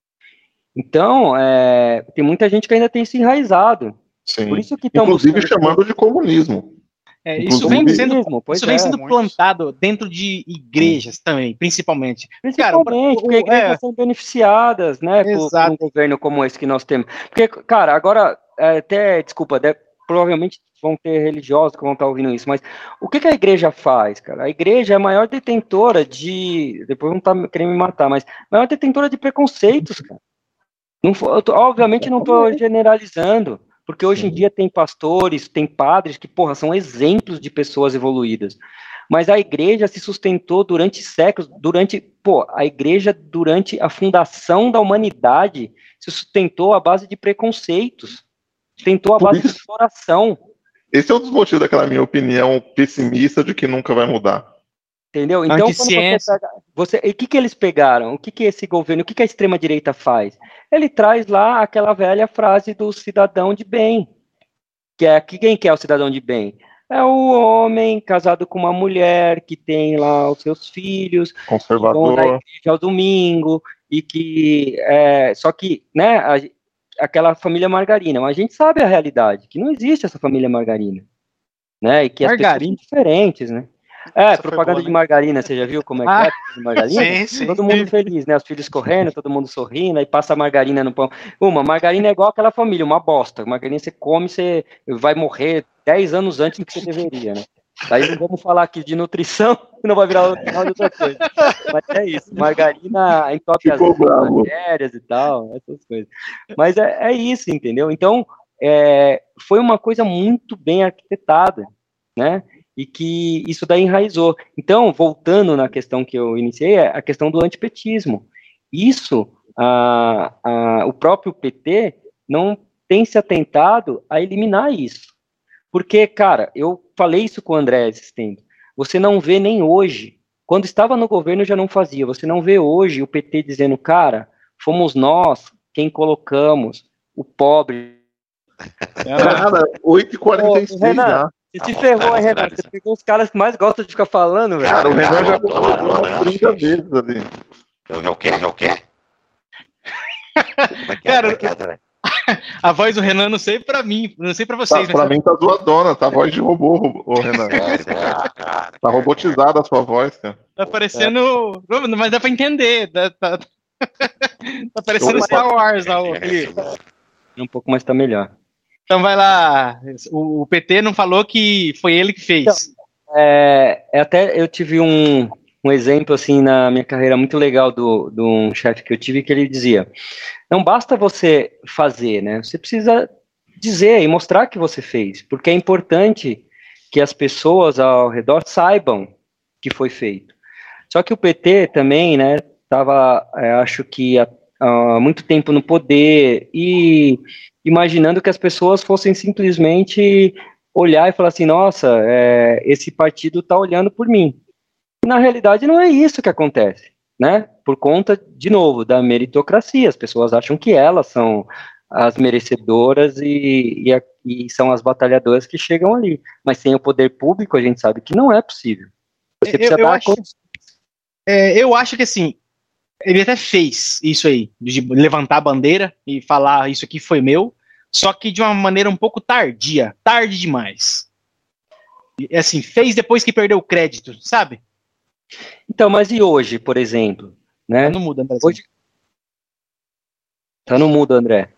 [SPEAKER 4] Então, é, tem muita gente que ainda tem isso enraizado.
[SPEAKER 3] Sim.
[SPEAKER 4] Por isso que
[SPEAKER 3] inclusive
[SPEAKER 4] buscando...
[SPEAKER 3] chamando de comunismo.
[SPEAKER 1] É, isso vem sendo,
[SPEAKER 4] pois
[SPEAKER 1] isso vem
[SPEAKER 4] é,
[SPEAKER 1] sendo
[SPEAKER 4] muitos.
[SPEAKER 1] plantado dentro de igrejas também, principalmente.
[SPEAKER 4] Principalmente, cara, o, porque igrejas é. são beneficiadas, né, por, por um governo como esse que nós temos. Porque, cara, agora, é, até, desculpa, deve, provavelmente vão ter religiosos que vão estar ouvindo isso, mas o que, que a igreja faz, cara? A igreja é a maior detentora de, depois vão estar querendo me matar, mas a maior detentora de preconceitos, cara. Não, eu tô, obviamente não estou generalizando, porque hoje em dia tem pastores, tem padres que, porra, são exemplos de pessoas evoluídas. Mas a igreja se sustentou durante séculos, durante, pô, a igreja durante a fundação da humanidade se sustentou à base de preconceitos, sustentou à base de exploração.
[SPEAKER 3] Esse é um dos motivos daquela minha opinião pessimista de que nunca vai mudar.
[SPEAKER 4] Entendeu? Então, quando você pega, você, e o que, que eles pegaram? O que, que esse governo, o que, que a extrema-direita faz? Ele traz lá aquela velha frase do cidadão de bem. Que é, quem que é o cidadão de bem? É o homem casado com uma mulher, que tem lá os seus filhos,
[SPEAKER 3] conservador,
[SPEAKER 4] da igreja ao domingo, e que, é, só que, né, a, aquela família margarina, mas a gente sabe a realidade, que não existe essa família margarina, né, e que
[SPEAKER 1] margarina.
[SPEAKER 4] As pessoas são diferentes, né. É,
[SPEAKER 2] Essa
[SPEAKER 4] propaganda
[SPEAKER 2] boa,
[SPEAKER 4] de
[SPEAKER 2] né?
[SPEAKER 4] margarina, você já viu como é que
[SPEAKER 1] ah,
[SPEAKER 4] é? De margarina?
[SPEAKER 2] Sim, sim.
[SPEAKER 4] Todo mundo feliz, né? Os filhos correndo, todo mundo sorrindo, aí passa a margarina no pão. Uma, margarina é igual aquela família, uma bosta. Margarina você come, você vai morrer dez anos antes do que você deveria, né? Aí não vamos falar aqui de nutrição, não vai virar outra coisa. Mas é isso, margarina entope as bactérias e tal, essas coisas. Mas é, é isso, entendeu? Então, é, foi uma coisa muito bem arquitetada. né? E que isso daí enraizou. Então, voltando na questão que eu iniciei, é a questão do antipetismo. Isso, a, a, o próprio P T não tem se atentado a eliminar isso. Porque, cara, eu falei isso com o André esses tempos, você não vê nem hoje, quando estava no governo já não fazia, você não vê hoje o P T dizendo, cara, fomos nós quem colocamos o pobre.
[SPEAKER 3] Cara, oito e quarenta e seis já.
[SPEAKER 4] Você se ferrou aí, Renan. Você pegou os caras que mais gostam de ficar falando, velho.
[SPEAKER 3] Cara, o Renan já falou umas trinta vezes ali.
[SPEAKER 5] Eu o quê? Eu o quê?
[SPEAKER 1] Cara, a voz do Renan não sei pra mim, não sei pra vocês.
[SPEAKER 3] Tá, pra mim tá zoadona, tá a voz de robô, o Renan. Tá robotizada a sua voz, cara.
[SPEAKER 1] Tá parecendo... É. Mas dá pra entender. Tá, tá... tá parecendo Star Wars. Lá,
[SPEAKER 4] um pouco, mas tá melhor.
[SPEAKER 1] Então vai lá, o, o P T não falou que foi ele que fez.
[SPEAKER 4] Então, é, até eu tive um, um exemplo assim na minha carreira muito legal do, de um chefe que eu tive que ele dizia, não basta você fazer, né? Você precisa dizer e mostrar que você fez, porque é importante que as pessoas ao redor saibam que foi feito. Só que o P T também, né, estava, acho que há, há muito tempo no poder e imaginando que as pessoas fossem simplesmente olhar e falar assim, nossa, é, esse partido está olhando por mim. Na realidade, não é isso que acontece, né? Por conta, de novo, da meritocracia. As pessoas acham que elas são as merecedoras e, e, e são as batalhadoras que chegam ali. Mas sem o poder público, a gente sabe que não é possível. Você precisa
[SPEAKER 1] eu, eu
[SPEAKER 4] dar
[SPEAKER 1] acho,
[SPEAKER 4] conta.
[SPEAKER 1] É, eu acho que, assim, ele até fez isso aí, de levantar a bandeira e falar, isso aqui foi meu, só que de uma maneira um pouco tardia, tarde demais. E, assim, fez depois que perdeu o crédito, sabe?
[SPEAKER 4] Então, mas e hoje, por exemplo? Né?
[SPEAKER 1] Tá no mudo, André.
[SPEAKER 4] Hoje... Tá no mudo, André.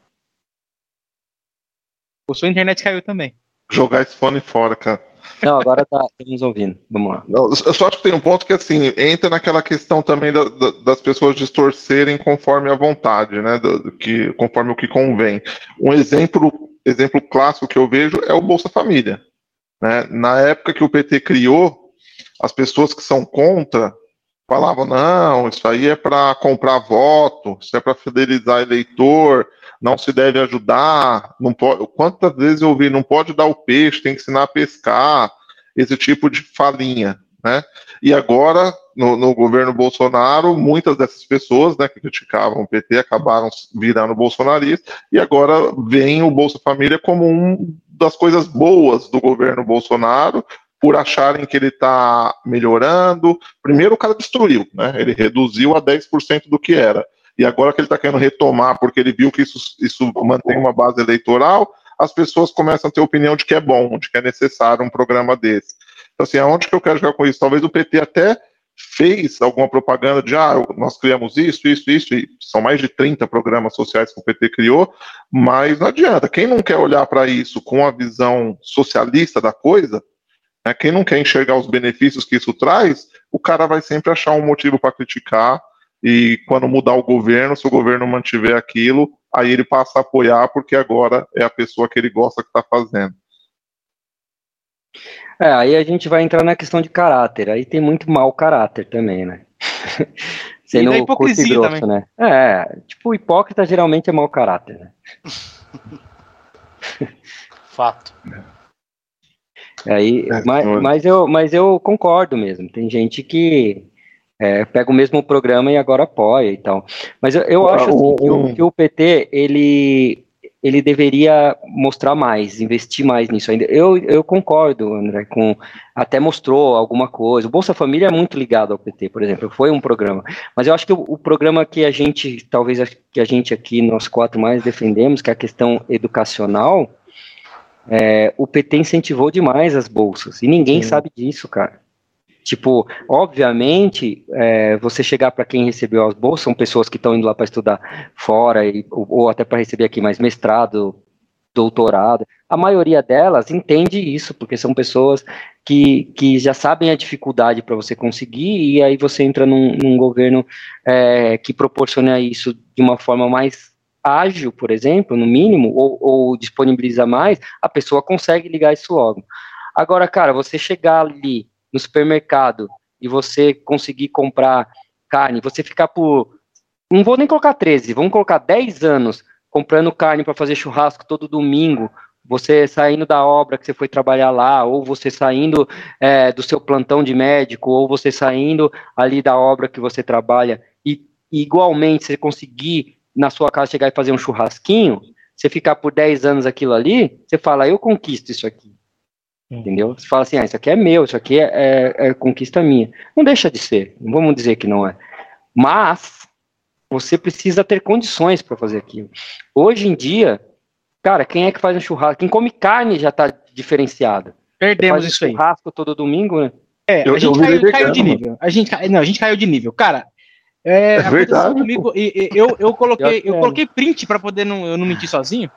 [SPEAKER 1] A sua internet caiu também.
[SPEAKER 3] Jogar esse fone fora, cara.
[SPEAKER 4] Não, agora tá, estamos ouvindo. Vamos lá.
[SPEAKER 3] Não, eu só acho que tem um ponto que, assim, entra naquela questão também da, da, das pessoas distorcerem conforme a vontade, né? Do, do que, conforme o que convém. Um exemplo, exemplo clássico que eu vejo é o Bolsa Família. Né? Na época que o P T criou, as pessoas que são contra falavam, não, isso aí é para comprar voto, isso é para fidelizar eleitor, não se deve ajudar, não pode, quantas vezes eu ouvi, não pode dar o peixe, tem que ensinar a pescar, esse tipo de falinha, né? E agora, no, no governo Bolsonaro, muitas dessas pessoas, né, que criticavam o P T acabaram virando bolsonaristas, e agora vem o Bolsa Família como uma das coisas boas do governo Bolsonaro, por acharem que ele está melhorando. Primeiro o cara destruiu, né? Ele reduziu a dez por cento do que era. E agora que ele está querendo retomar, porque ele viu que isso, isso mantém uma base eleitoral, as pessoas começam a ter opinião de que é bom, de que é necessário um programa desse. Então, assim, aonde que eu quero chegar com isso? Talvez o P T até fez alguma propaganda de, ah, nós criamos isso, isso, isso, e são mais de trinta programas sociais que o P T criou, mas não adianta. Quem não quer olhar para isso com a visão socialista da coisa, né, quem não quer enxergar os benefícios que isso traz, o cara vai sempre achar um motivo para criticar, e quando mudar o governo, se o governo mantiver aquilo, aí ele passa a apoiar, porque agora é a pessoa que ele gosta que está fazendo.
[SPEAKER 4] É, aí a gente vai entrar na questão de caráter, aí tem muito mau caráter também, né? Sendo
[SPEAKER 1] e da hipocrisia
[SPEAKER 4] curto e grosso,
[SPEAKER 1] também.
[SPEAKER 4] Né? É, tipo, o hipócrita geralmente é mau caráter, né?
[SPEAKER 2] Fato.
[SPEAKER 4] Aí,
[SPEAKER 3] É,
[SPEAKER 4] mas,
[SPEAKER 3] senhor.
[SPEAKER 4] mas, eu, mas eu concordo mesmo, tem gente que é, pega o mesmo programa e agora apoia e tal. Mas eu, eu acho assim, que, o, que o P T, ele, ele deveria mostrar mais, investir mais nisso ainda. Eu, eu concordo, André, com, até mostrou alguma coisa. O Bolsa Família é muito ligado ao P T, por exemplo, foi um programa. Mas eu acho que o, o programa que a gente, talvez que a gente aqui, nós quatro mais defendemos, que é a questão educacional, é, o P T incentivou demais as bolsas, e ninguém Sim. sabe disso, cara. Tipo, obviamente, é, você chegar para quem recebeu as bolsas, são pessoas que estão indo lá para estudar fora, e, ou, ou até para receber aqui mais mestrado, doutorado. A maioria delas entende isso, porque são pessoas que, que já sabem a dificuldade para você conseguir, e aí você entra num, num governo é, que proporciona isso de uma forma mais ágil, por exemplo, no mínimo, ou, ou disponibiliza mais, a pessoa consegue ligar isso logo. Agora, cara, você chegar ali no supermercado e você conseguir comprar carne, você ficar por, não vou nem colocar treze, vamos colocar dez anos comprando carne para fazer churrasco todo domingo, você saindo da obra que você foi trabalhar lá, ou você saindo é, do seu plantão de médico, ou você saindo ali da obra que você trabalha, e igualmente você conseguir na sua casa chegar e fazer um churrasquinho, você ficar por dez anos aquilo ali, você fala, eu conquisto isso aqui. Entendeu? Você fala assim, ah, isso aqui é meu, isso aqui é, é, é conquista minha. Não deixa de ser, não vamos dizer que não é. Mas você precisa ter condições para fazer aquilo. Hoje em dia, cara, quem é que faz um churrasco? Quem come carne já está diferenciado.
[SPEAKER 1] Perdemos
[SPEAKER 4] um
[SPEAKER 1] isso aí.
[SPEAKER 4] Churrasco todo domingo, né?
[SPEAKER 1] É,
[SPEAKER 3] Eu-
[SPEAKER 1] a gente
[SPEAKER 3] eu
[SPEAKER 1] caiu,
[SPEAKER 3] virei
[SPEAKER 1] caiu de
[SPEAKER 3] vegano,
[SPEAKER 1] nível. A gente, ca- não, a gente caiu de nível. Cara, é,
[SPEAKER 3] É
[SPEAKER 1] aconteceu
[SPEAKER 3] verdade,
[SPEAKER 1] comigo, e, e, eu, eu, coloquei,
[SPEAKER 4] Pior que
[SPEAKER 1] eu
[SPEAKER 4] é,
[SPEAKER 1] coloquei print para poder não, eu não mentir sozinho.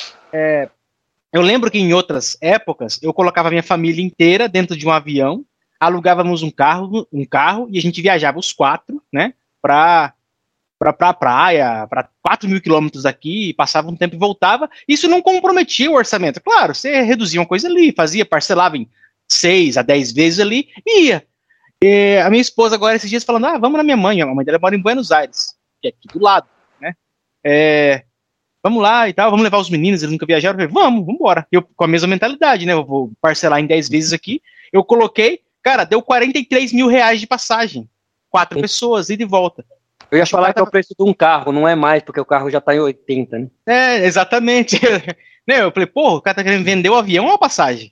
[SPEAKER 1] É, eu lembro que em outras épocas eu colocava a minha família inteira dentro de um avião, alugávamos um carro, um carro e a gente viajava os quatro, né, para para pra praia, para quatro mil quilômetros daqui, passava um tempo e voltava. Isso não comprometia o orçamento. Claro, você reduzia uma coisa ali, fazia, parcelava em seis a dez vezes ali e ia. E a minha esposa agora esses dias falando, ah, vamos na minha mãe, a mãe dela mora em Buenos Aires, que é aqui do lado, né? É, vamos lá e tal, vamos levar os meninos, eles nunca viajaram. Eu falei, vamos, vamos embora. Eu com a mesma mentalidade, né? Eu vou parcelar em dez vezes aqui. Eu coloquei, cara, deu quarenta e três mil reais de passagem. Quatro
[SPEAKER 4] Sim.
[SPEAKER 1] pessoas, ida e volta.
[SPEAKER 4] Eu ia
[SPEAKER 1] Acho que
[SPEAKER 4] falar
[SPEAKER 1] o
[SPEAKER 4] que é
[SPEAKER 1] cara
[SPEAKER 4] o preço de um carro, não é mais, porque o carro já tá em oitenta, né?
[SPEAKER 1] É, exatamente. Né, eu falei, pô, o cara tá querendo vender o avião ou a passagem?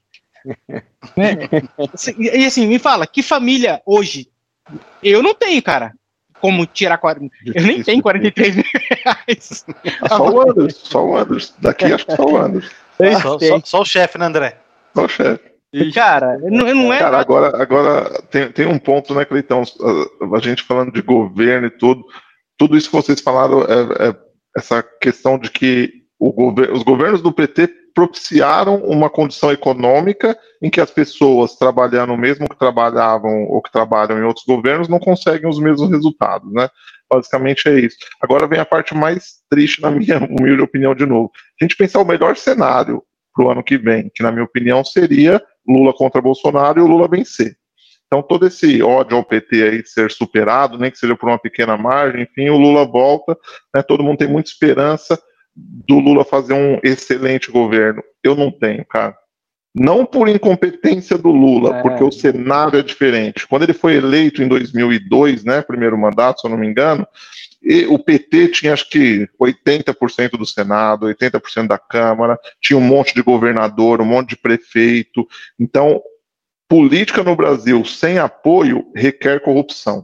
[SPEAKER 1] Né? Assim, E assim, me fala, que família hoje? Eu não tenho, cara, como tirar quarenta. Eu nem tenho quarenta e três mil reais.
[SPEAKER 3] Só o Anderson, só o Anderson. Daqui acho que só o Anderson.
[SPEAKER 2] Só, só- só o chefe, né, André?
[SPEAKER 3] Só o chefe.
[SPEAKER 1] Cara, não, não é.
[SPEAKER 3] Cara, agora, agora tem, tem um ponto, né, Cleitão? A, a gente falando de governo e tudo, tudo isso que vocês falaram é, é essa questão de que o gover os governos do P T propiciaram uma condição econômica em que as pessoas trabalhando mesmo que trabalhavam ou que trabalham em outros governos não conseguem os mesmos resultados, né? Basicamente é isso. Agora vem a parte mais triste, na minha humilde opinião, de novo. A gente pensar o melhor cenário para o ano que vem, que na minha opinião seria Lula contra Bolsonaro e o Lula vencer. Então todo esse ódio ao P T aí ser superado, nem que seja por uma pequena margem, enfim, o Lula volta, né, todo mundo tem muita esperança do Lula fazer um excelente governo. Eu não tenho, cara. Não por incompetência do Lula,
[SPEAKER 4] É.
[SPEAKER 3] porque o cenário é diferente. Quando ele foi eleito em dois mil e dois, né, primeiro mandato, se eu não me engano, e o P T tinha acho que oitenta por cento do Senado, oitenta por cento da Câmara, tinha um monte de governador, um monte de prefeito. Então, política no Brasil sem apoio requer corrupção.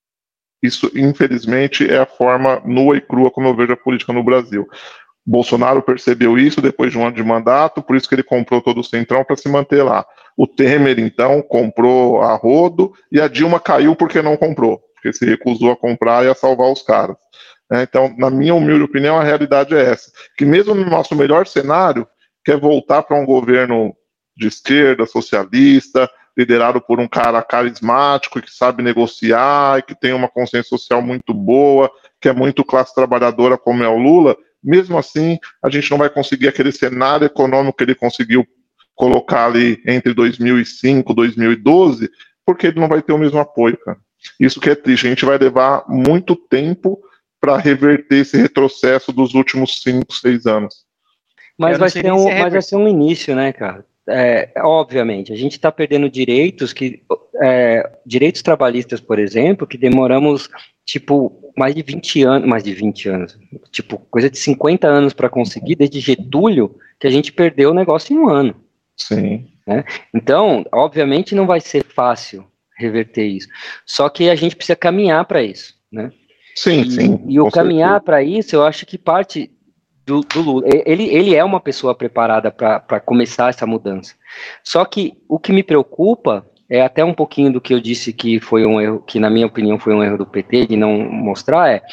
[SPEAKER 3] Isso, infelizmente, é a forma nua e crua como eu vejo a política no Brasil. Bolsonaro percebeu isso depois de um ano de mandato, por isso que ele comprou todo o Centrão para se manter lá. O Temer, então, comprou a rodo e a Dilma caiu porque não comprou, porque se recusou a comprar e a salvar os caras. É, então, na minha humilde opinião, a realidade é essa, que mesmo no nosso melhor cenário, quer voltar para um governo de esquerda, socialista, liderado por um cara carismático e que sabe negociar e que tem uma consciência social muito boa, que é muito classe trabalhadora como é o Lula. Mesmo assim, a gente não vai conseguir aquele cenário econômico que ele conseguiu colocar ali entre dois mil e cinco, dois mil e doze, porque ele não vai ter o mesmo apoio, cara. Isso que é triste, a gente vai levar muito tempo para reverter esse retrocesso dos últimos cinco, seis anos.
[SPEAKER 4] Mas
[SPEAKER 1] Eu não
[SPEAKER 4] vai,
[SPEAKER 1] sei
[SPEAKER 4] ser
[SPEAKER 1] nem
[SPEAKER 4] um,
[SPEAKER 1] se é
[SPEAKER 4] mas vai ser um início, né, cara? É, obviamente, a gente está perdendo direitos que é, direitos trabalhistas, por exemplo, que demoramos tipo mais de vinte anos, mais de vinte anos, tipo coisa de cinquenta anos para conseguir, desde Getúlio, que a gente perdeu o negócio em um ano.
[SPEAKER 3] Sim.
[SPEAKER 4] Né? Então, obviamente, não vai ser fácil reverter isso. Só que a gente precisa caminhar para isso, né?
[SPEAKER 3] Sim,
[SPEAKER 4] E,
[SPEAKER 3] sim.
[SPEAKER 4] e o
[SPEAKER 3] com
[SPEAKER 4] caminhar
[SPEAKER 3] certeza.
[SPEAKER 4] para isso, eu acho que parte do, do Lula. Ele, ele é uma pessoa preparada para começar essa mudança. Só que o que me preocupa é até um pouquinho do que eu disse que foi um erro, que na minha opinião foi um erro do P T de não mostrar, é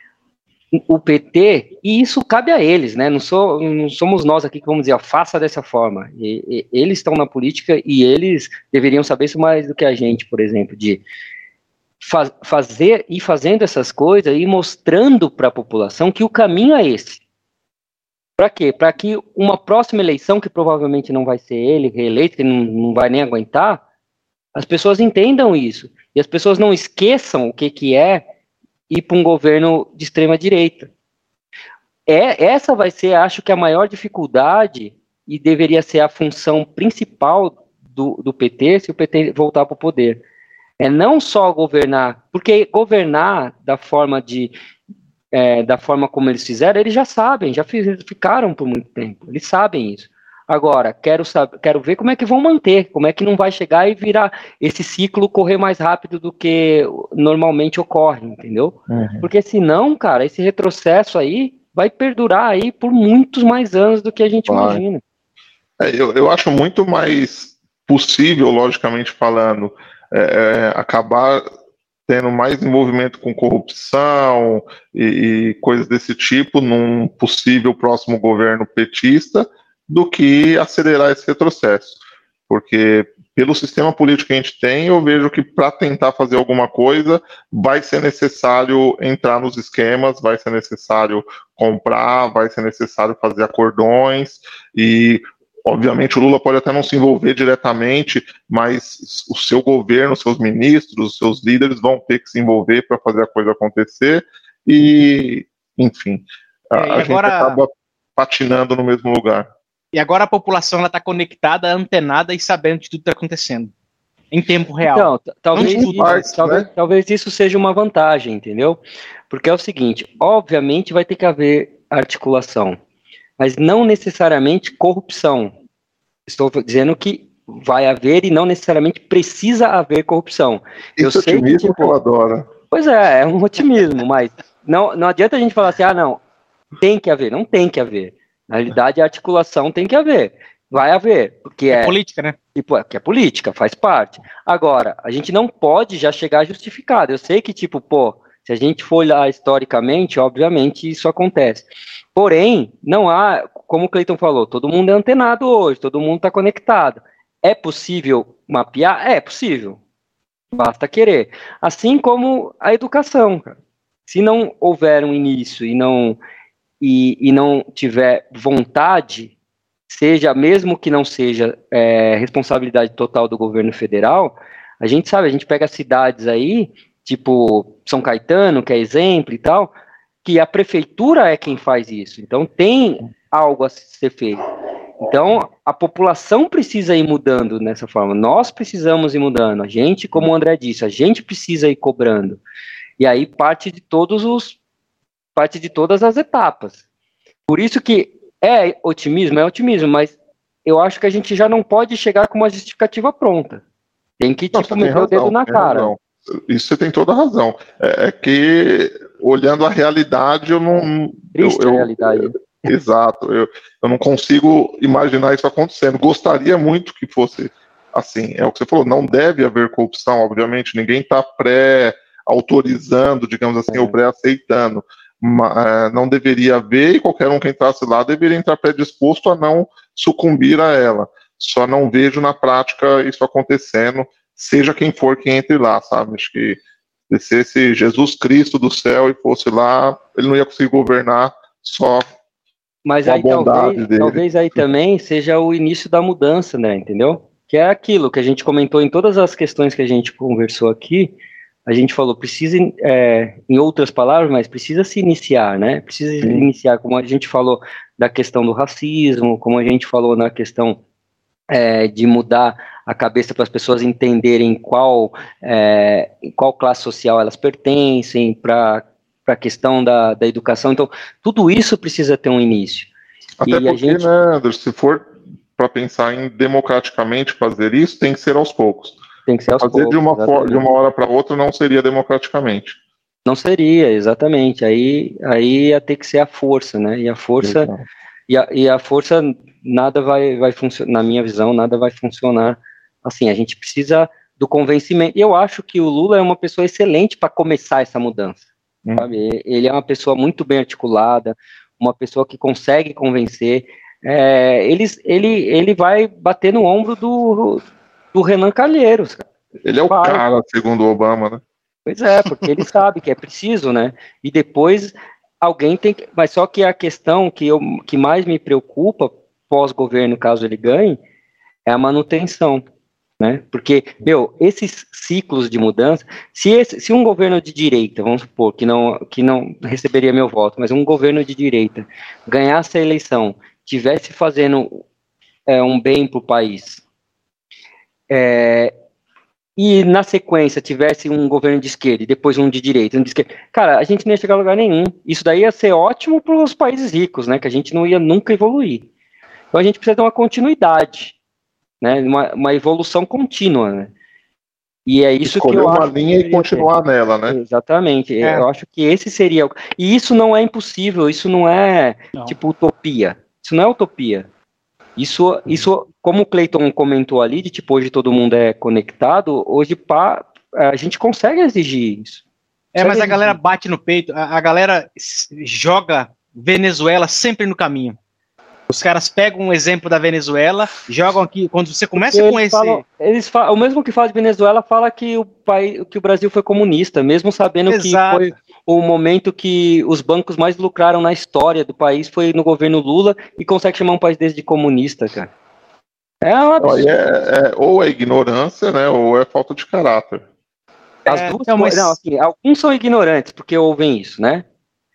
[SPEAKER 4] o P T, e isso cabe a eles, né? Não, sou, não somos nós aqui que vamos dizer, ó, faça dessa forma. E, e, eles estão na política e eles deveriam saber isso mais do que a gente, por exemplo, de fa fazer e fazendo essas coisas e mostrando para a população que o caminho é esse. Para quê? Para que uma próxima eleição, que provavelmente não vai ser ele reeleito, que não, não vai nem aguentar, as pessoas entendam isso. E as pessoas não esqueçam o que, que é ir para um governo de extrema-direita. É, essa vai ser, acho que, a maior dificuldade e deveria ser a função principal do, do P T, se o P T voltar para o poder. É não só governar, porque governar da forma de... É, da forma como eles fizeram, eles já sabem, já fiz, ficaram por muito tempo, eles sabem isso. Agora, quero, saber, quero ver como é que vão manter, como é que não vai chegar e virar esse ciclo correr mais rápido do que normalmente ocorre, entendeu? Uhum. Porque senão, cara, esse retrocesso aí vai perdurar aí por muitos mais anos do que a gente vai. imagina.
[SPEAKER 3] É, eu, eu acho muito mais possível, logicamente falando, é, é, acabar tendo mais envolvimento com corrupção e, e coisas desse tipo num possível próximo governo petista do que acelerar esse retrocesso. Porque pelo sistema político que a gente tem, eu vejo que para tentar fazer alguma coisa vai ser necessário entrar nos esquemas, vai ser necessário comprar, vai ser necessário fazer acordões e... Obviamente o Lula pode até não se envolver diretamente, mas o seu governo, seus ministros, os seus líderes vão ter que se envolver para fazer a coisa acontecer e, enfim, a, é, a agora, gente acaba patinando no mesmo lugar.
[SPEAKER 1] E agora a população está conectada, antenada e sabendo de tudo que está acontecendo, em tempo real.
[SPEAKER 4] Então, talvez, isso, partes, talvez, né? talvez isso seja uma vantagem, entendeu? Porque é o seguinte, obviamente vai ter que haver articulação, mas não necessariamente corrupção. Estou dizendo que vai haver e não necessariamente precisa haver corrupção.
[SPEAKER 3] Isso eu sei otimismo que, tipo, que eu adoro.
[SPEAKER 4] Pois é, é um otimismo, mas não, não adianta a gente falar assim, ah, não, tem que haver, não tem que haver. Na realidade, a articulação tem que haver. Vai haver, porque é...
[SPEAKER 1] É política, né?
[SPEAKER 4] Tipo, é, que é política, faz parte. Agora, a gente não pode já chegar justificado. Eu sei que, tipo, pô, se a gente for olhar historicamente, obviamente isso acontece. Porém, não há, como o Cleiton falou, todo mundo é antenado hoje, todo mundo está conectado. É possível mapear? É possível. Basta querer. Assim como a educação, cara. Se não houver um início e não, e, e não tiver vontade, seja, mesmo que não seja é, responsabilidade total do governo federal, a gente sabe, a gente pega cidades aí, tipo São Caetano, que é exemplo e tal, que a prefeitura é quem faz isso. Então tem algo a ser feito. Então a população precisa ir mudando nessa forma. Nós precisamos ir mudando. A gente, como o André disse, a gente precisa ir cobrando. E aí parte de todos os, parte de todas as etapas. Por isso que é otimismo, é otimismo, mas eu acho que a gente já não pode chegar com uma justificativa pronta. Tem que, tipo, meter o dedo na cara.
[SPEAKER 3] Razão. Isso você tem toda a razão. É, é que, olhando a realidade, eu não...
[SPEAKER 4] Triste
[SPEAKER 3] eu, eu,
[SPEAKER 4] a realidade.
[SPEAKER 3] Eu, exato. Eu, eu não consigo imaginar isso acontecendo. Gostaria muito que fosse assim. É o que você falou, não deve haver corrupção, obviamente. Ninguém está pré-autorizando, digamos assim, é. ou pré-aceitando. Mas, não deveria haver, e qualquer um que entrasse lá deveria entrar predisposto a não sucumbir a ela. Só não vejo na prática isso acontecendo, seja quem for que entre lá, sabe? Acho que descesse Jesus Cristo do céu e fosse lá, ele não ia conseguir governar só
[SPEAKER 4] Mas
[SPEAKER 3] com
[SPEAKER 4] aí
[SPEAKER 3] a bondade
[SPEAKER 4] talvez,
[SPEAKER 3] dele.
[SPEAKER 4] talvez aí também seja o início da mudança, né? Entendeu? Que é aquilo que a gente comentou em todas as questões que a gente conversou aqui. A gente falou, precisa, é, em outras palavras, mas precisa se iniciar, né? Precisa se iniciar, como a gente falou da questão do racismo, como a gente falou na questão é, de mudar a cabeça para as pessoas entenderem qual, é, qual classe social elas pertencem, para a questão da, da educação. Então, tudo isso precisa ter um início.
[SPEAKER 3] Até
[SPEAKER 4] e
[SPEAKER 3] porque,
[SPEAKER 4] a gente...
[SPEAKER 3] né, Anderson, se for para pensar em democraticamente fazer isso, tem que ser aos poucos.
[SPEAKER 4] Tem que ser aos
[SPEAKER 3] fazer
[SPEAKER 4] poucos,
[SPEAKER 3] de uma, for, de uma hora para outra não seria democraticamente.
[SPEAKER 4] Não seria, exatamente. Aí, aí ia ter que ser a força, né? E a força, e a, e a força nada vai, vai funcionar, na minha visão, nada vai funcionar assim. A gente precisa do convencimento. E eu acho que o Lula é uma pessoa excelente para começar essa mudança. Hum. Sabe? Ele é uma pessoa muito bem articulada, uma pessoa que consegue convencer. É, ele, ele, ele vai bater no ombro do, do Renan Calheiros. Cara.
[SPEAKER 3] Ele é o vai. cara, segundo o Obama, né?
[SPEAKER 4] Pois é, porque ele sabe que é preciso, né? E depois alguém tem que... Mas só que a questão que, eu, que mais me preocupa, pós-governo, caso ele ganhe, é a manutenção, né? Porque, meu, esses ciclos de mudança, se, esse, se um governo de direita, vamos supor, que não, que não receberia meu voto, mas um governo de direita ganhasse a eleição, tivesse fazendo é, um bem para o país, é, e na sequência tivesse um governo de esquerda e depois um de direita, um de esquerda, cara, a gente não ia chegar a lugar nenhum. Isso daí ia ser ótimo para os países ricos, né? Que a gente não ia nunca evoluir. Então a gente precisa ter uma continuidade, né? Uma, uma evolução contínua, né? E é isso
[SPEAKER 3] Escolher
[SPEAKER 4] que eu
[SPEAKER 3] uma
[SPEAKER 4] acho
[SPEAKER 3] linha e continuar ter. nela, né?
[SPEAKER 4] Exatamente.
[SPEAKER 1] É.
[SPEAKER 4] Eu acho que esse seria... E isso não é impossível, isso não é não. tipo utopia. Isso não é utopia. Isso, isso, como o Cleiton comentou ali, de tipo, hoje todo mundo é conectado, hoje pá, a gente consegue exigir isso.
[SPEAKER 1] É,
[SPEAKER 4] consegue
[SPEAKER 1] mas a
[SPEAKER 4] exigir.
[SPEAKER 1] galera bate no peito, a, a galera joga Venezuela sempre no caminho. Os caras pegam um exemplo da Venezuela, jogam aqui, quando você começa
[SPEAKER 4] eles
[SPEAKER 1] com esse...
[SPEAKER 4] Falam, eles falam, o mesmo que fala de Venezuela fala que o, país, que o Brasil foi comunista, mesmo sabendo Exato. que foi o momento que os bancos mais lucraram na história do país foi no governo Lula, e consegue chamar um país desse de comunista, cara. É um absurdo.
[SPEAKER 3] É, é, ou é ignorância, né, ou é falta de caráter.
[SPEAKER 4] As
[SPEAKER 1] é,
[SPEAKER 4] duas
[SPEAKER 1] não, mas...
[SPEAKER 4] não, assim, alguns são ignorantes, porque ouvem isso, né?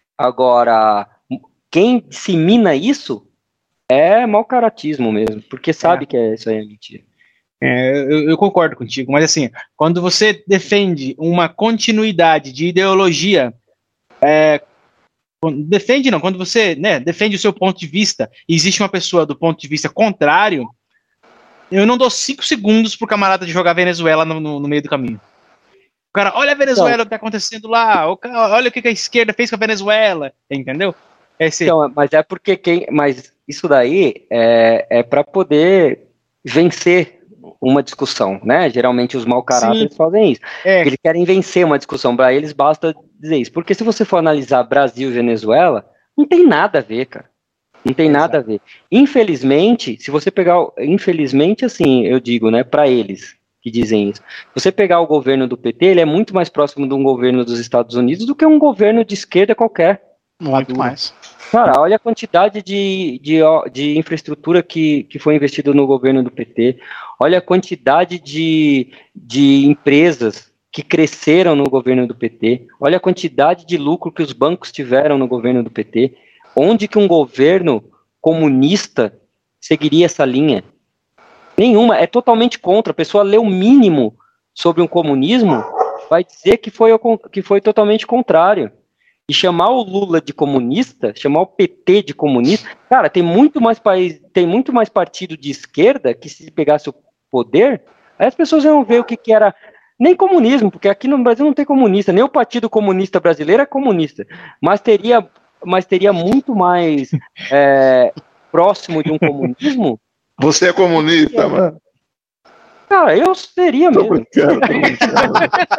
[SPEAKER 4] Agora, quem dissemina isso é mau caratismo mesmo, porque sabe é. que é, isso aí é mentira.
[SPEAKER 1] É, eu, eu concordo contigo, mas assim, quando você defende uma continuidade de ideologia, é, defende não, quando você né, defende o seu ponto de vista e existe uma pessoa do ponto de vista contrário, eu não dou cinco segundos pro camarada de jogar Venezuela no, no, no meio do caminho. O cara, olha a Venezuela, então, o que tá acontecendo lá, olha o que a esquerda fez com a Venezuela, entendeu? Esse...
[SPEAKER 4] Então, mas é porque quem, mas isso daí é, é para poder vencer uma discussão, né? Geralmente os mau caráteres fazem isso. É. Eles querem vencer uma discussão, para eles basta dizer isso. Porque se você for analisar Brasil e Venezuela, não tem nada a ver, cara. Não tem Exato. nada a ver. Infelizmente, se você pegar, infelizmente, assim, eu digo, né, para eles que dizem isso. Se você pegar o governo do P T, ele é muito mais próximo de um governo dos Estados Unidos do que um governo de esquerda qualquer.
[SPEAKER 2] Muito mais.
[SPEAKER 4] Cara, olha a quantidade de, de, de infraestrutura que, que foi investido no governo do P T, olha a quantidade de, de empresas que cresceram no governo do P T, olha a quantidade de lucro que os bancos tiveram no governo do P T, onde que um governo comunista seguiria essa linha? Nenhuma, é totalmente contra. A pessoa lê o mínimo sobre um comunismo, vai dizer que foi, que foi totalmente contrário. E chamar o Lula de comunista, chamar o P T de comunista, cara, tem muito mais país, tem muito mais partido de esquerda que se pegasse o poder, aí as pessoas iam ver o que, que era, nem comunismo, porque aqui no Brasil não tem comunista, nem o Partido Comunista Brasileiro é comunista, mas teria, mas teria muito mais é, próximo de um comunismo.
[SPEAKER 3] Você é comunista, é. mano?
[SPEAKER 4] Cara, eu seria mesmo. Tô brincando, tô brincando.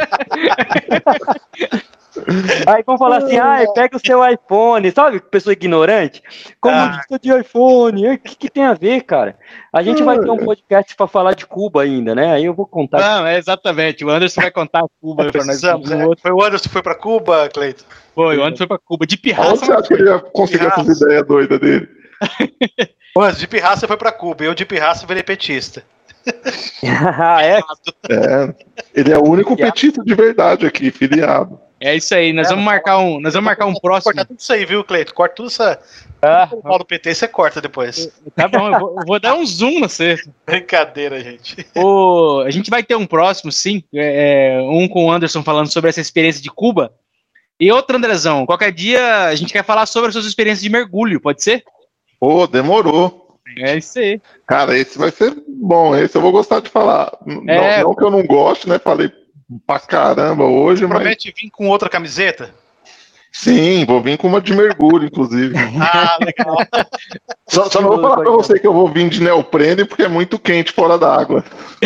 [SPEAKER 4] Aí vão falar assim, ah, pega o seu iPhone, sabe? Pessoa ignorante. Comunista ah. de iPhone, o que, que tem a ver, cara? A gente vai ter um podcast para falar de Cuba ainda, né? Aí eu vou contar.
[SPEAKER 1] Não, é exatamente. O Anderson vai contar Cuba para nós.
[SPEAKER 2] É. Foi o Anderson que foi para Cuba, Cleiton?
[SPEAKER 1] Foi, o Anderson foi para Cuba. De pirraça.
[SPEAKER 3] Onde você acha que ele ia conseguir essas ideias doidas dele?
[SPEAKER 2] O Anderson de pirraça foi para Cuba, eu de pirraça virei petista.
[SPEAKER 4] Ah, é?
[SPEAKER 3] é? Ele é o único petista de verdade aqui, filiado.
[SPEAKER 1] É isso aí, nós é, vamos marcar um, nós vamos marcar um próximo.
[SPEAKER 2] Cortar tudo isso aí, viu, Cleiton? Corta tudo isso. Ah, o pau do P T você corta depois.
[SPEAKER 1] Tá bom, eu vou, eu vou dar um zoom no você.
[SPEAKER 2] Brincadeira, gente.
[SPEAKER 1] O, a gente vai ter um próximo, sim, é, um com o Anderson falando sobre essa experiência de Cuba. E outro, Andrezão, qualquer dia a gente quer falar sobre as suas experiências de mergulho, pode ser?
[SPEAKER 3] Pô, demorou.
[SPEAKER 1] É isso aí.
[SPEAKER 3] Cara, esse vai ser bom, esse eu vou gostar de falar. É... Não, não que eu não goste, né? Falei pra caramba hoje,
[SPEAKER 2] Você
[SPEAKER 3] mas...
[SPEAKER 2] promete vir com outra camiseta?
[SPEAKER 3] Sim, vou vir com uma de mergulho, inclusive.
[SPEAKER 2] Ah, legal.
[SPEAKER 3] Só, só não vou falar pra você que eu vou vir de neoprene porque é muito quente fora da água.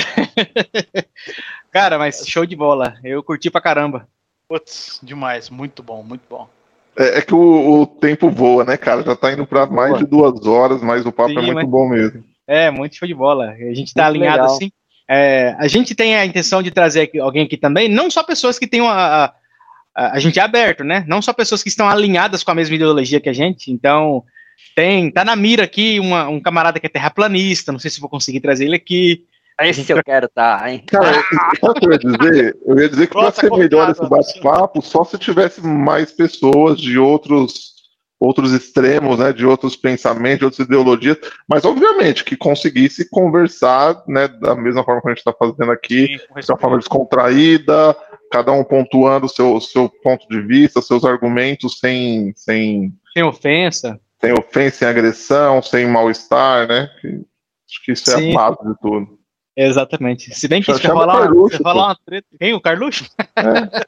[SPEAKER 1] Cara, mas show de bola. Eu curti pra caramba.
[SPEAKER 2] Putz, demais. Muito bom, muito bom.
[SPEAKER 3] É, é que o, o tempo voa, né, cara? Já tá indo pra mais boa. de duas horas, mas o papo Sim, é muito mas... bom mesmo.
[SPEAKER 1] É, muito show de bola. A gente tá muito alinhado legal. assim. É, a gente tem a intenção de trazer aqui, alguém aqui também, não só pessoas que tenham a, a, a gente é aberto, né? Não só pessoas que estão alinhadas com a mesma ideologia que a gente, então tem, tá na mira aqui uma, um camarada que é terraplanista, não sei se vou conseguir trazer ele aqui.
[SPEAKER 4] Esse eu quero tá, hein?
[SPEAKER 3] Cara, sabe o que eu ia dizer? Eu ia dizer que para ser melhor esse bate-papo, só se tivesse mais pessoas de outros, outros extremos, né, de outros pensamentos, de outras ideologias, mas obviamente que conseguisse conversar, né, da mesma forma que a gente está fazendo aqui, de uma forma descontraída, cada um pontuando o seu, seu ponto de vista, seus argumentos sem, sem,
[SPEAKER 1] sem ofensa,
[SPEAKER 3] sem ofensa, sem agressão, sem mal-estar, né? Que, acho que isso é
[SPEAKER 1] Sim.
[SPEAKER 3] a base de tudo.
[SPEAKER 1] Exatamente. Se bem que
[SPEAKER 3] Já
[SPEAKER 1] isso
[SPEAKER 3] chama
[SPEAKER 1] rolar,
[SPEAKER 3] Carluxo, pô.
[SPEAKER 1] rolar uma treta. Quem? O Carluxo?
[SPEAKER 3] É.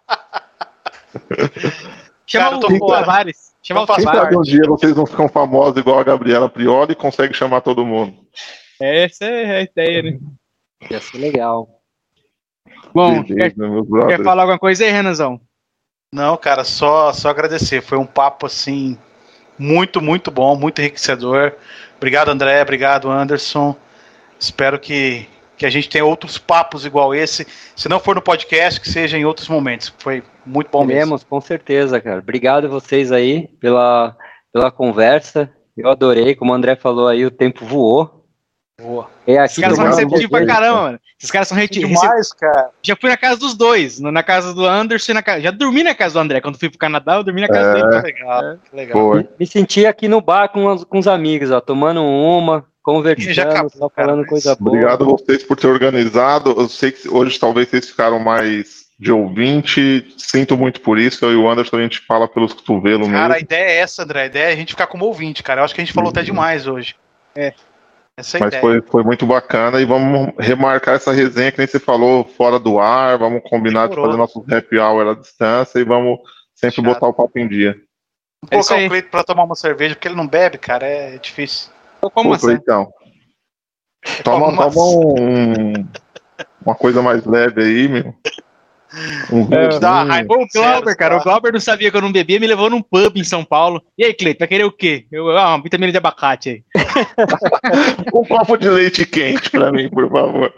[SPEAKER 1] Chama
[SPEAKER 2] Cara, eu tô
[SPEAKER 1] o
[SPEAKER 2] fora.
[SPEAKER 1] Tavares. Chama o
[SPEAKER 2] Então faz
[SPEAKER 3] Quem
[SPEAKER 1] Tavares.
[SPEAKER 3] sabe um dia vocês não ficam famosos igual a Gabriela Prioli e consegue chamar todo mundo.
[SPEAKER 1] Essa é a ideia, né?
[SPEAKER 4] Ia ser legal.
[SPEAKER 1] Bom,
[SPEAKER 3] Beleza,
[SPEAKER 1] quer,
[SPEAKER 3] meus
[SPEAKER 1] quer
[SPEAKER 3] brothers.
[SPEAKER 1] falar alguma coisa aí, Renanzão?
[SPEAKER 2] Não, cara, só, só agradecer. Foi um papo, assim, muito, muito bom, muito enriquecedor. Obrigado, André. Obrigado, Anderson. Espero que, que a gente tenha outros papos igual esse. Se não for no podcast, que seja em outros momentos. Foi muito bom mesmo.
[SPEAKER 4] Teremos, com certeza, cara. Obrigado a vocês aí pela, pela conversa. Eu adorei, como o André falou aí, o tempo voou.
[SPEAKER 2] Boa.
[SPEAKER 4] É
[SPEAKER 1] Esses
[SPEAKER 4] aqui
[SPEAKER 1] caras são
[SPEAKER 3] tomando
[SPEAKER 1] receptivos pra
[SPEAKER 3] cerveja.
[SPEAKER 1] caramba, mano. Esses caras são receptivos.
[SPEAKER 2] Demais, cara.
[SPEAKER 1] Já fui na casa dos dois, no- na casa do Anderson e na casa. Já dormi na casa do André. Quando fui pro Canadá, eu dormi na casa
[SPEAKER 3] É.
[SPEAKER 1] dele.
[SPEAKER 2] Que legal, que legal.
[SPEAKER 3] Foi.
[SPEAKER 4] Me, me senti aqui no bar com os, com os amigos, ó, tomando uma, conversando,
[SPEAKER 2] Já acabou,
[SPEAKER 4] só
[SPEAKER 2] cara,
[SPEAKER 4] falando
[SPEAKER 2] mas-
[SPEAKER 4] coisa boa.
[SPEAKER 3] Obrigado a vocês por ter organizado. Eu sei que hoje talvez vocês ficaram mais de ouvinte. Sinto muito por isso. Eu e o Anderson a gente fala pelos cotovelos
[SPEAKER 2] Cara, a
[SPEAKER 3] mesmo.
[SPEAKER 2] ideia é essa, André. A ideia é a gente ficar como ouvinte, cara. Eu acho que a gente falou até demais hoje.
[SPEAKER 1] É.
[SPEAKER 2] Essa é a
[SPEAKER 3] Mas
[SPEAKER 2] ideia.
[SPEAKER 3] foi, foi muito bacana e vamos remarcar essa resenha que nem você falou, fora do ar. Vamos combinar de
[SPEAKER 2] Demorou.
[SPEAKER 3] fazer nosso happy hour à distância e vamos sempre
[SPEAKER 2] Chato.
[SPEAKER 3] botar o papo em dia.
[SPEAKER 2] Vou
[SPEAKER 1] É isso
[SPEAKER 2] colocar
[SPEAKER 1] aí.
[SPEAKER 2] o Cleito pra tomar uma cerveja, porque ele não bebe, cara. É difícil.
[SPEAKER 1] Ou como
[SPEAKER 3] Pô,
[SPEAKER 1] assim?
[SPEAKER 3] então. Toma,
[SPEAKER 2] Toma
[SPEAKER 3] toma um, uma coisa mais leve aí, meu. Um
[SPEAKER 1] É,
[SPEAKER 3] vinho.
[SPEAKER 2] dá uma raiva.
[SPEAKER 1] O Glauber,
[SPEAKER 2] Sério,
[SPEAKER 1] cara,
[SPEAKER 2] tá?
[SPEAKER 1] o Glauber não sabia que eu não bebia, me levou num pub em São Paulo. E aí, Cleiton, vai querer o quê? Eu, ah, uma vitamina de abacate aí.
[SPEAKER 3] Um copo de leite quente pra mim, por favor.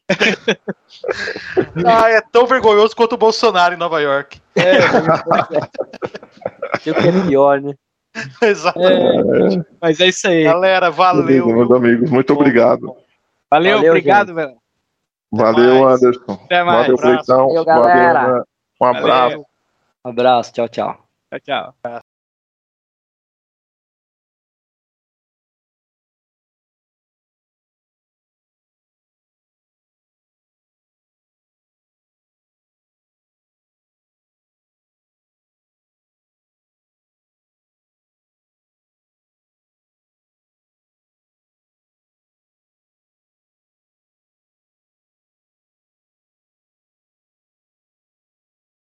[SPEAKER 2] Ah, é tão vergonhoso quanto o Bolsonaro em Nova York.
[SPEAKER 4] Sei o que é pior, né?
[SPEAKER 2] Exatamente.
[SPEAKER 1] Mas é isso aí.
[SPEAKER 2] Galera, valeu.
[SPEAKER 3] Beleza, meus amigos, muito obrigado.
[SPEAKER 1] Valeu,
[SPEAKER 4] Valeu,
[SPEAKER 1] obrigado, velho.
[SPEAKER 3] Valeu,
[SPEAKER 2] mais.
[SPEAKER 3] Anderson.
[SPEAKER 1] Até mais.
[SPEAKER 3] Valeu, Cleitão.
[SPEAKER 4] Valeu, galera.
[SPEAKER 3] Valeu, né? Um abraço.
[SPEAKER 1] Valeu.
[SPEAKER 4] Um abraço, tchau, tchau.
[SPEAKER 1] Tchau, tchau.